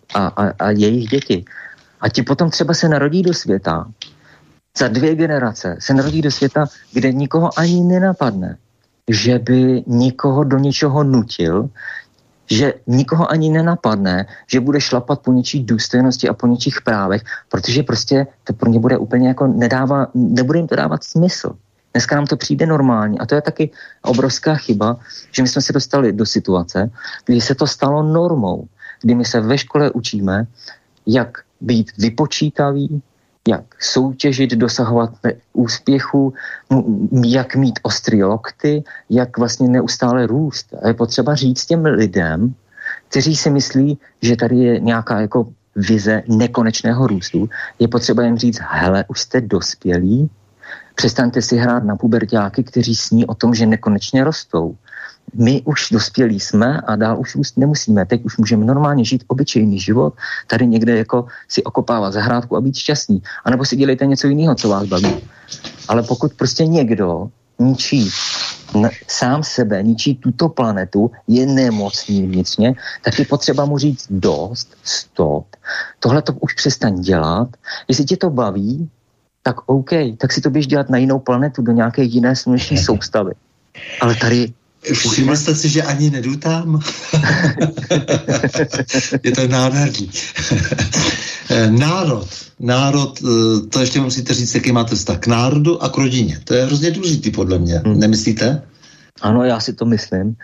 a jejich děti. A ti potom třeba se narodí do světa, za 2 generace se narodí do světa, kde nikoho ani nenapadne, že by nikoho do něčeho nutil, že nikoho ani nenapadne, že bude šlapat po něčí důstojnosti a po něčích právech, protože prostě to pro ně bude úplně jako nebude jim to dávat smysl. Dneska nám to přijde normální a to je taky obrovská chyba, že my jsme se dostali do situace, kdy se to stalo normou, kdy my se ve škole učíme, jak být vypočítaví, jak soutěžit, dosahovat úspěchu, jak mít ostrý lokty, jak vlastně neustále růst. A je potřeba říct těm lidem, kteří si myslí, že tady je nějaká jako vize nekonečného růstu, je potřeba jim říct, hele, už jste dospělí, přestaňte si hrát na puberťáky, kteří sní o tom, že nekonečně rostou. My už dospělí jsme a dál už růst nemusíme. Teď už můžeme normálně žít obyčejný život, tady někde jako si okopávat zahrádku a být šťastný. A nebo si dělejte něco jiného, co vás baví. Ale pokud prostě někdo ničí sám sebe, ničí tuto planetu, je nemocný vnitřně, tak je potřeba mu říct dost, stop. Tohle to už přestaň dělat. Jestli tě to baví, tak OK, tak si to běž dělat na jinou planetu, do nějaké jiné sluneční soustavy. Ale tady všimli jste si, že ani nedu tam? Je to nádherný. Národ, to ještě musíte říct, jaký máte vztah k národu a k rodině. To je hrozně důležitý podle mě. Nemyslíte? Ano, já si to myslím.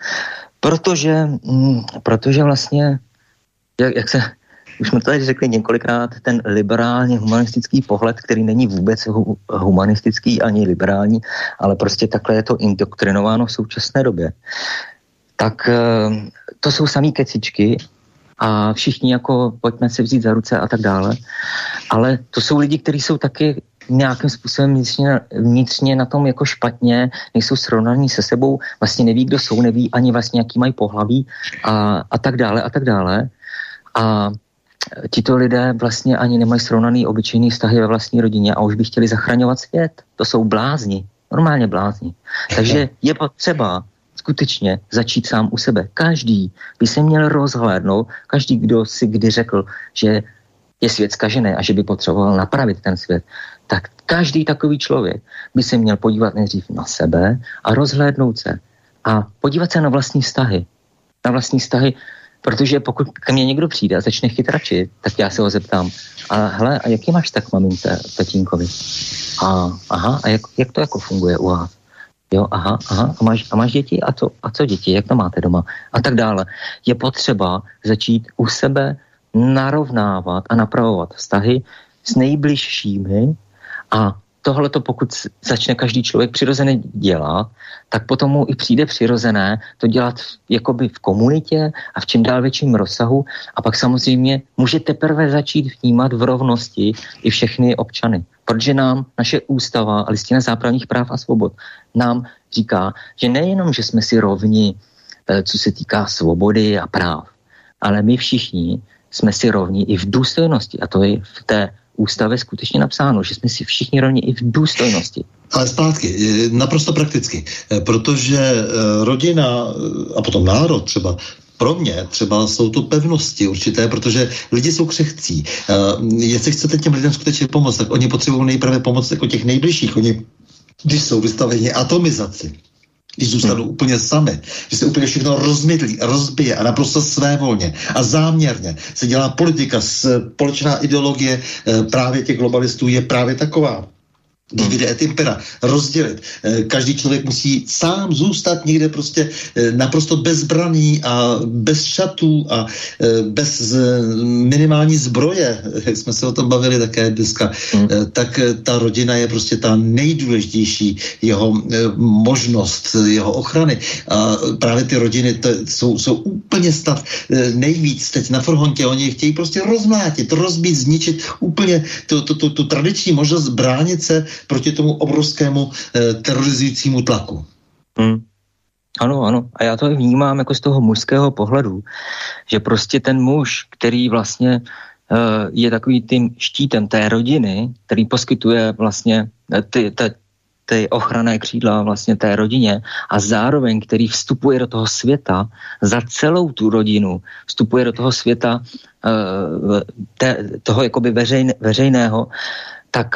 Protože vlastně, jak se už jsme to tady řekli několikrát, ten liberálně humanistický pohled, který není vůbec humanistický ani liberální, ale prostě takhle je to indoktrinováno v současné době. Tak to jsou samý kecičky a všichni jako pojďme se vzít za ruce a tak dále. Ale to jsou lidi, kteří jsou taky nějakým způsobem vnitřně na tom jako špatně, nejsou srovnaní se sebou, vlastně neví, kdo jsou, neví ani vlastně, jaký mají pohlaví a tak dále a tak dále. A tito lidé vlastně ani nemají srovnaný obyčejný vztahy ve vlastní rodině a už by chtěli zachraňovat svět. To jsou blázni. normálně blázni. Takže je potřeba skutečně začít sám u sebe. Každý by se měl rozhlédnout, každý, kdo si kdy řekl, že je svět zkažený a že by potřeboval napravit ten svět, tak každý takový člověk by se měl podívat nejdřív na sebe a rozhlédnout se a podívat se na vlastní vztahy. Na vlastní vztahy, protože pokud ke mně někdo přijde a začne chytračit, tak já se ho zeptám, a hele, a jaký máš tak mamince, tatínkovi? A jak to jako funguje u vás? Jo, aha, a máš děti? A co děti? Jak to máte doma? A tak dále. Je potřeba začít u sebe narovnávat a napravovat vztahy s nejbližšími a tohleto, pokud začne každý člověk přirozeně dělat, tak potom mu i přijde přirozené to dělat jakoby v komunitě a v čím dál větším rozsahu a pak samozřejmě může teprve začít vnímat v rovnosti i všechny občany. Protože nám naše ústava a listina základních práv a svobod nám říká, že nejenom, že jsme si rovni, co se týká svobody a práv, ale my všichni jsme si rovni i v důstojnosti a to je v té ústavě skutečně napsáno, že jsme si všichni rovni i v důstojnosti. Ale zpátky, naprosto prakticky, protože rodina a potom národ třeba, pro mě třeba jsou to pevnosti určité, protože lidi jsou křehcí. Jestli chcete těm lidem skutečně pomoct, tak oni potřebují nejprve pomoct jako těch nejbližších. Oni, když jsou vystaveni atomizaci, když zůstanou úplně sami, že se úplně všechno rozmydlí, rozbije a naprosto svévolně a záměrně se dělá politika, společná ideologie právě těch globalistů je právě taková. Divide et impera, rozdělit. Každý člověk musí sám zůstat někde prostě naprosto bezbraný a bez šatů a bez minimální zbroje, jak jsme se o tom bavili také dneska, tak ta rodina je prostě ta nejdůležitější jeho možnost, jeho ochrany. A právě ty rodiny jsou úplně stav nejvíc teď na frontě. Oni chtějí prostě rozmlátit, rozbít, zničit úplně tu tradiční možnost bránit se proti tomu obrovskému terorizujícímu tlaku. Ano. A já to vnímám jako z toho mužského pohledu, že prostě ten muž, který vlastně je takový tím štítem té rodiny, který poskytuje vlastně ty ochranné křídla vlastně té rodině a zároveň, který vstupuje do toho světa za celou tu rodinu, vstupuje do toho světa toho jakoby veřejného, tak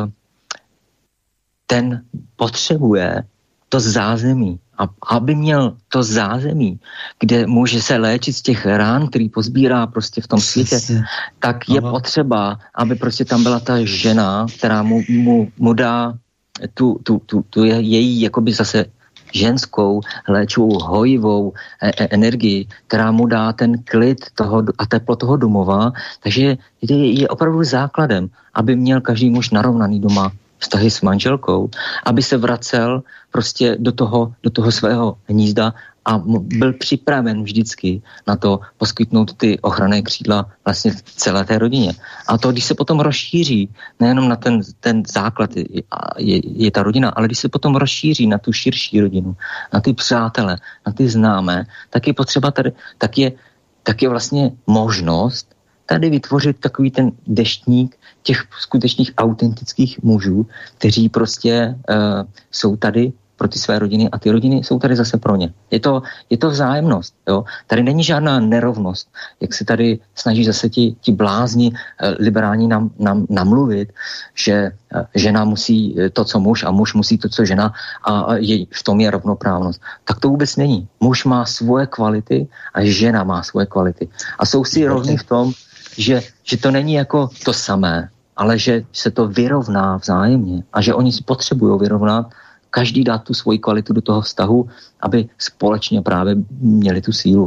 ten potřebuje to zázemí. A aby měl to zázemí, kde může se léčit z těch rán, který pozbírá prostě v tom světě, tak je potřeba, aby prostě tam byla ta žena, která mu dá tu její jakoby zase ženskou, léčivou, hojivou energii, která mu dá ten klid a teplo toho domova. Takže je opravdu základem, aby měl každý muž narovnaný doma vztahy s manželkou, aby se vracel prostě do toho svého hnízda a byl připraven vždycky na to poskytnout ty ochranné křídla vlastně v celé té rodině. A to, když se potom rozšíří, nejenom na ten základ je ta rodina, ale když se potom rozšíří na tu širší rodinu, na ty přátele, na ty známé, tak je potřeba tady, tak je vlastně možnost tady vytvořit takový ten deštník těch skutečných autentických mužů, kteří prostě jsou tady pro ty své rodiny a ty rodiny jsou tady zase pro ně. Je to vzájemnost. Jo? Tady není žádná nerovnost, jak se tady snaží zase ti blázni liberální nám namluvit, že žena musí to, co muž a muž musí to, co žena a v tom je rovnoprávnost. Tak to vůbec není. Muž má svoje kvality a žena má svoje kvality. A jsou si rovní v tom, že to není jako to samé, ale že se to vyrovná vzájemně a že oni si potřebují vyrovnat, každý dát tu svoji kvalitu do toho vztahu, aby společně právě měli tu sílu.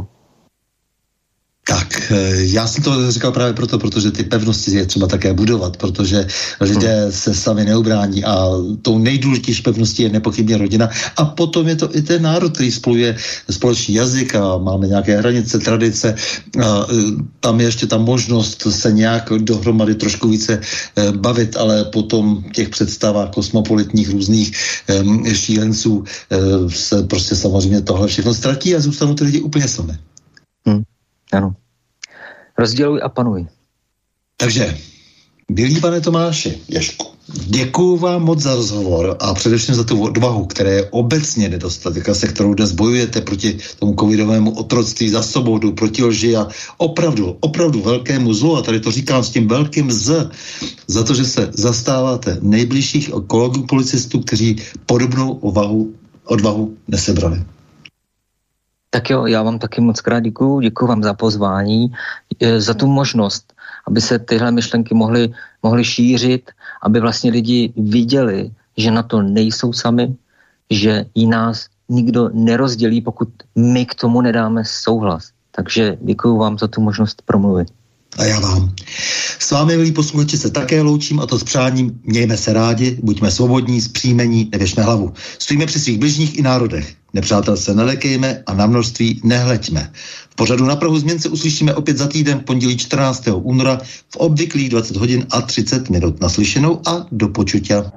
Tak, já jsem to říkal právě proto, protože ty pevnosti je třeba také budovat, protože lidé se sami neubrání a tou nejdůležitější pevností je nepochybně rodina a potom je to i ten národ, který spojuje společný jazyk a máme nějaké hranice, tradice a tam je ještě ta možnost se nějak dohromady trošku více bavit, ale potom těch představách kosmopolitních různých šílenců se prostě samozřejmě tohle všechno ztratí a zůstanou ty lidi úplně sami. Ano. Rozděluj a panuj. Takže, milý pane Tomáši, Ježku, Děkuju vám moc za rozhovor a především za tu odvahu, která je obecně nedostatek, se kterou dnes bojujete proti tomu covidovému otroctví, za svobodu, proti lži a opravdu velkému zlu, a tady to říkám s tím velkým Z, za to, že se zastáváte nejbližších kolegů policistů, kteří podobnou odvahu nesebrali. Tak jo, já vám taky moc krát děkuju vám za pozvání, za tu možnost, aby se tyhle myšlenky mohly šířit, aby vlastně lidi viděli, že na to nejsou sami, že jí nás nikdo nerozdělí, pokud my k tomu nedáme souhlas. Takže děkuju vám za tu možnost promluvit. A já vám. S vámi, milí posluchači, se také loučím, a to s přáním: mějme se rádi, buďme svobodní, zpříjmení, nevěšme hlavu. Stojíme při svých bližních i národech. Nepřátel se nelekejme a na množství nehleďme. V pořadu Na prahu změn se uslyšíme opět za týden v pondělí 14. února v obvyklých 20 hodin a 30 minut. Naslyšenou a do počutia.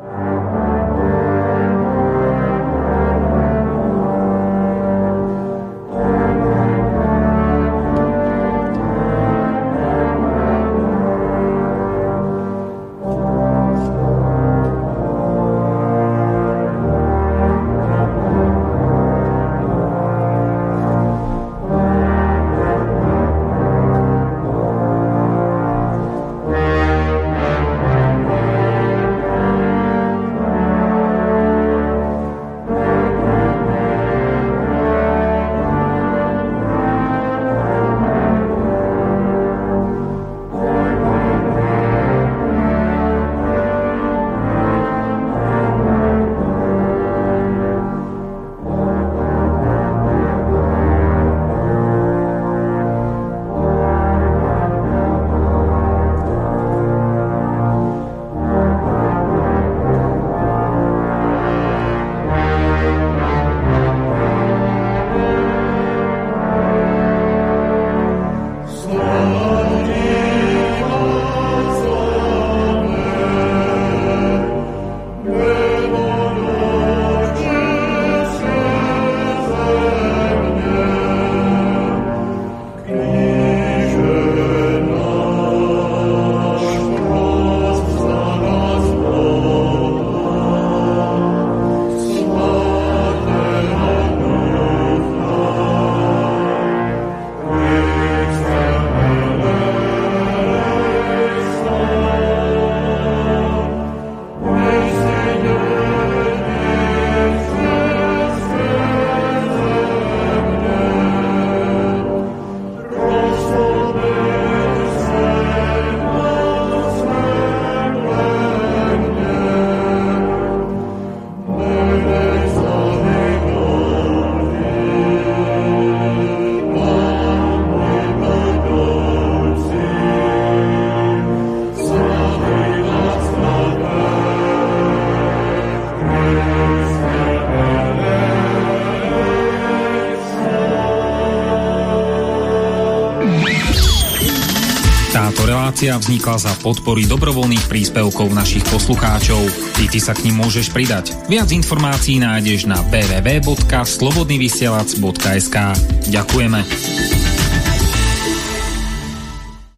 Vznikla za podpory dobrovoľných príspevkov našich poslucháčov. Ty sa k nim môžeš pridať. Viac informácií nájdeš na www.slobodnyvysielac.sk. Ďakujeme.